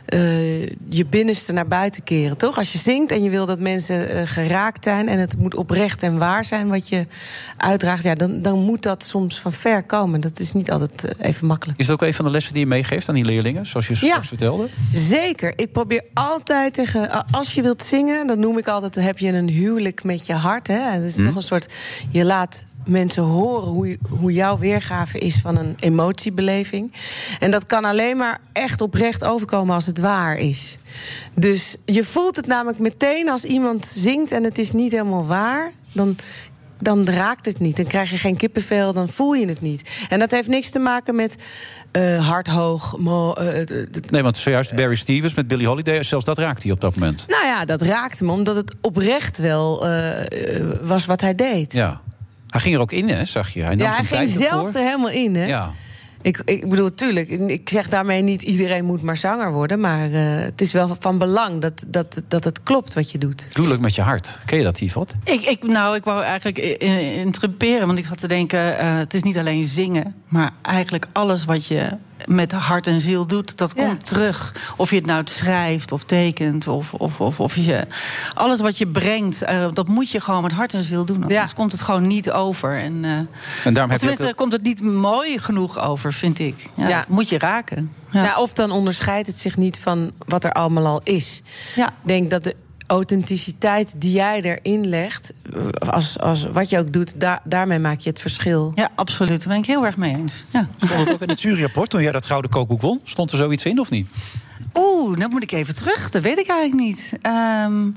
je binnenste naar buiten keren, toch? Als je zingt en je wil dat mensen uh, geraakt zijn en het moet oprecht en waar zijn wat je uitdraagt, ja, dan, dan moet dat soms van ver komen. Dat is niet altijd uh, even makkelijk. Is het ook een van de lessen die je meegeeft aan die leerlingen, zoals je straks ja, vertelde? Zeker. Ik probeer altijd tegen, als je wilt zingen, dan noem ik altijd, dan heb je een huwelijk met je hart. Hè? Het is hm. toch een soort, je laat mensen horen hoe, hoe jouw weergave is van een emotiebeleving. En dat kan alleen maar echt oprecht overkomen als het waar is. Dus je voelt het namelijk meteen als iemand zingt en het is niet helemaal waar, dan, dan raakt het niet. Dan krijg je geen kippenvel, dan voel je het niet. En dat heeft niks te maken met uh, hard hoog. Mo, uh, uh, uh, nee, want zojuist Barry Stevens met Billie Holiday, zelfs dat raakte hij op dat moment. Nou ja, dat raakte me, omdat het oprecht wel uh, uh, was wat hij deed. Ja. Hij ging er ook in, hè, zag je. Hij nam ja, hij ging zelf voor. er helemaal in, hè. Ja. Ik, ik bedoel, tuurlijk, ik zeg daarmee niet iedereen moet maar zanger worden, maar uh, het is wel van belang dat, dat, dat het klopt wat je doet. Huwelijk met je hart. Ken je dat, Yvonne? Ik, ik, nou, ik wou eigenlijk interrumperen, want ik zat te denken, uh, het is niet alleen zingen, maar eigenlijk alles wat je met hart en ziel doet, dat komt ja. terug. Of je het nou schrijft of tekent, of, of, of, of je, alles wat je brengt, uh, dat moet je gewoon met hart en ziel doen. Anders ja. komt het gewoon niet over. En, uh, en daarom heb tenminste, je komt het niet mooi genoeg over, vind ik. Ja, ja. Moet je raken. Ja. Ja, of dan onderscheidt het zich niet van wat er allemaal al is. Ja. Ik denk dat de authenticiteit die jij erin legt, als, als wat je ook doet, daar, daarmee maak je het verschil. Ja, absoluut. Daar ben ik heel erg mee eens. Ja. Stond het ook in het juryrapport toen jij dat Gouden Kookboek won? Stond er zoiets in of niet? Oeh, dan moet ik even terug. Dat weet ik eigenlijk niet. Um,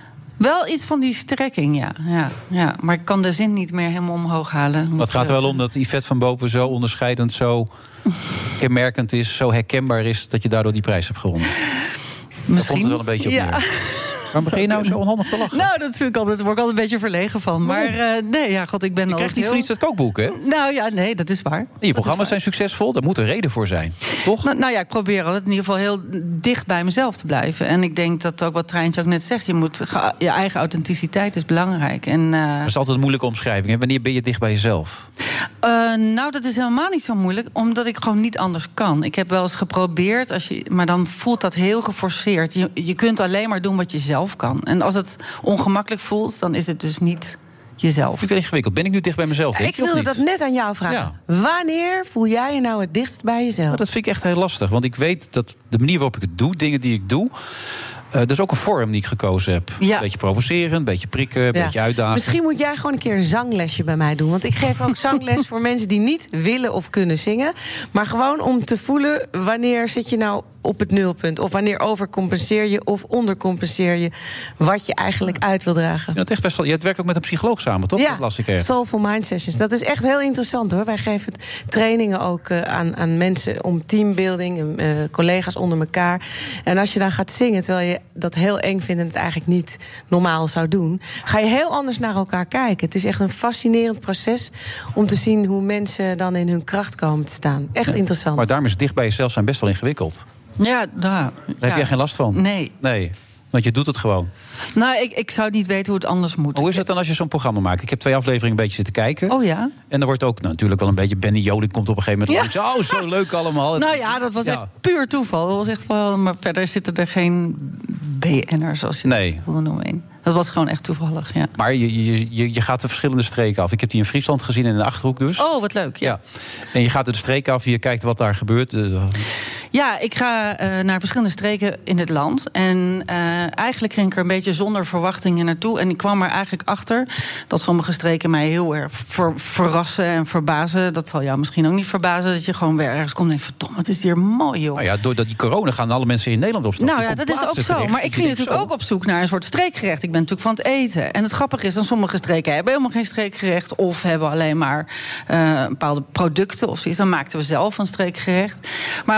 wel iets van die strekking, ja. ja, ja. Maar ik kan de zin niet meer helemaal omhoog halen. Het gaat er wel om dat Yvette van Boven zo onderscheidend, zo kenmerkend is, zo herkenbaar is, dat je daardoor die prijs hebt gewonnen. Misschien. Daar komt het wel een beetje op neer. Ja. Waarom begin je nou zo onhandig te lachen? Nou, dat vind ik altijd, daar word ik altijd een beetje verlegen van. Maar uh, nee, ja, god, ik ben al. Je krijgt niet voor iets het kookboek, hè? Nou ja, nee, dat is waar. Je programma's zijn succesvol, daar moet een reden voor zijn, toch? Nou, nou ja, ik probeer altijd in ieder geval heel dicht bij mezelf te blijven. En ik denk dat ook wat Treintje ook net zegt, je moet je eigen authenticiteit is belangrijk. En, uh, dat is altijd een moeilijke omschrijving, hè? Wanneer ben je dicht bij jezelf? Uh, nou, dat is helemaal niet zo moeilijk, omdat ik gewoon niet anders kan. Ik heb wel eens geprobeerd, als je, maar dan voelt dat heel geforceerd. Je, je kunt alleen maar doen wat je zelf kan. En als het ongemakkelijk voelt, dan is het dus niet jezelf. Ik ben ingewikkeld. Ben ik nu dicht bij mezelf? Ja, ik wilde dat net aan jou vragen. Ja. Wanneer voel jij je nou het dichtst bij jezelf? Nou, dat vind ik echt heel lastig. Want ik weet dat de manier waarop ik het doe, dingen die ik doe, Uh, dat is ook een vorm die ik gekozen heb. Ja. Een beetje provoceren, een beetje prikken, een ja. beetje uitdagen. Misschien moet jij gewoon een keer een zanglesje bij mij doen. Want ik geef ook zangles voor mensen die niet willen of kunnen zingen. Maar gewoon om te voelen, wanneer zit je nou op het nulpunt? Of wanneer overcompenseer je of ondercompenseer je wat je eigenlijk uit wil dragen? Ja, dat echt best wel, je werkt ook met een psycholoog samen, toch? Ja, dat las ik ergens. Soulful Mind Sessions. Dat is echt heel interessant, hoor. Wij geven trainingen ook uh, aan, aan mensen om teambuilding, uh, collega's onder elkaar. En als je dan gaat zingen, terwijl je dat heel eng vindt en het eigenlijk niet normaal zou doen, ga je heel anders naar elkaar kijken. Het is echt een fascinerend proces om te zien hoe mensen dan in hun kracht komen te staan. Echt ja, interessant. Maar daarom is het dicht bij jezelf zijn best wel ingewikkeld. Ja, nou, daar heb ja. jij geen last van? Nee. Nee, want je doet het gewoon. Nou, ik, ik zou niet weten hoe het anders moet. Hoe is het dan als je zo'n programma maakt? Ik heb twee afleveringen een beetje zitten kijken. Oh ja? En er wordt ook nou, natuurlijk wel een beetje Benny Joling komt op een gegeven moment ja. langs. Oh, zo leuk allemaal. Nou ja, dat was ja. echt puur toeval. Dat was echt wel, maar verder zitten er geen B N'ers, zoals je nee. dat wilde noemen. Dat was gewoon echt toevallig, ja. Maar je, je, je gaat de verschillende streken af. Ik heb die in Friesland gezien, in de Achterhoek dus. Oh, wat leuk, ja. ja. En je gaat er de streken af, je kijkt wat daar gebeurt. Ja, ik ga uh, naar verschillende streken in het land. En uh, eigenlijk ging ik er een beetje zonder verwachtingen naartoe. En ik kwam er eigenlijk achter dat sommige streken mij heel erg ver, verrassen en verbazen. Dat zal jou misschien ook niet verbazen. Dat je gewoon weer ergens komt en denkt, verdomme, het is hier mooi, joh. Nou ja, doordat die corona gaan alle mensen in Nederland op stap. Nou ja, dat is ook zo. Terecht. Maar ik ging natuurlijk zo. ook op zoek naar een soort streekgerecht. Ik ben natuurlijk van het eten. En het grappige is, dan sommige streken hebben helemaal geen streekgerecht, of hebben alleen maar uh, bepaalde producten of zoiets. Dan maakten we zelf een streekgerecht. Maar wat ik het leuk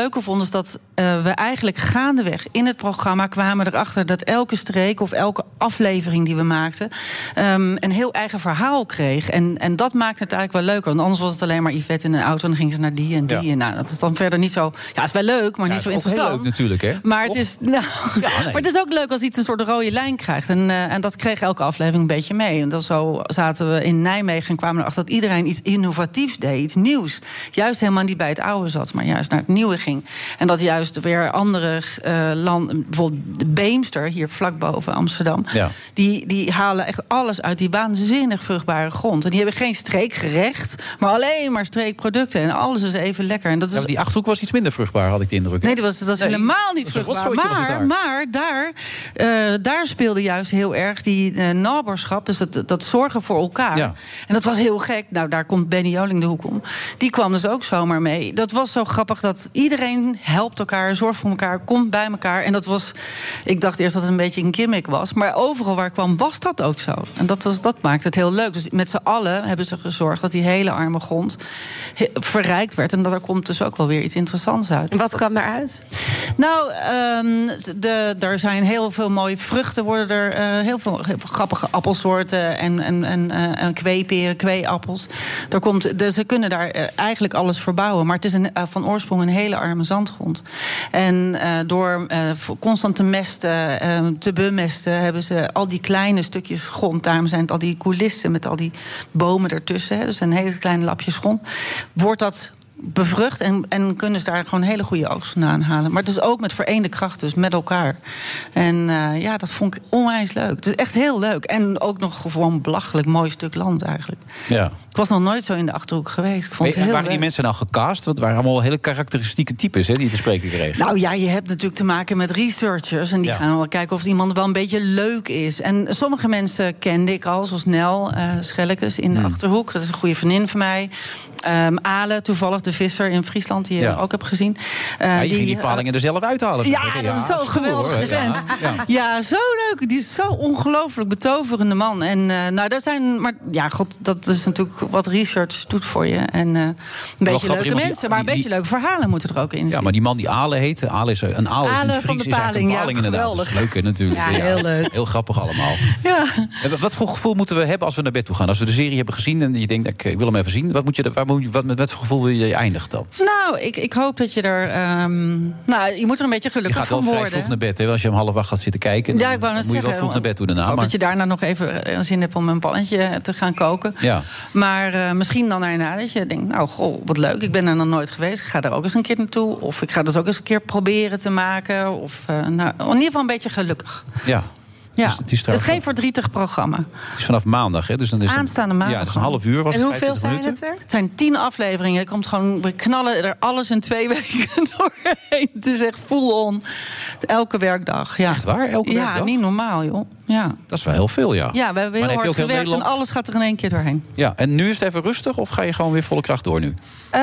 leuke vond, is dat uh, we eigenlijk gaandeweg in het programma kwamen erachter dat elke streek of elke aflevering die we maakten um, een heel eigen verhaal kreeg. En, en dat maakt het eigenlijk wel leuker. Want anders was het alleen maar Yvette in een auto en dan gingen ze naar die en die. Ja. En nou, dat is dan verder niet zo. Ja, het is wel leuk, maar ja, niet zo interessant. Heel leuk natuurlijk, hè? Maar het is, nou, ja, nee. maar het is ook leuk als iets een soort rode lijn krijgt. En, uh, en dat kreeg elke aflevering een beetje mee. En dan zo zaten we in Nijmegen en kwamen erachter dat iedereen iets innovatiefs deed, iets nieuws. Juist helemaal niet bij het oude zat, maar juist naar het nieuwe ging. En dat juist weer andere uh, landen, bijvoorbeeld de Beemster, hier vlak boven Amsterdam, ja. die, die halen echt alles uit die waanzinnig vruchtbare grond. En die hebben geen streekgerecht, maar alleen maar streekproducten. En alles is even lekker. En dat is... ja, die Achterhoek was iets minder vruchtbaar, had ik de indruk. Nee, dat was, dat was nee, helemaal niet vruchtbaar. Maar daar, maar daar, uh, daar speelde juist heel erg die uh, naberschap, dus dat, dat zorgen voor elkaar. Ja. En dat was heel gek. Nou, daar komt Benny Joling de hoek om. Die kwam dus ook zomaar mee. Dat was zo grappig dat iedereen helpt elkaar, zorgt voor elkaar, komt bij elkaar. En dat was, ik dacht eerst dat het een beetje een gimmick was, maar overal waar ik kwam was dat ook zo. En dat, was, dat maakt het heel leuk. Dus met z'n allen hebben ze gezorgd dat die hele arme grond verrijkt werd. En daar komt dus ook wel weer iets interessants uit. En wat kwam daaruit? Nou, um, de, er zijn heel veel mooie vruchten, worden er uh, heel, veel, heel veel grappige appelsoorten en, en, en, uh, en kweeperen, kweeappels. Er komt, de, ze kunnen daar uh, eigenlijk alles verbouwen, maar het is een, uh, van oorsprong een hele arme zandgrond. En uh, door uh, constant te mesten, uh, te bemesten, hebben ze al die kleine stukjes grond. Daarom zijn het al die coulissen met al die bomen ertussen. Hè, dus een hele kleine lapjes grond. Wordt dat bevrucht en, en kunnen ze daar gewoon een hele goede oogst vandaan halen. Maar het is ook met vereende kracht, dus met elkaar. En uh, ja, dat vond ik onwijs leuk. Het is echt heel leuk. En ook nog gewoon een belachelijk mooi stuk land eigenlijk. Ja. Ik was nog nooit zo in de Achterhoek geweest. Ik vond het heel waren leuk. Die mensen nou gecast? Want het waren allemaal hele karakteristieke types, hè, die te spreken kregen. Nou ja, je hebt natuurlijk te maken met researchers. En die ja. gaan wel kijken of iemand wel een beetje leuk is. En sommige mensen kende ik al, zoals Nel uh, Schellekes in de hmm. Achterhoek. Dat is een goede vriendin van mij. Um, Ale, toevallig de visser in Friesland, die je ja. ook hebt gezien. Uh, ja, je die, ging die palingen er zelf uithalen. Ja, ja, dat is zo'n geweldige vent. Ja, ja. ja, zo leuk. Die is zo ongelooflijk betoverende man. En uh, nou, dat zijn, maar ja, god, dat is natuurlijk wat research doet voor je. En uh, een beetje leuke mensen, die, maar een die, beetje leuke verhalen moeten er ook in zitten. Ja, maar die man die Ale heet, Ale is een Ale, Ale is een Fries, is eigenlijk een paling, ja, inderdaad. Dat is leuk, hè, natuurlijk. Ja, heel leuk. Heel grappig allemaal. Ja. Wat voor gevoel moeten we hebben als we naar bed toe gaan? Als we de serie hebben gezien en je denkt, ik wil hem even zien. Wat moet je, waar moet je, wat, met wat voor gevoel wil je eindigen dan? Nou, ik, ik hoop dat je er... Um, nou, je moet er een beetje gelukkig van worden. Je gaat wel vrij vroeg naar bed, hè? Als je om half acht gaat zitten kijken, dan, ja, ik wou dan moet zeggen, je wel vroeg naar bed doen daarna. Ik hoop maar... dat je daarna nog even zin hebt om een pannetje te gaan koken. Ja. Maar uh, misschien dan daarna dat je denkt, nou, goh, wat leuk. Ik ben er nog nooit geweest. Ik ga er ook eens een keer naartoe. Of ik ga dat ook eens een keer proberen te maken. Of uh, nou, in ieder geval een beetje gelukkig. Ja. Ja, dus het is, het is geen verdrietig programma. Het is vanaf maandag, hè? Dus dan is aanstaande maandag. Ja, dat is een half uur. Was en het hoeveel zijn minuten? het er? Het zijn tien afleveringen. Je komt gewoon, we knallen er alles in twee weken doorheen. Het is echt full on. Elke werkdag. Ja. Echt waar? Elke ja, werkdag? Ja, niet normaal, joh. Ja. Dat is wel heel veel, ja. Ja, we hebben heel hard gewerkt Nederland... en alles gaat er in één keer doorheen. Ja, en nu is het even rustig of ga je gewoon weer volle kracht door nu?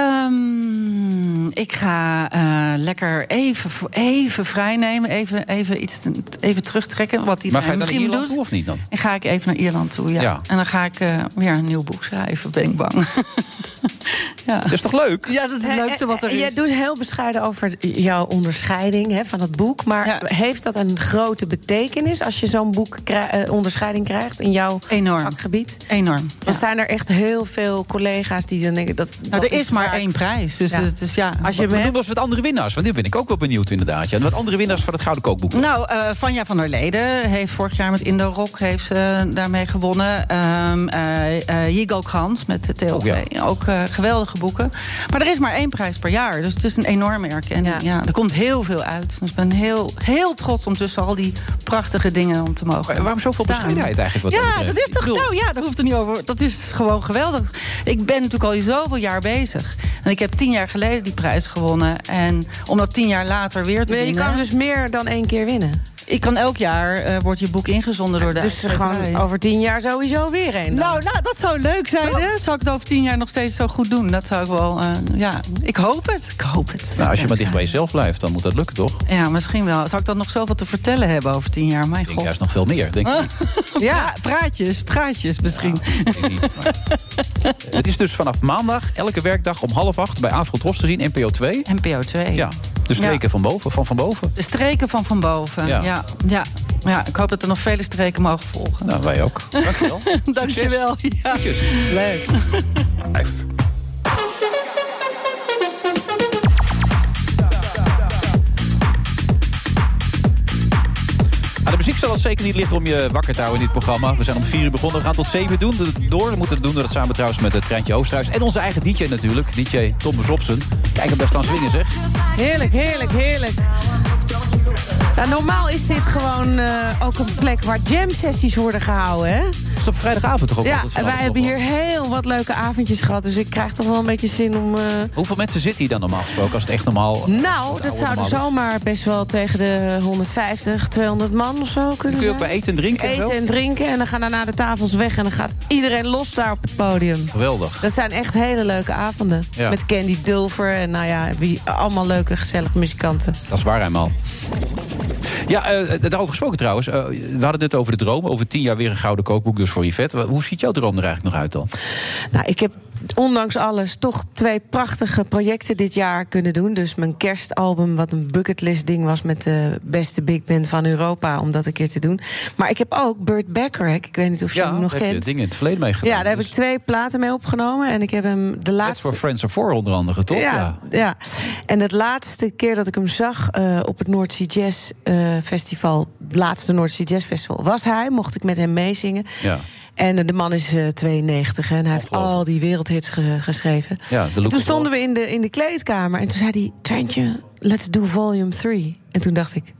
Um, ik ga uh, lekker even, even vrij nemen. Even, even iets even terugtrekken. Wat die maar ga je misschien naar Ierland doet. Toe, of niet dan? En ga ik even naar Ierland toe, ja. ja. En dan ga ik uh, weer een nieuw boek schrijven, ben ik bang. Ja. Dat is toch leuk? Ja, dat is het leukste wat er is. Jij doet heel bescheiden over jouw onderscheiding hè, van het boek. Maar ja. heeft dat een grote betekenis als je zo'n boek krij- uh, onderscheiding krijgt in jouw Enorm. vakgebied? Enorm. Ja. Er zijn er echt heel veel collega's die dan denken dat. Nou, dat er is, is maar waar. één prijs. Dus ja. het is ja. Als je wat doen we wat andere winnaars? Want nu ben ik ook wel benieuwd inderdaad. Ja. En wat andere winnaars van het Gouden Kookboek? Nou, uh, Vanja van der Leden heeft vorig jaar met Indo Rock heeft ze daarmee gewonnen. Um, uh, uh, Yigo Krant met de T L V. Oh, ja. Ook uh, geweldige boeken. Maar er is maar één prijs per jaar. Dus het is een enorm merk. En ja. Ja, er komt heel veel uit. Dus ik ben heel, heel trots om tussen al die prachtige dingen om te mogen. Maar waarom zoveel staan. bescheidenheid eigenlijk? Wat ja, dat, dat is toch. Nou ja, daar hoeft er niet over. Dat is gewoon geweldig. Ik ben natuurlijk al zoveel jaar bezig. En ik heb tien jaar geleden die prijs gewonnen. En om dat tien jaar later weer te maar winnen. Je kan dus meer dan één keer winnen. Ik kan elk jaar, uh, wordt je boek ingezonden door de Dus gewoon over tien jaar sowieso weer een. Nou, nou, dat zou leuk zijn, hè? Zou ik het over tien jaar nog steeds zo goed doen? Dat zou ik wel, uh, ja, ik hoop het. Ik hoop het. Nou, als je maar dicht bij jezelf blijft, dan moet dat lukken, toch? Ja, misschien wel. Zou ik dan nog zoveel te vertellen hebben over tien jaar? Mijn ik denk god. juist nog veel meer, denk ik niet. Ja, praatjes, praatjes misschien. Ja, ik niet, maar... Het is dus vanaf maandag, elke werkdag om half acht... bij Afro Tros te zien, N P O twee. N P O twee. Ja. De streken Ja. van boven, van van boven. De streken van van boven, Ja. ja. Ja, ja. ja. Ik hoop dat er nog vele streken mogen volgen. Nou, wij ook. Dankjewel. Dankjewel. Ja. Leuk. Vijf. De muziek zal het zeker niet liggen om je wakker te houden in dit programma. We zijn om vier uur begonnen. We gaan tot zeven doen. Door. We moeten doen dat samen trouwens met het Treintje Oosterhuis. En onze eigen D J natuurlijk. D J Tom Bezopsen. Kijk hem best aan swingen, zeg. Heerlijk, heerlijk, heerlijk. Nou, normaal is dit gewoon uh, ook een plek waar jam-sessies worden gehouden, hè? Is dat op vrijdagavond toch ook? Ja, altijd en wij van hebben alles hier heel wat leuke avondjes gehad. Dus ik krijg toch wel een beetje zin om... Uh... Hoeveel mensen zitten hier dan normaal gesproken? Als het echt normaal... Nou, dat zouden zomaar best wel tegen de honderdvijftig, tweehonderd man of zo kunnen kun je ook zijn. bij eten en drinken? Eten en drinken en dan gaan daarna de tafels weg... en dan gaat iedereen los daar op het podium. Geweldig. Dat zijn echt hele leuke avonden. Ja. Met Candy Dulfer en nou ja, wie, allemaal leuke, gezellige muzikanten. Dat is waar, eenmaal. Ja, uh, daarover gesproken trouwens. Uh, we hadden het net over de droom. Over tien jaar weer een gouden kookboek dus voor Yvette. Hoe ziet jouw droom er eigenlijk nog uit dan? Nou, ik heb ondanks alles toch twee prachtige projecten dit jaar kunnen doen. Dus mijn kerstalbum, wat een bucketlist ding was... met de beste big band van Europa, om dat een keer te doen. Maar ik heb ook Burt Bacharach. Ik weet niet of je ja, hem nog daar kent. heb je dingen in het verleden mee gedaan. Ja, daar heb dus... ik twee platen mee opgenomen. En ik heb hem de laatste... That's for Friends of Four onder andere, toch? Ja, ja. ja. En het laatste keer dat ik hem zag uh, op het North Sea Jazz uh, Festival... het laatste North Sea Jazz Festival, was hij. Mocht ik met hem meezingen. Ja. En de man is uh, tweeënnegentig hè, en hij heeft al die wereldhits ge- geschreven. Ja, en toen stonden we in de, in de kleedkamer en toen zei hij... Treintje, let's do volume three. En toen dacht ik...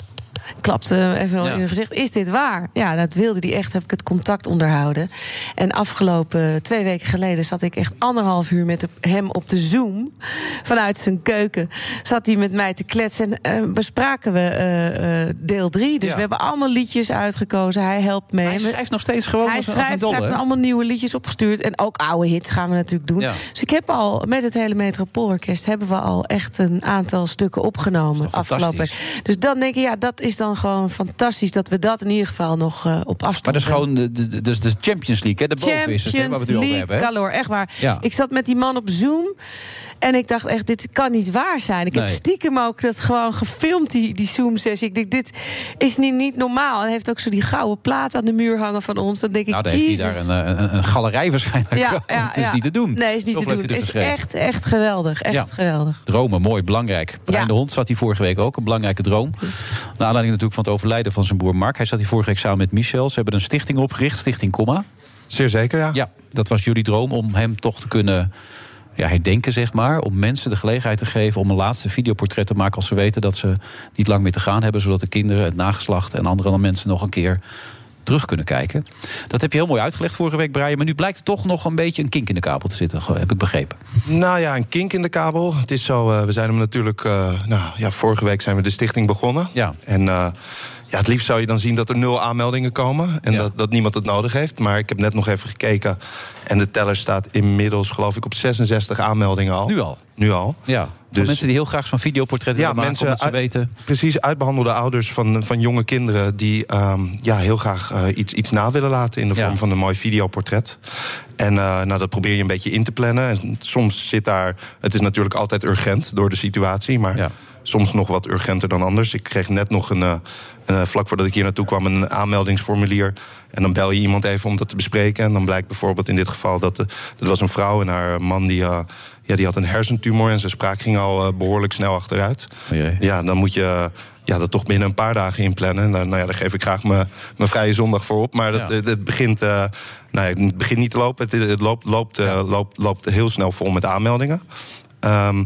klapte even ja. in mijn gezicht, is dit waar? Ja, dat wilde hij echt, heb ik het contact onderhouden. En afgelopen twee weken geleden zat ik echt anderhalf uur met hem op de Zoom. Vanuit zijn keuken zat hij met mij te kletsen. En uh, bespraken we uh, uh, deel drie. Dus ja. we hebben allemaal liedjes uitgekozen. Hij helpt mee. Hij schrijft nog steeds gewoon Hij als, schrijft, als een dolle, hij heeft allemaal nieuwe liedjes opgestuurd. En ook oude hits gaan we natuurlijk doen. Ja. Dus ik heb al, met het hele Metropoolorkest... hebben we al echt een aantal stukken opgenomen afgelopen. Dus dan denk ik, ja, dat is dan gewoon fantastisch dat we dat in ieder geval nog uh, op afstand. Maar dat is gewoon de, de, de, de Champions League, hè? De boven is het, hè, waar we het nu over hebben. Hè? Galore, echt waar. Ja. Ik zat met die man op Zoom. En ik dacht echt, dit kan niet waar zijn. Ik nee. heb stiekem ook dat gewoon gefilmd, die, die Zoom-sessie. Ik denk, dit is niet, niet normaal. Hij heeft ook zo die gouden plaat aan de muur hangen van ons. Dan denk ik, nou, dan heeft hij daar een, een, een galerij waarschijnlijk. Ja, ja, het is ja. niet te doen. Nee, is niet Zo te doen. Het is echt, echt geweldig. Echt ja. geweldig. Dromen, mooi, belangrijk. Brian ja. de Hond zat hier vorige week ook, een belangrijke droom. Naar aanleiding natuurlijk van het overlijden van zijn broer Mark. Hij zat hier vorige week samen met Michel. Ze hebben een stichting opgericht, Stichting Komma. Zeer zeker, ja. Ja, dat was jullie droom om hem toch te kunnen... Ja, herdenken, zeg maar, om mensen de gelegenheid te geven... om een laatste videoportret te maken als ze weten dat ze niet lang meer te gaan hebben... zodat de kinderen, het nageslacht en andere mensen nog een keer terug kunnen kijken. Dat heb je heel mooi uitgelegd vorige week, Brian. Maar nu blijkt er toch nog een beetje een kink in de kabel te zitten, heb ik begrepen. Nou ja, een kink in de kabel. Het is zo, uh, we zijn hem natuurlijk... Uh, nou ja, vorige week zijn we de stichting begonnen. Ja. En... Uh, Ja, het liefst zou je dan zien dat er nul aanmeldingen komen... en ja. dat, dat niemand het nodig heeft. Maar ik heb net nog even gekeken... en de teller staat inmiddels, geloof ik, op zesenzestig aanmeldingen al. Nu al? Nu al. Ja, dus mensen die heel graag zo'n videoportret willen ja, maken... mensen, omdat ze weten... Precies, uitbehandelde ouders van, van jonge kinderen... die um, ja, heel graag uh, iets, iets na willen laten in de vorm ja. van een mooi videoportret. En uh, nou, dat probeer je een beetje in te plannen. En soms zit daar... Het is natuurlijk altijd urgent door de situatie, maar... Ja. Soms nog wat urgenter dan anders. Ik kreeg net nog een, een, een vlak voordat ik hier naartoe kwam... een aanmeldingsformulier. En dan bel je iemand even om dat te bespreken. En dan blijkt bijvoorbeeld in dit geval dat... De, dat was een vrouw en haar man die, uh, ja, die had een hersentumor... en zijn spraak ging al uh, behoorlijk snel achteruit. Oh jee. Ja, dan moet je... Ja, dat toch binnen een paar dagen inplannen. En, nou ja, daar geef ik graag mijn vrije zondag voor op. Maar dat, ja. het, het, begint, uh, nou ja, het begint niet te lopen. Het, het loopt, loopt, uh, ja. loopt, loopt heel snel vol met aanmeldingen. Um,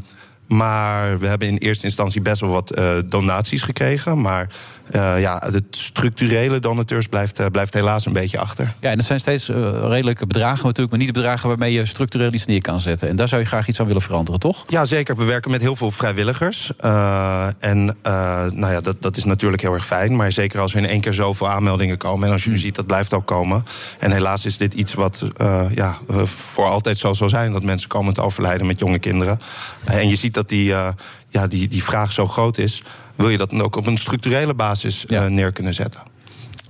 Maar we hebben in eerste instantie best wel wat uh, donaties gekregen. Maar uh, ja, de structurele donateurs blijft, uh, blijft helaas een beetje achter. Ja, en dat zijn steeds uh, redelijke bedragen natuurlijk... maar niet de bedragen waarmee je structureel iets neer kan zetten. En daar zou je graag iets aan willen veranderen, toch? Ja, zeker. We werken met heel veel vrijwilligers. Uh, en uh, nou ja, dat, dat is natuurlijk heel erg fijn. Maar zeker als er in één keer zoveel aanmeldingen komen... en als je nu ziet, dat blijft ook komen. En helaas is dit iets wat uh, ja, uh, voor altijd zo zal zijn... dat mensen komen te overlijden met jonge kinderen. Uh, en je ziet dat die, uh, ja, die, die vraag zo groot is... wil je dat dan ook op een structurele basis uh, ja. neer kunnen zetten.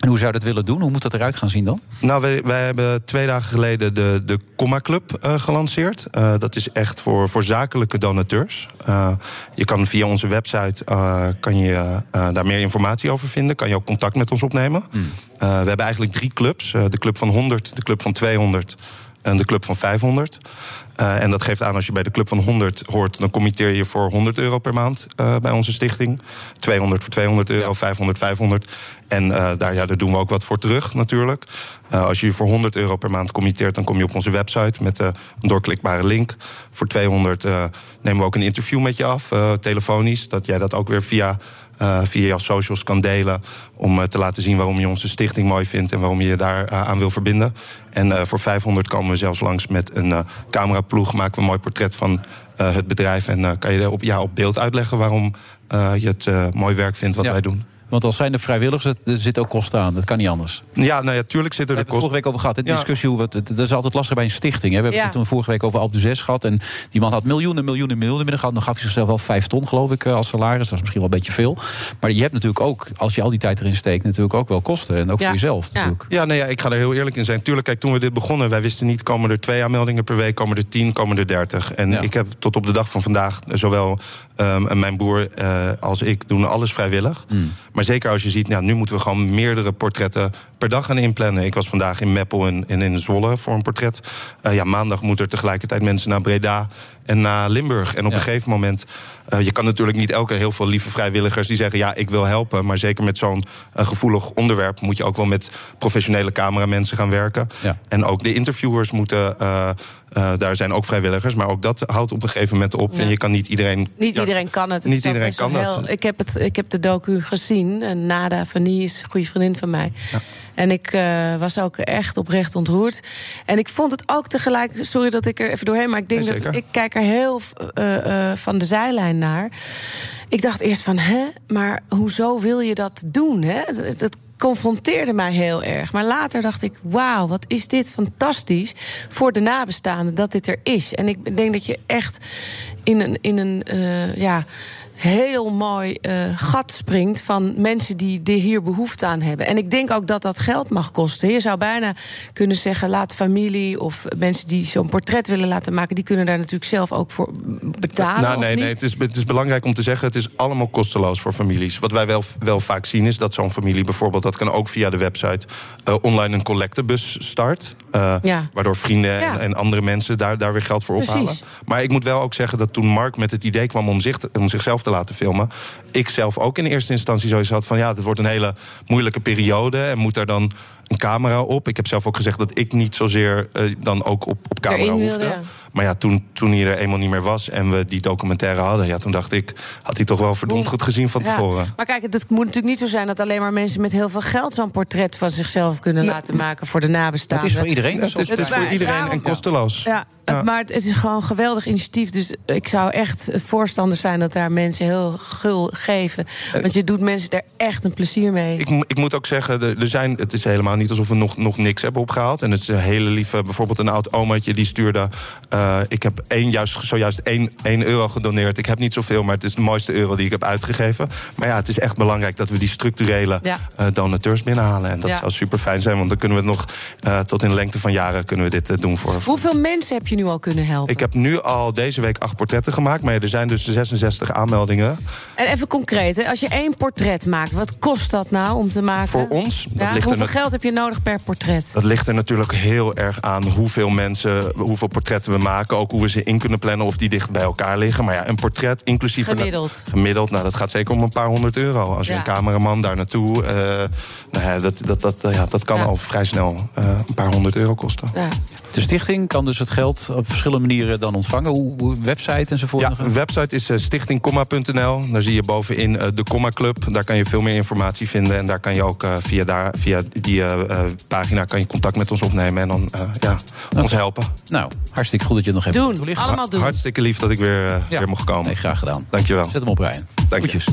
En hoe zou je dat willen doen? Hoe moet dat eruit gaan zien dan? Nou, wij, wij hebben twee dagen geleden de, de Comma Club uh, gelanceerd. Uh, dat is echt voor, voor zakelijke donateurs. Uh, je kan via onze website uh, kan je, uh, daar meer informatie over vinden. Kan je ook contact met ons opnemen. Mm. Uh, we hebben eigenlijk drie clubs. Uh, de club van honderd, de club van tweehonderd en de club van vijfhonderd. Uh, en dat geeft aan, als je bij de club van honderd hoort, dan committeer je voor honderd euro per maand uh, bij onze stichting. tweehonderd voor tweehonderd euro, ja. vijfhonderd, vijfhonderd. En uh, daar, ja, daar doen we ook wat voor terug, natuurlijk. Uh, als je voor honderd euro per maand committeert, dan kom je op onze website met uh, een doorklikbare link. Voor tweehonderd uh, nemen we ook een interview met je af, uh, telefonisch. Dat jij dat ook weer via, uh, via jouw socials kan delen. Om uh, te laten zien waarom je onze stichting mooi vindt en waarom je je daar uh, aan wil verbinden. En uh, voor vijfhonderd komen we zelfs langs met een uh, cameraploeg. Maken we een mooi portret van uh, het bedrijf. En uh, kan je op, ja, op beeld uitleggen waarom uh, je het uh, mooi werk vindt wat ja. wij doen. Want als zijn er vrijwilligers, er zitten ook kosten aan. Dat kan niet anders. Ja, nou ja, tuurlijk zitten er kosten. We hebben het vorige week over gehad. De ja. discussie, hoe we, dat is altijd lastig bij een stichting. Hè. We hebben ja. het toen vorige week over Alpe d'Huez gehad. En die man had miljoenen, miljoenen, miljoenen binnen gehad. Dan gaf hij zichzelf wel vijf ton, geloof ik, als salaris. Dat is misschien wel een beetje veel. Maar je hebt natuurlijk ook, als je al die tijd erin steekt, natuurlijk ook wel kosten. En ook ja. voor jezelf ja. natuurlijk. Ja, nou ja, ik ga er heel eerlijk in zijn. Tuurlijk, kijk, toen we dit begonnen, wij wisten niet, komen er twee aanmeldingen per week, komen er tien, komen er dertig. En ja. ik heb tot op de dag van vandaag, zowel um, mijn broer uh, als ik, doen alles vrijwillig. Mm. Maar zeker als je ziet, nou, nu moeten we gewoon meerdere portretten per dag gaan inplannen. Ik was vandaag in Meppel en, en in Zwolle voor een portret. Uh, ja, maandag moeten er tegelijkertijd mensen naar Breda en naar Limburg. En op ja. een gegeven moment, uh, je kan natuurlijk niet elke heel veel lieve vrijwilligers die zeggen, ja, ik wil helpen. Maar zeker met zo'n uh, gevoelig onderwerp moet je ook wel met professionele cameramensen gaan werken. Ja. En ook de interviewers moeten, uh, uh, daar zijn ook vrijwilligers. Maar ook dat houdt op een gegeven moment op. Ja. En je kan niet iedereen... Niet ja, iedereen kan het. Niet het iedereen kan heel, dat. Ik heb, het, ik heb de docu gezien. En Nada Vanie is een goede vriendin van mij. Ja. En ik uh, was ook echt oprecht ontroerd. En ik vond het ook tegelijk... Sorry dat ik er even doorheen... maar ik denk nee, dat ik kijk er heel uh, uh, van de zijlijn naar. Ik dacht eerst van, hè, maar hoezo wil je dat doen? Hè? Dat, dat confronteerde mij heel erg. Maar later dacht ik, wauw, wat is dit fantastisch... voor de nabestaanden dat dit er is. En ik denk dat je echt in een... In een uh, ja, heel mooi uh, gat springt van mensen die, die hier behoefte aan hebben. En ik denk ook dat dat geld mag kosten. Je zou bijna kunnen zeggen, laat familie of mensen die zo'n portret willen laten maken, die kunnen daar natuurlijk zelf ook voor betalen. Nou, nee, of niet? nee, het is, het is belangrijk om te zeggen, het is allemaal kosteloos voor families. Wat wij wel, wel vaak zien is dat zo'n familie bijvoorbeeld, dat kan ook via de website, uh, online een collectebus start. Uh, ja. Waardoor vrienden ja. en, en andere mensen daar, daar weer geld voor ophalen. Precies. Maar ik moet wel ook zeggen dat toen Mark met het idee kwam om, zich, om zichzelf te laten filmen, ik zelf ook in eerste instantie zoiets had van, ja, het wordt een hele moeilijke periode en moet daar dan een camera op. Ik heb zelf ook gezegd dat ik niet zozeer uh, dan ook op, op camera Erin hoefde. Wilde, ja. Maar ja, toen, toen hij er eenmaal niet meer was en we die documentaire hadden, ja, toen dacht ik, had hij toch wel verdomd goed gezien van ja. tevoren. Maar kijk, het moet natuurlijk niet zo zijn dat alleen maar mensen met heel veel geld zo'n portret van zichzelf kunnen nee. laten maken voor de nabestaanden. Het is voor iedereen. Ja, het is, het is voor iedereen daarom, en kosteloos. Ja. Ja. Maar het is gewoon een geweldig initiatief. Dus ik zou echt voorstander zijn dat daar mensen heel gul geven. Want je doet mensen er echt een plezier mee. Ik, ik moet ook zeggen, er zijn, het is helemaal niet alsof we nog, nog niks hebben opgehaald. En het is een hele lieve, bijvoorbeeld een oud omaatje die stuurde, Uh, ik heb één, juist, zojuist één, één euro gedoneerd. Ik heb niet zoveel, maar het is de mooiste euro die ik heb uitgegeven. Maar ja, het is echt belangrijk dat we die structurele ja. uh, donateurs binnenhalen. En dat ja. zou super fijn zijn, want dan kunnen we het nog uh, tot in de lengte van jaren kunnen we dit uh, doen voor. Hoeveel mensen heb je nu al kunnen helpen? Ik heb nu al deze week acht portretten gemaakt, maar ja, er zijn dus zesenzestig aanmeldingen. En even concreet, hè? Als je één portret maakt, wat kost dat nou om te maken? Voor ons? Ja, dat ligt hoeveel er geld heb je nodig per portret? Dat ligt er natuurlijk heel erg aan hoeveel mensen, hoeveel portretten we maken, ook hoe we ze in kunnen plannen of die dicht bij elkaar liggen. Maar ja, een portret inclusief gemiddeld. Een, gemiddeld, nou, dat gaat zeker om een paar honderd euro. Als je ja. een cameraman daar naartoe, uh, nou ja, dat, dat, dat, ja, dat kan ja. al vrij snel uh, een paar honderd euro kosten. Ja. De stichting kan dus het geld op verschillende manieren dan ontvangen. Hoe, hoe website enzovoort? Ja, de website is uh, stichting komma punt n l. Daar zie je bovenin uh, de Comma Club. Daar kan je veel meer informatie vinden. En daar kan je ook uh, via, daar, via die uh, uh, pagina kan je contact met ons opnemen en dan uh, ja, okay. ons helpen. Nou, hartstikke goed dat je het nog hebt. Doen, toelichten. Allemaal doen. Hartstikke lief dat ik weer, uh, ja. weer mocht komen. Nee, graag gedaan. Dankjewel. Zet hem op, Ryan. Dank je.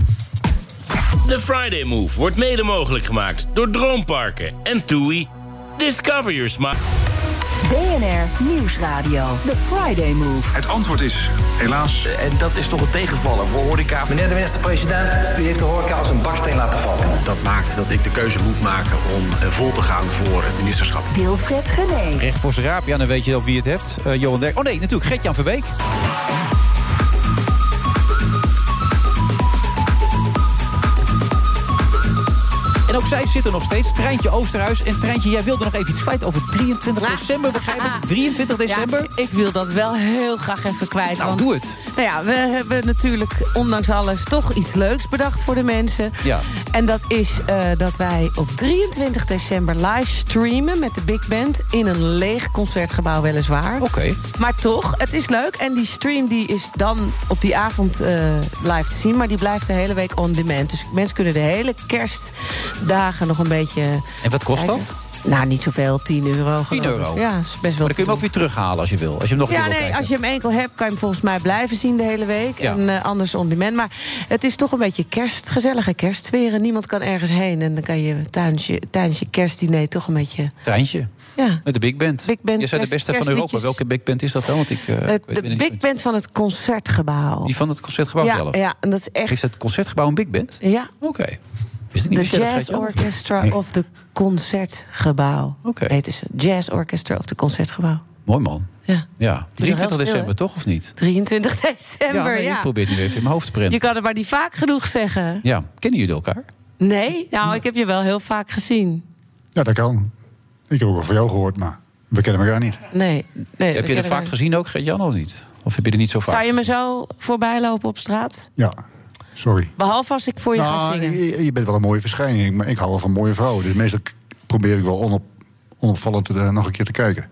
De Friday Move wordt mede mogelijk gemaakt door Droomparken en TUI. Discover your smile. B N R Nieuwsradio. The Friday Move. Het antwoord is helaas... En dat is toch een tegenvaller voor horeca. Meneer de minister-president, u heeft de horeca als een baksteen laten vallen. Dat maakt dat ik de keuze moet maken om uh, vol te gaan voor het ministerschap. Wilfred Genee. Recht voor zijn raap, ja, dan weet je ook wie het hebt. Uh, Johan Derk. Oh nee, natuurlijk, Gert-Jan Verbeek. En ook zij zitten nog steeds. Treintje Oosterhuis. En Treintje, jij wilde nog even iets kwijt over drieëntwintig december, begrijp ik? drieëntwintig december? Ja, ik wil dat wel heel graag even kwijt. Nou, want, doe het. Nou ja, we hebben natuurlijk, ondanks alles, toch iets leuks bedacht voor de mensen. Ja. En dat is uh, dat wij op drieëntwintig december live streamen met de Big Band in een leeg concertgebouw weliswaar. Oké. Okay. Maar toch, het is leuk. En die stream die is dan op die avond uh, live te zien, maar die blijft de hele week on demand. Dus mensen kunnen de hele kerstdagen nog een beetje... En wat kost kijken. dat? Nou, niet zoveel, tien euro. tien euro? Ja, is best wel. Maar dan kun je hem ook weer terughalen als je wil. Als je hem nog ja, wil nee, kijken. als je hem enkel hebt, kan je hem volgens mij blijven zien de hele week. Ja. En uh, anders on demand. Maar het is toch een beetje kerst, gezellige kerstsferen. Niemand kan ergens heen. En dan kan je tijdens je, tijdens je kerstdiner toch een beetje... Treintje. Ja. Met de Big Band. Big Band je zei de beste van Europa. Welke Big Band is dat dan? Want ik, uh, uh, ik weet de niet Big goed. Band van het Concertgebouw. Die van het Concertgebouw ja, zelf? Ja, en dat is echt... Heeft het Concertgebouw een Big Band? Ja. Oké. Okay. De Jazz Orchestra nee. of the Concertgebouw. Oké. Okay. Heet het Jazz Orchestra of the Concertgebouw. Mooi man. Ja. Ja. drieëntwintig december, toch, of niet? drieëntwintig december, ja. Nee, ja. Ik probeer het nu even in mijn hoofd te prenten. Je kan het maar niet vaak genoeg zeggen. Ja. Kennen jullie elkaar? Nee, nou, ik heb je wel heel vaak gezien. Ja, dat kan. Ik heb ook wel van jou gehoord, maar we kennen elkaar niet. Nee. nee heb je er vaak gezien ook, Gert-Jan, of niet? Of heb je er niet zo vaak? Zou je me zo voorbij lopen op straat? Ja, sorry. Behalve als ik voor je nou, ga zingen. Je, je bent wel een mooie verschijning, maar ik hou wel van mooie vrouwen. Dus meestal probeer ik wel onop, onopvallend uh, nog een keer te kijken.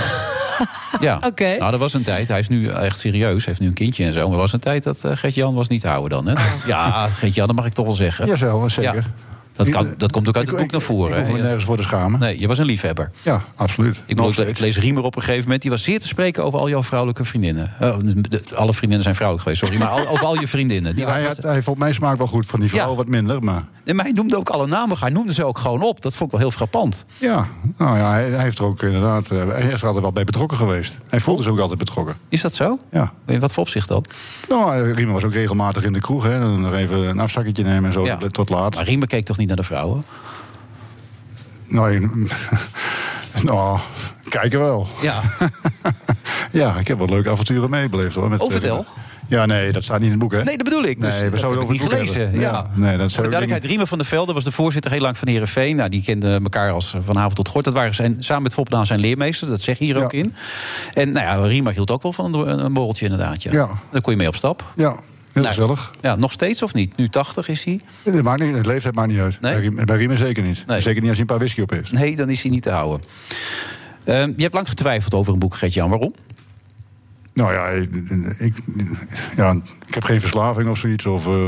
Ja, okay. Nou, er was een tijd. Hij is nu echt serieus, hij heeft nu een kindje en zo. Maar er was een tijd dat uh, Gert-Jan was niet te houden dan. Hè? Oh. Ja, Gert-Jan, dat mag ik toch wel zeggen. Ja, zo, zeker. Ja. Dat, kan, dat komt ook uit het boek naar voren. Ik hoef me nergens voor te schamen. Nee, je was een liefhebber. Ja, absoluut. Ik, bedoel, ik lees Riemer op een gegeven moment. Die was zeer te spreken over al jouw vrouwelijke vriendinnen. Uh, de, de, alle vriendinnen zijn vrouwelijk geweest, sorry. Maar al, over al je vriendinnen. Die ja, hij, had, hij vond mijn smaak wel goed. Van die vrouw ja. wat minder. Maar... Nee, maar hij noemde ook alle namen. Hij noemde ze ook gewoon op. Dat vond ik wel heel frappant. Ja, nou ja, hij, hij heeft er ook inderdaad... Uh, hij is er altijd wel bij betrokken geweest. Hij voelde zich ook altijd betrokken. Is dat zo? Ja. In wat voor opzicht dan? Nou, Riemer was ook regelmatig in de kroeg. Hè. Dan nog even een afzakketje nemen en zo ja. tot laat. Maar Riemer keek toch niet naar de vrouwen? Nee, nou, kijken wel. Ja. Ja, ik heb wel leuke avonturen meebeleefd hoor. Met, oh, vertel. Uh, ja, nee, dat staat niet in het boek, hè? Nee, dat bedoel ik. Dus nee, we zouden over het boek gelezen. Hebben. Ja. Ja. Nee, dat Voor de duidelijkheid, dingen... Riemer van der Velde was de voorzitter heel lang van Heerenveen. Nou, die kenden elkaar als van avond tot gort. Dat waren zijn, samen met Fopnaam zijn leermeesters, dat zeg je hier ja. ook in. En nou ja, Riemer hield ook wel van een, een borreltje inderdaad. Ja. Ja. Daar kon je mee op stap. Ja. Heel nou, gezellig. Ja, nog steeds of niet? Nu tachtig is hij? Het maakt niet, het leeftijd maakt niet uit. Nee? Bij, bij Riemer zeker niet. Nee. Zeker niet als hij een paar whisky op heeft. Nee, dan is hij niet te houden. Uh, je hebt lang getwijfeld over een boek, Gert-Jan. Waarom? Nou ja ik, ik, ja, ik heb geen verslaving of zoiets. Of, uh,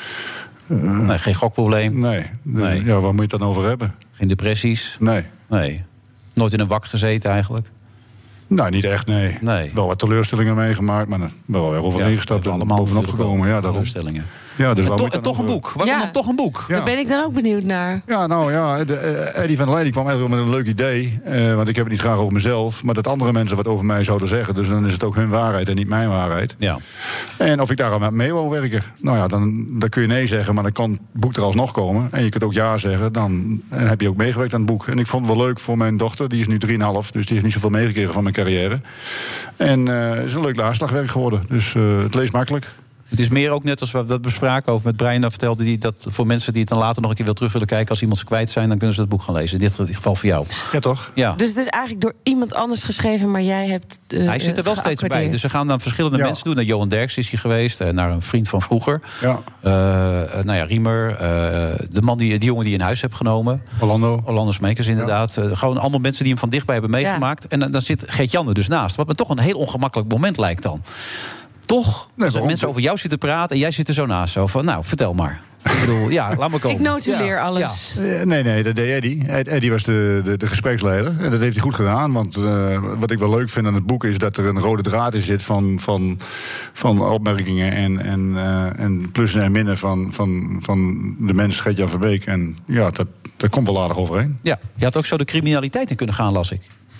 uh, nee, geen gokprobleem? Nee. Dus, nee. Ja, waar moet je het dan over hebben? Geen depressies? Nee. Nee. Nooit in een wak gezeten eigenlijk? Nou, niet echt, nee. nee. Wel wat teleurstellingen meegemaakt, maar wel weer overheen ja, gestapt en allemaal bovenop gekomen. Ja, teleurstellingen. Ja, dus maar to- toch over... een boek. Waarom ja. dan toch een boek? Ja. Daar ben ik dan ook benieuwd naar. Ja, nou ja, de, uh, Eddie van der Leyen kwam eigenlijk met een leuk idee. Uh, want ik heb het niet graag over mezelf, maar dat andere mensen wat over mij zouden zeggen. Dus dan is het ook hun waarheid en niet mijn waarheid. Ja. En of ik daar aan mee wil werken. Nou ja, dan, dan kun je nee zeggen, maar dan kan het boek er alsnog komen. En je kunt ook ja zeggen, dan en heb je ook meegewerkt aan het boek. En ik vond het wel leuk voor mijn dochter, die is nu drieënhalf. Dus die heeft niet zoveel meegekregen van mijn carrière. En uh, het is een leuk naslagwerk geworden. Dus uh, het leest makkelijk. Het is meer ook net als we dat bespraken over met Brian. Dat vertelde die dat voor mensen die het dan later nog een keer wil terug willen kijken, als iemand ze kwijt zijn, dan kunnen ze het boek gaan lezen. In dit geval voor jou. Ja, toch? Ja. Dus het is eigenlijk door iemand anders geschreven, maar jij hebt. Uh, hij zit er wel steeds bij. Dus ze gaan dan verschillende ja. mensen doen. Naar Johan Derks is hij geweest, naar een vriend van vroeger. Ja. Uh, nou ja, Riemer, uh, de man die, die jongen die je in huis hebt genomen. Orlando. Orlando Smekers, inderdaad. Ja. Uh, gewoon allemaal mensen die hem van dichtbij hebben meegemaakt. Ja. En dan, dan zit Gert-Jan er dus naast. Wat me toch een heel ongemakkelijk moment lijkt dan. Toch? Nee, als mensen over jou zitten praten en jij zit er zo naast. Zo van, nou, vertel maar. Ik bedoel, ja, laat me komen. Ik notuleer ja. alles. Ja. Nee, nee, dat deed Eddie. Eddie was de, de, de gespreksleider. En dat heeft hij goed gedaan. Want uh, wat ik wel leuk vind aan het boek is dat er een rode draad in zit van, van, van opmerkingen en, en, uh, en plussen en minnen van, van, van de mens Gert-Jan Verbeek. En ja, dat, dat komt wel aardig overeen. Ja, je had ook zo de criminaliteit in kunnen gaan, las ik.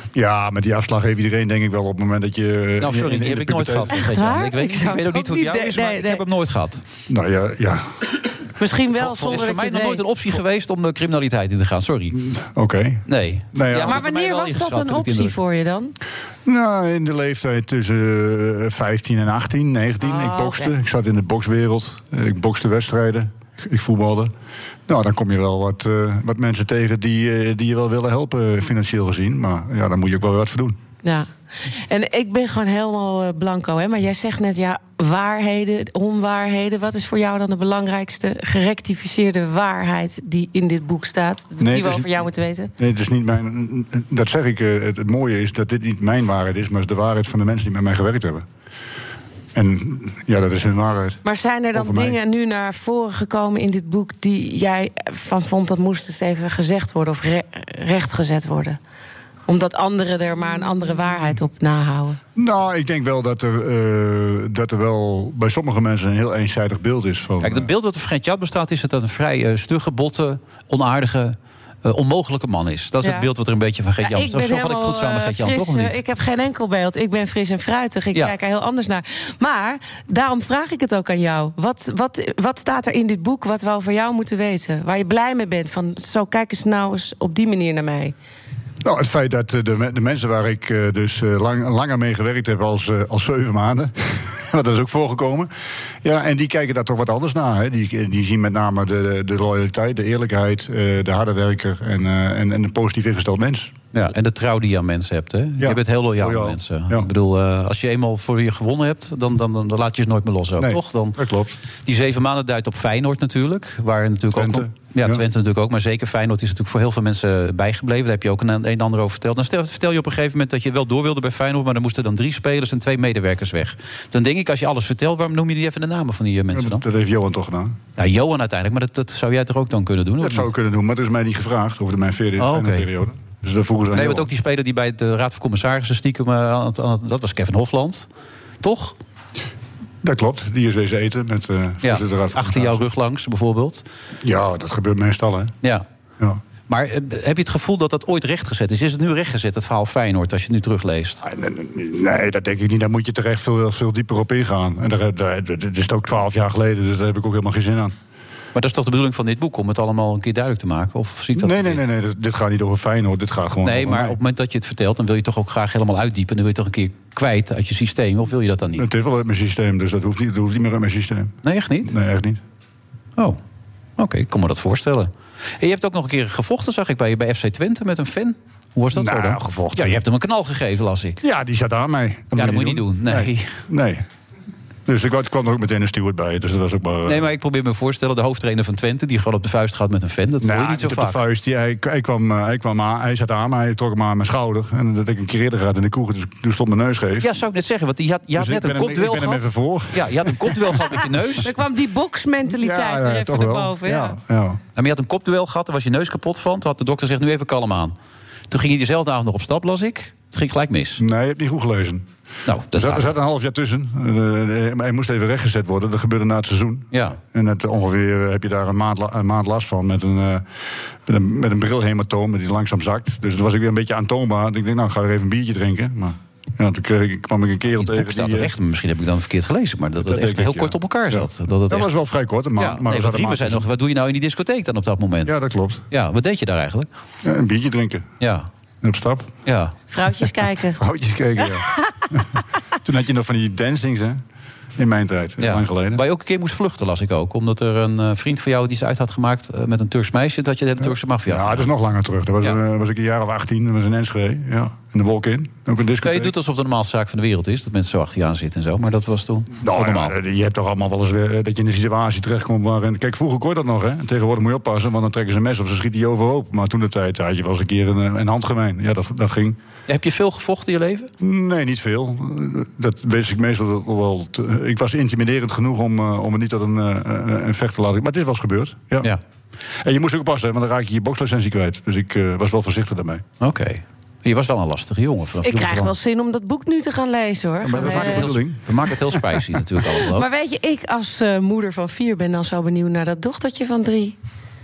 Ja, met die afslag heeft iedereen denk ik wel op het moment dat je... Nou, sorry, die heb ik nooit gehad. Echt waar? Ik weet, Ik ik zou weet ook het niet hoe het ook jou niet is, maar de- ik nee, heb hem nooit gehad. Nou ja, ja. Misschien wel Het zonder is voor dat mij je nog het nooit een weet. optie geweest om de criminaliteit in te gaan. Sorry. Oké. Nee. Nou ja. Ja, Maar bij mij wanneer wel was dat ingeschat een toen ik optie kinderen- voor je dan? Nou, in de leeftijd tussen eh, vijftien en achttien, negentien. Oh, ik bokste. oké. Ik zat in de bokswereld. Eh, Ik bokste wedstrijden. Ik- Ik voetbalde. Nou, dan kom je wel wat, eh, wat mensen tegen die, eh, die je wel willen helpen, financieel gezien. Maar ja, daar moet je ook wel wat voor doen. Ja. En ik ben gewoon helemaal eh, blanco, hè? Maar jij zegt net, ja, waarheden, onwaarheden. Wat is voor jou dan de belangrijkste gerectificeerde waarheid die in dit boek staat? Nee, die het we is- over jou moeten weten? Nee, het is niet mijn. Dat zeg ik. eh, Het, het mooie is dat dit niet mijn waarheid is, maar het is de waarheid van de mensen die met mij gewerkt hebben. En ja, dat is hun waarheid. Maar zijn er dan Over mij. dingen nu naar voren gekomen in dit boek die jij van vond dat moest eens even gezegd worden of re- rechtgezet worden? Omdat anderen er maar een andere waarheid op nahouden. Nou, ik denk wel dat er, eh, dat er wel bij sommige mensen een heel eenzijdig beeld is van. Kijk, het beeld dat er van Gert-Jan bestaat is dat dat een vrij eh, stugge, botte, onaardige, eh, onmogelijke man is. Dat is Ja. het beeld wat er een beetje van Gert-Jan Ja, is. ik ben Zo vat ik het helemaal goed samen met eh, Gert-Jan, fris, toch of eh, niet? Ik heb geen enkel beeld. Ik ben fris en fruitig. Ik Ja. kijk er heel anders naar. Maar daarom vraag ik het ook aan jou. Wat, wat, wat staat er in dit boek wat we over jou moeten weten? Waar je blij mee bent? Van, zo, kijk eens nou eens op die manier naar mij. Nou, het feit dat eh, de, me- de mensen waar ik eh, dus eh, lang, langer mee gewerkt heb als, eh, als zeven maanden. Want dat is ook voorgekomen. Ja, en die kijken daar toch wat anders naar. Hè. Die, die zien met name de, de loyaliteit, de eerlijkheid, eh, de harde werker en, eh, en, en een positief ingesteld mens. Ja, en de trouw die je aan mensen hebt. Hè? Je bent heel loyaal aan mensen. Ja. Ik bedoel, eh, als je eenmaal voor je gewonnen hebt, dan, dan, dan laat je ze nooit meer los. Ook, Nee, toch? Dan, dat klopt. Die zeven maanden duidt op Feyenoord natuurlijk. Waar natuurlijk Twente. ook. Ja, Ja. Twente natuurlijk ook. Maar zeker Feyenoord is natuurlijk voor heel veel mensen bijgebleven. Daar heb je ook een, een en ander over verteld. Dan stel, vertel je op een gegeven moment dat je wel door wilde bij Feyenoord, maar dan moesten dan drie spelers en twee medewerkers weg. Dan denk ik, als je alles vertelt, waarom noem je die even de namen van die eh, mensen dan? Dat heeft Johan toch gedaan. Ja, Johan uiteindelijk, maar dat, dat zou jij toch ook dan kunnen doen? Dat of zou ik niet? kunnen doen, maar dat is mij niet gevraagd over de mijn vierde Oh, oké. periode. Dus dat vroegen ze aan Nee, Johan. want ook die speler die bij de Raad van Commissarissen stiekem eh, aan het- aan het- dat was Kevin Hofland. Toch? Dat klopt, die is wezen eten met eh Ja, voorzitter de Raad van achter jouw rug langs bijvoorbeeld. Ja, dat gebeurt meestal, hè. Ja. Ja. Maar eh, heb je het gevoel dat dat ooit rechtgezet is? Is het nu rechtgezet, het verhaal Feyenoord, als je het nu terugleest? Nee, dat denk ik niet. Daar moet je terecht veel, veel dieper op ingaan. En daar, daar, dat is ook twaalf jaar geleden, dus daar heb ik ook helemaal geen zin aan. Maar dat is toch de bedoeling van dit boek, om het allemaal een keer duidelijk te maken? Of ziet dat Nee, niet? nee, nee, nee, dit- dit gaat niet over Feyenoord, dit gaat gewoon Nee, over maar mij. op het moment dat je het vertelt, dan wil je toch ook graag helemaal uitdiepen. Dan wil je toch een keer kwijt uit je systeem, of wil je dat dan niet? Het is wel uit mijn systeem, dus dat hoeft niet, dat hoeft niet meer uit mijn systeem. Nee, echt niet? Nee, echt niet. Oh, oké, ik kan me dat voorstellen. En je hebt ook nog een keer gevochten, zag ik bij, bij F C Twente met een fan. Hoe was dat Nou, zo dan? gevochten. Ja, je hebt hem een knal gegeven, las ik. Ja, die zat aan mij. Ja, dat moet je niet doen. Nee. Nee. nee. Dus ik kwam er ook meteen een steward bij, dus dat was ook maar... eh, Nee, maar ik probeer me voorstellen, de hoofdtrainer van Twente, die gewoon op de vuist gaat met een fan. Dat Nou, wil je niet zo op vaak. de vuist, die, hij, hij, kwam, eh, hij, kwam aan, hij zat aan mij, hij trok hem aan mijn schouder. En dat ik een keer eerder gehad in de koeg, dus toen stond mijn neus scheef. Ja, zou ik net zeggen, want je had, je had Dus ik net ben een hem- kopduel ik ben hem gehad. even voor. Ja, je had een kopduel gehad met je neus. Er kwam die boksmentaliteit Ja, ja, weer even toch wel. erboven. Ja. Ja, ja. Nou, maar je had een kopduel gehad, daar was je neus kapot van. Toen had de dokter gezegd, nu even kalm aan. Toen ging je diezelfde avond nog op stap, las ik. Het ging gelijk mis. Nee, je hebt niet goed gelezen. Nou, Er dat zat, er staat. zat een half jaar tussen. Eh, eh, hij moest even rechtgezet worden. Dat gebeurde na het seizoen. Ja. En het, ongeveer eh, heb je daar een maand, la- een maand last van. Met een, eh, met een, met een brilhematoom die langzaam zakt. Dus toen was ik weer een beetje aantoonbaar. Ik denk, nou, ik ga er even een biertje drinken. Maar ja, toen kreeg ik, kwam ik een kerel Het tegen. boek staat die, er eh, echt, misschien heb ik dan verkeerd gelezen, maar dat, dat het echt denk heel ik, kort ja. op elkaar Ja. zat. Dat, het Dat echt... was wel vrij kort, een maand. Ja, maar nee, er want zat een Riemen maand zei nog, tussen. wat doe je nou in die discotheek dan op dat moment? Ja, dat klopt. Ja, wat deed je daar eigenlijk? Ja, een biertje drinken. Ja. En op stap. Ja. Vrouwtjes kijken. Vrouwtjes kijken, ja. Toen had je nog van die dancings, hè? In mijn tijd, Ja. lang geleden. Waar je ook een keer moest vluchten, las ik ook. Omdat er een eh, vriend van jou die ze uit had gemaakt eh, met een Turks meisje, dat je de hele Turkse maffia had. Ja, dat is nog langer terug. Dat was, Ja. eh, was ik een jaar of achttien. Dat was in Enschede. Ja. In de wolk in. Ook een Ja, discotheek. je doet alsof het de normaalste zaak van de wereld is. Dat mensen zo achter je aan zitten en zo. Maar dat was toen Nou, ook normaal. ja, je hebt toch allemaal wel eens weer eh, dat je in een situatie terechtkomt waarin... Kijk, vroeger kon je dat nog, hè. En tegenwoordig moet je oppassen, want dan trekken ze een mes of ze schieten je overhoop. Maar toen de tijd had je wel eens een keer een, een handgemeen. Ja, dat, dat ging. Heb je veel gevochten in je leven? Nee, niet veel. Dat wist ik meestal wel. Te, ik was intimiderend genoeg om, uh, om het niet tot een, uh, een vecht te laten. Maar het is wel eens gebeurd. Ja. Ja. En je moest ook oppassen, want dan raak je je bokslicentie kwijt. Dus ik uh, was wel voorzichtig daarmee. Oké. Okay. Je was wel een lastige jongen. Vanaf Ik jongens krijg van- wel zin om dat boek nu te gaan lezen, hoor. Ja, maar dat Gaan maakt we- het heel, we maken het heel spicy natuurlijk allemaal. Maar weet je, ik als uh, moeder van vier ben dan zo benieuwd naar dat dochtertje van drie.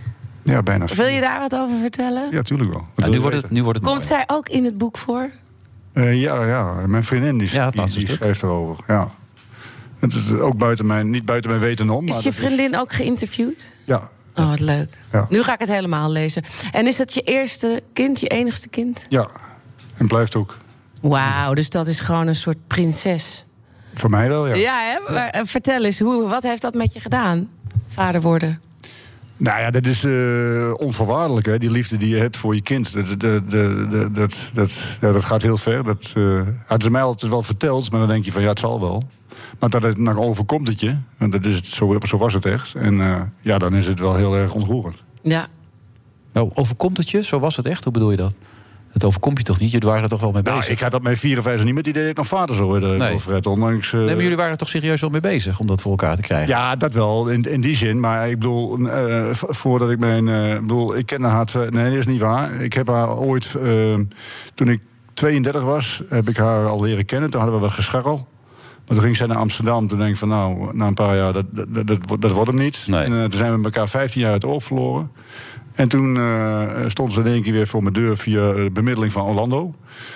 Ja, bijna. Wil je daar wat over vertellen? Ja, tuurlijk wel. Nou, nu, wordt het, nu wordt het Komt mooi. zij ook in het boek voor? Uh, ja, ja, mijn vriendin die, ja, die, die schrijft erover. Ja. Het is ook buiten mijn, niet buiten mijn weten om. Is maar je vriendin is... ook geïnterviewd? Ja. Oh, wat leuk. Ja. Nu ga ik het helemaal lezen. En is dat je eerste kind, je enigste kind? Ja, en blijft ook. Wauw, dus dat is gewoon een soort prinses. Voor mij wel, ja. Ja, hè? Maar, uh, vertel eens, hoe, wat heeft dat met je gedaan, vader worden? Nou ja, dat is uh, onvoorwaardelijk, hè. Die liefde die je hebt voor je kind. Dat, dat, dat, dat, dat, dat, ja, dat gaat heel ver. Dat uh, had ze mij altijd wel verteld, maar dan denk je van ja, het zal wel. Maar dat het nou overkomt het je. En dat is het, zo, zo was het echt. En uh, ja, dan is het wel heel erg ontroerend. Ja. Nou, overkomt het je? Zo was het echt? Hoe bedoel je dat? Het overkomt je toch niet? Jullie waren er toch wel mee bezig? Nou, ik had op mijn vierenvijftig niet met het idee dat ik nog vader zou worden. Nee. Fred, ondanks, uh... nee, maar jullie waren er toch serieus wel mee bezig om dat voor elkaar te krijgen? Ja, dat wel, in, in die zin. Maar ik bedoel, uh, voordat ik mijn... Uh, ik bedoel, ik kende haar... Twee, nee, dat is niet waar. Ik heb haar ooit... Uh, toen ik tweeëndertig was, heb ik haar al leren kennen. Toen hadden we wel gescharrel. Maar toen ging zij naar Amsterdam. Toen denk ik van nou, na een paar jaar, dat, dat, dat, dat wordt hem niet. Nee. En uh, toen zijn we elkaar vijftien jaar uit het oog verloren. En toen uh, stond ze in één keer weer voor mijn deur via de bemiddeling van Orlando.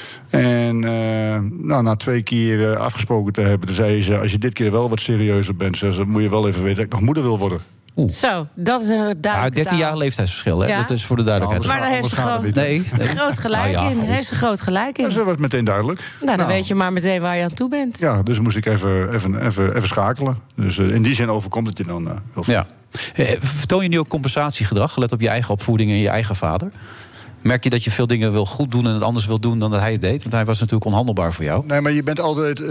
En uh, nou, na twee keer uh, afgesproken te hebben, toen zei ze, als je dit keer wel wat serieuzer bent, zei ze, dan moet je wel even weten dat ik nog moeder wil worden. Oeh. Zo, dat is een duidelijke ja, dertien jaar leeftijdsverschil, hè? Ja. Dat is voor de duidelijkheid. Nou, maar daar heeft ze groot, nee, nee. groot gelijk nou, ja. in. Daar heeft ze groot gelijk in. Ja, dat was meteen duidelijk. Nou, dan nou. weet je maar meteen waar je aan toe bent. Ja, dus moest ik even, even, even, even schakelen. Dus uh, in die zin overkomt het je dan uh, heel veel. Ja. Eh, vertoon je nu ook compensatiegedrag, gelet op je eigen opvoeding en je eigen vader? Merk je dat je veel dingen wil goed doen en het anders wil doen dan dat hij het deed? Want hij was natuurlijk onhandelbaar voor jou. Nee, maar je bent altijd, uh,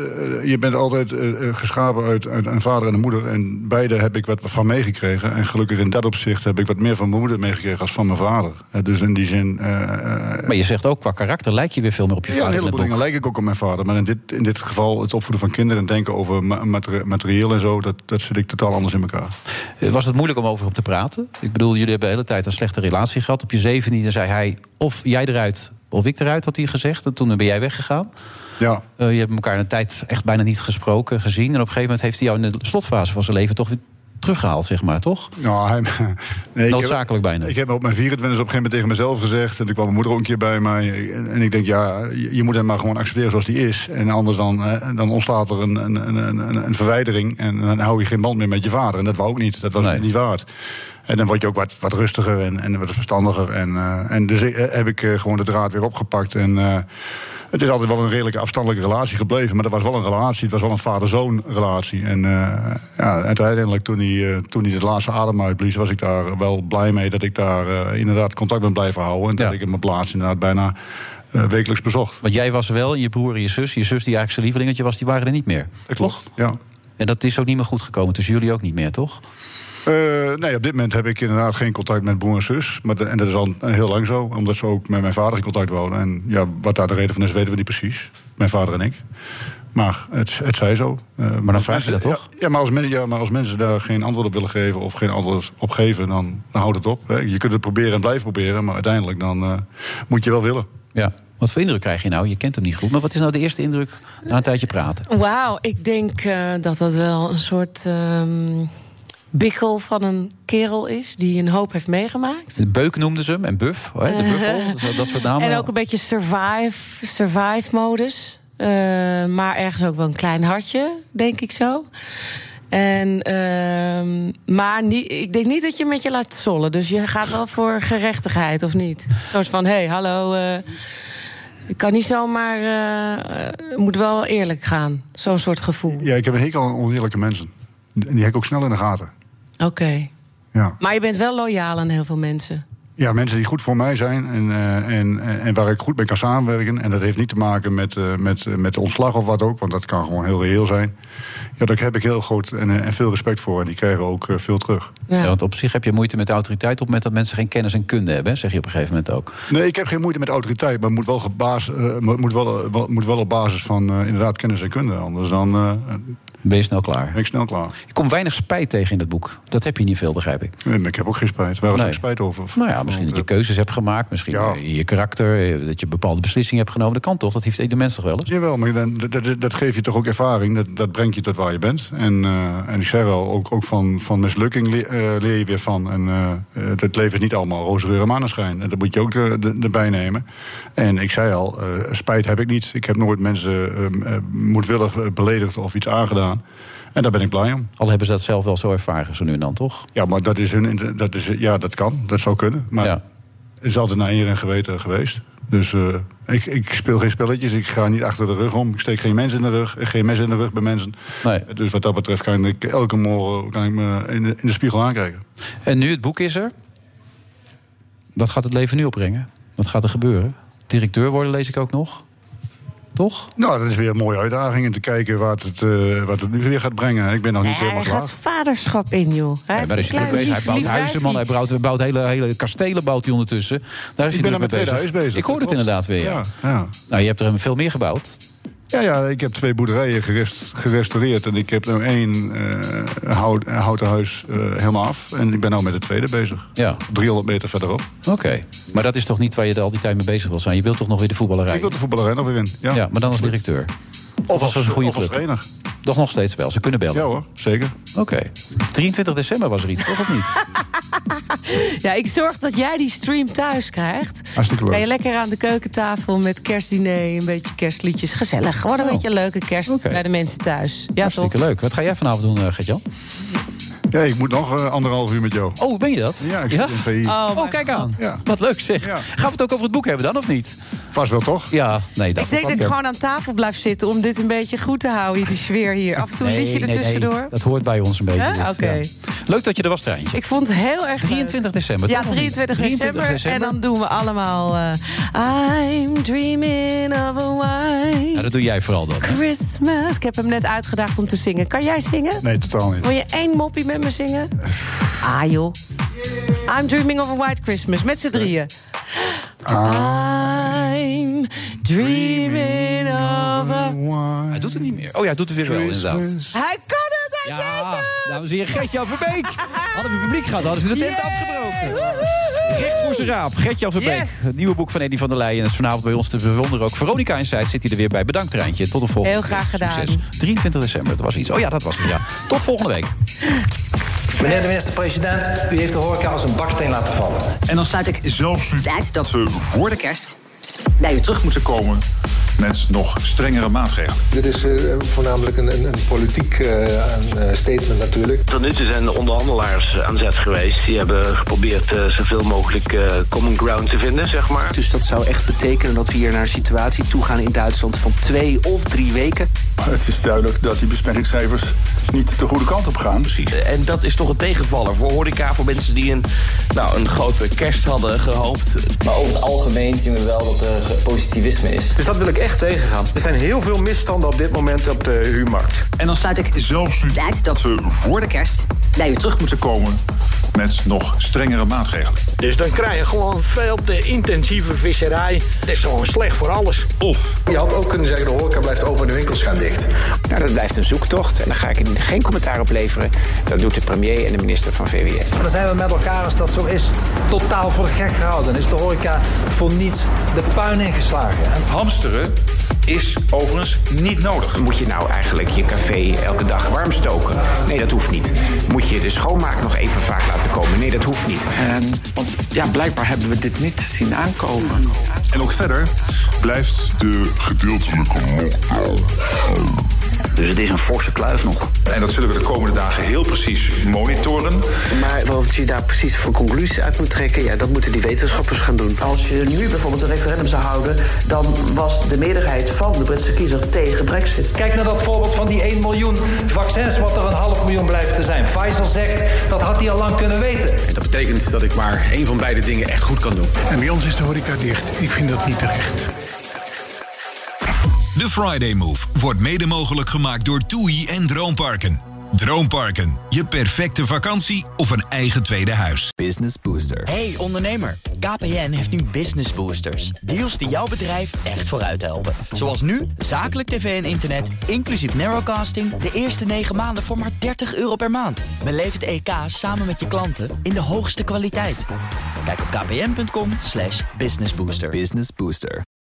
je bent altijd uh, geschapen uit, uit een vader en een moeder. En beide heb ik wat van meegekregen. En gelukkig in dat opzicht heb ik wat meer van mijn moeder meegekregen als van mijn vader. Uh, dus in die zin... Uh, maar je zegt ook, qua karakter lijk je weer veel meer op je ja, vader. Ja, een heleboel dingen lijk ik ook op mijn vader. Maar in dit, in dit geval het opvoeden van kinderen en denken over materi- materieel en zo... dat, dat zit ik totaal anders in elkaar. Uh, was het moeilijk om over hem te praten? Ik bedoel, jullie hebben de hele tijd een slechte relatie gehad. Op je zeventiende zei hij, of jij eruit, of ik eruit, had hij gezegd. En toen ben jij weggegaan. Ja. Uh, je hebt elkaar in een tijd echt bijna niet gesproken, gezien. En op een gegeven moment heeft hij jou in de slotfase van zijn leven toch weer teruggehaald, zeg maar, toch? Nou, hij, nee, noodzakelijk bijna. Ik heb op mijn vierentwintigste op een gegeven moment tegen mezelf gezegd... en toen kwam mijn moeder ook een keer bij mij... en, en ik denk, ja, je, je moet hem maar gewoon accepteren zoals hij is. En anders dan, eh, dan ontstaat er een, een, een, een, een verwijdering... en dan hou je geen band meer met je vader. En dat wou ook niet, dat was nee. niet waard. En dan word je ook wat, wat rustiger en, en wat verstandiger. En, uh, en dus heb ik uh, gewoon de draad weer opgepakt. En uh, het is altijd wel een redelijke afstandelijke relatie gebleven. Maar dat was wel een relatie, het was wel een vader-zoon relatie. En uh, ja, uiteindelijk toen hij, uh, toen hij de laatste adem uitblies... was ik daar wel blij mee dat ik daar uh, inderdaad contact ben blijven houden. En dat ja. ik in mijn plaats inderdaad bijna... Uh, wekelijks bezocht. Want jij was wel, je broer en je zus, je zus die eigenlijk zijn lievelingetje was... die waren er niet meer, dat klopt, ja. En dat is ook niet meer goed gekomen, tussen jullie ook niet meer, toch? Uh, nee, op dit moment heb ik inderdaad geen contact met broer en zus. Maar de, en dat is al heel lang zo, omdat ze ook met mijn vader in contact wonen. En ja, wat daar de reden van is, weten we niet precies. Mijn vader en ik. Maar het, het zij zo. Uh, maar dan vraag je dat toch? Ja, ja, maar als, ja, maar als mensen daar geen antwoord op willen geven... of geen antwoord op geven, dan, dan houdt het op. Hè. Je kunt het proberen en blijven proberen... maar uiteindelijk dan uh, moet je wel willen. Ja. Wat voor indruk krijg je nou? Je kent hem niet goed. Maar wat is nou de eerste indruk na een tijdje praten? Wauw, ik denk uh, dat dat wel een soort... Um... bikkel van een kerel is die een hoop heeft meegemaakt. De Beuk noemden ze hem en Buff, hè, de buffel, dat soort namen. En ook een beetje survive, survive modus. Uh, maar ergens ook wel een klein hartje, denk ik zo. En, uh, maar niet, ik denk niet dat je met je laat zollen. Dus je gaat wel voor gerechtigheid, of niet? Een soort van, hé, hey, hallo... Uh, ik kan niet zomaar... Het uh, moet wel eerlijk gaan. Zo'n soort gevoel. Ja, ik heb een hekel aan oneerlijke mensen. En die heb ik ook snel in de gaten. Oké. Okay. Ja. Maar je bent wel loyaal aan heel veel mensen. Ja, mensen die goed voor mij zijn en, uh, en, en waar ik goed mee kan samenwerken. En dat heeft niet te maken met, uh, met, uh, met ontslag of wat ook, want dat kan gewoon heel reëel zijn. Ja, daar heb ik heel groot en, en veel respect voor. En die krijgen ook uh, veel terug. Ja. Ja, want op zich heb je moeite met de autoriteit op met dat mensen geen kennis en kunde hebben, zeg je op een gegeven moment ook. Nee, ik heb geen moeite met autoriteit, maar het moet wel, gebaas, uh, moet wel, uh, moet wel op basis van uh, inderdaad kennis en kunde. Anders dan... Uh, Ben je snel klaar? Ben ik snel klaar. Je komt weinig spijt tegen in het boek. Dat heb je niet veel, begrijp ik. Nee, maar ik heb ook geen spijt. Waar is Nee. er spijt over? Nou ja, misschien dat je keuzes hebt gemaakt. Misschien Ja. je karakter, dat je bepaalde beslissingen hebt genomen. Dat kan toch? Dat heeft ieder mens toch wel eens? Jawel, maar dan, dat, dat, dat geeft je toch ook ervaring. Dat, dat brengt je tot waar je bent. En, uh, en ik zeg wel, ook, ook van, van mislukking leer, uh, leer je weer van. En uh, het leven is niet allemaal roze geur en maneschijn. En dat moet je ook de, de, erbij nemen. En ik zei al, uh, spijt heb ik niet. Ik heb nooit mensen uh, moedwillig beledigd of iets aangedaan. En daar ben ik blij om. Al hebben ze dat zelf wel zo ervaren, zo nu en dan, toch? Ja, maar dat is hun, dat is, ja, dat kan. Dat zou kunnen. Maar ja. het is altijd naar eer en geweten geweest. Dus uh, ik, ik speel geen spelletjes. Ik ga niet achter de rug om. Ik steek geen mensen in de rug. Geen mes in de rug bij mensen. Nee. Dus wat dat betreft kan ik elke morgen kan ik me in de, in de spiegel aankijken. En nu het boek is er. Wat gaat het leven nu opbrengen? Wat gaat er gebeuren? Directeur worden lees ik ook nog. Toch? Nou, dat is weer een mooie uitdaging. En te kijken wat het, uh, wat het nu weer gaat brengen. Ik ben nog niet Nee, helemaal hij klaar. gaat vaderschap in, joh. Hij, Ja, daar is hij heeft druk een bezig. Hij klein bouwt lief huizen, man. Hij wijfie. bouwt, bouwt hele, hele kastelen bouwt hij ondertussen. Daar is Ik hij ben druk er met mee tweede huis bezig. Ik hoorde het Dat inderdaad klopt. weer. Ja. Ja, ja. Nou, je hebt er veel meer gebouwd. Ja, ja, ik heb twee boerderijen gerest, gerestaureerd. En ik heb er één uh, hout, houten huis uh, helemaal af. En ik ben nu met de tweede bezig. Ja. driehonderd meter verderop. Oké. Okay. Maar dat is toch niet waar je er al die tijd mee bezig wil zijn? Je wilt toch nog weer de voetballerij? Ik wil de voetballerij nog weer in. Ja, ja maar dan als directeur. Of, of als een goede of als club? trainer. Toch nog steeds wel. Ze kunnen bellen. Ja hoor, zeker. Oké. Okay. drieëntwintig december was er iets, toch of niet? Ja, ik zorg dat jij die stream thuis krijgt. Hartstikke leuk. Ga je lekker aan de keukentafel met kerstdiner, een beetje kerstliedjes. Gezellig. Gewoon een Oh. beetje een leuke kerst Okay. bij de mensen thuis. Ja, Hartstikke toch? leuk. Wat ga jij vanavond doen, uh, Gert-Jan? Ja, ik moet nog uh, anderhalf uur met jou. Oh, ben je dat? Ja, ik zit ja? in V I. Oh, Oh, kijk aan. Ja. Wat leuk zeg. Ja. Gaan we het ook over het boek hebben dan, of niet? Vast wel, toch? Ja, nee. Dat Ik denk dat ik gewoon aan tafel blijf zitten om dit een beetje goed te houden, die sfeer hier. Af en toe een nee, liedje nee, ertussendoor. nee. Dat hoort bij ons een beetje. Huh? dit, Oké. ja. Leuk dat je er was, Treintje. Ik vond het heel erg drieëntwintig december. Ja, toch, of niet? drieëntwintig december. drieëntwintig december. En dan doen we allemaal uh, I'm dreaming of a white Ja, dat doe jij vooral dan. Hè? Christmas. Ik heb hem net uitgedaagd om te zingen. Kan jij zingen? Nee, totaal niet. Wil je één moppie met me zingen? Ah, joh. I'm dreaming of a white Christmas. Met z'n drieën. I'm dreaming of a... Hij doet het niet meer. Oh ja, hij doet het weer wel, inderdaad. Hij kan het, hij Ja, dames en heren, Gert-Jan Verbeek. Hadden we publiek gehad, hadden ze de tent afgebroken. Recht voor zijn raap, Gert-Jan Verbeek. Yes. Het nieuwe boek van Eddy van der Leyen. En is vanavond bij ons te bewonderen ook. Veronica Inside zit hij er weer bij. Bedankt, Treintje. Tot de volgende Heel graag keer. gedaan. Succes. drieëntwintig december, dat was iets. Oh ja, dat was het, ja. Tot volgende week. Meneer de minister-president, u heeft de horeca als een baksteen laten vallen. En dan sluit ik zelfs Tijd dat we voor de kerst bij u terug moeten komen met nog strengere maatregelen. Dit is uh, voornamelijk een, een, een politiek uh, een, uh, statement natuurlijk. Tot nu toe zijn de onderhandelaars aan zet geweest. Die hebben geprobeerd uh, zoveel mogelijk uh, common ground te vinden, zeg maar. Dus dat zou echt betekenen dat we hier naar een situatie toe gaan in Duitsland van twee of drie weken. Het is duidelijk dat die besmettingscijfers niet de goede kant op gaan. Precies. En dat is toch een tegenvaller voor horeca, voor mensen die een, nou, een grote kerst hadden gehoopt. Maar over het algemeen zien we wel dat er positivisme is. Dus dat wil ik echt tegengaan. Er zijn heel veel misstanden op dit moment op de huurmarkt. En dan sluit ik zelfs tijd dat we voor de kerst bij u terug moeten komen met nog strengere maatregelen. Dus dan krijg je gewoon veel te intensieve visserij. Het is gewoon slecht voor alles. Of je had ook kunnen zeggen, de horeca blijft open en de winkels gaan dicht. Nou, dat blijft een zoektocht en daar ga ik geen commentaar op leveren. Dat doet de premier en de minister van V W S. Maar dan zijn we met elkaar, als dat zo is, totaal voor de gek gehouden. Dan is de horeca voor niets de puin ingeslagen. En hamsteren is overigens niet nodig. Moet je nou eigenlijk je café elke dag warm stoken? Nee, dat hoeft niet. Moet je de schoonmaak nog even vaak laten komen? Nee, dat hoeft niet. En, want ja, blijkbaar hebben we dit niet zien aankomen. En ook verder blijft de gedeeltelijke lockdown. Dus het is een forse kluif nog. En dat zullen we de komende dagen heel precies monitoren. Maar wat je daar precies voor conclusies uit moet trekken, ja, dat moeten die wetenschappers gaan doen. Als je nu bijvoorbeeld een referendum zou houden, dan was de meerderheid van de Britse kiezer tegen Brexit. Kijk naar dat voorbeeld van die één miljoen vaccins, wat er een half miljoen blijft te zijn. Pfizer zegt, dat had hij al lang kunnen weten. En dat betekent dat ik maar één van beide dingen echt goed kan doen. En bij ons is de horeca dicht. Ik vind dat niet terecht. De Friday Move wordt mede mogelijk gemaakt door TUI en Droomparken. Droomparken, je perfecte vakantie of een eigen tweede huis. Business Booster. Hey ondernemer, K P N heeft nu Business Boosters. Deals die jouw bedrijf echt vooruit helpen. Zoals nu, zakelijk tv en internet, inclusief narrowcasting... de eerste negen maanden voor maar dertig euro per maand. Beleef het E K samen met je klanten in de hoogste kwaliteit. Kijk op kpn punt com slash businessbooster. Business Booster.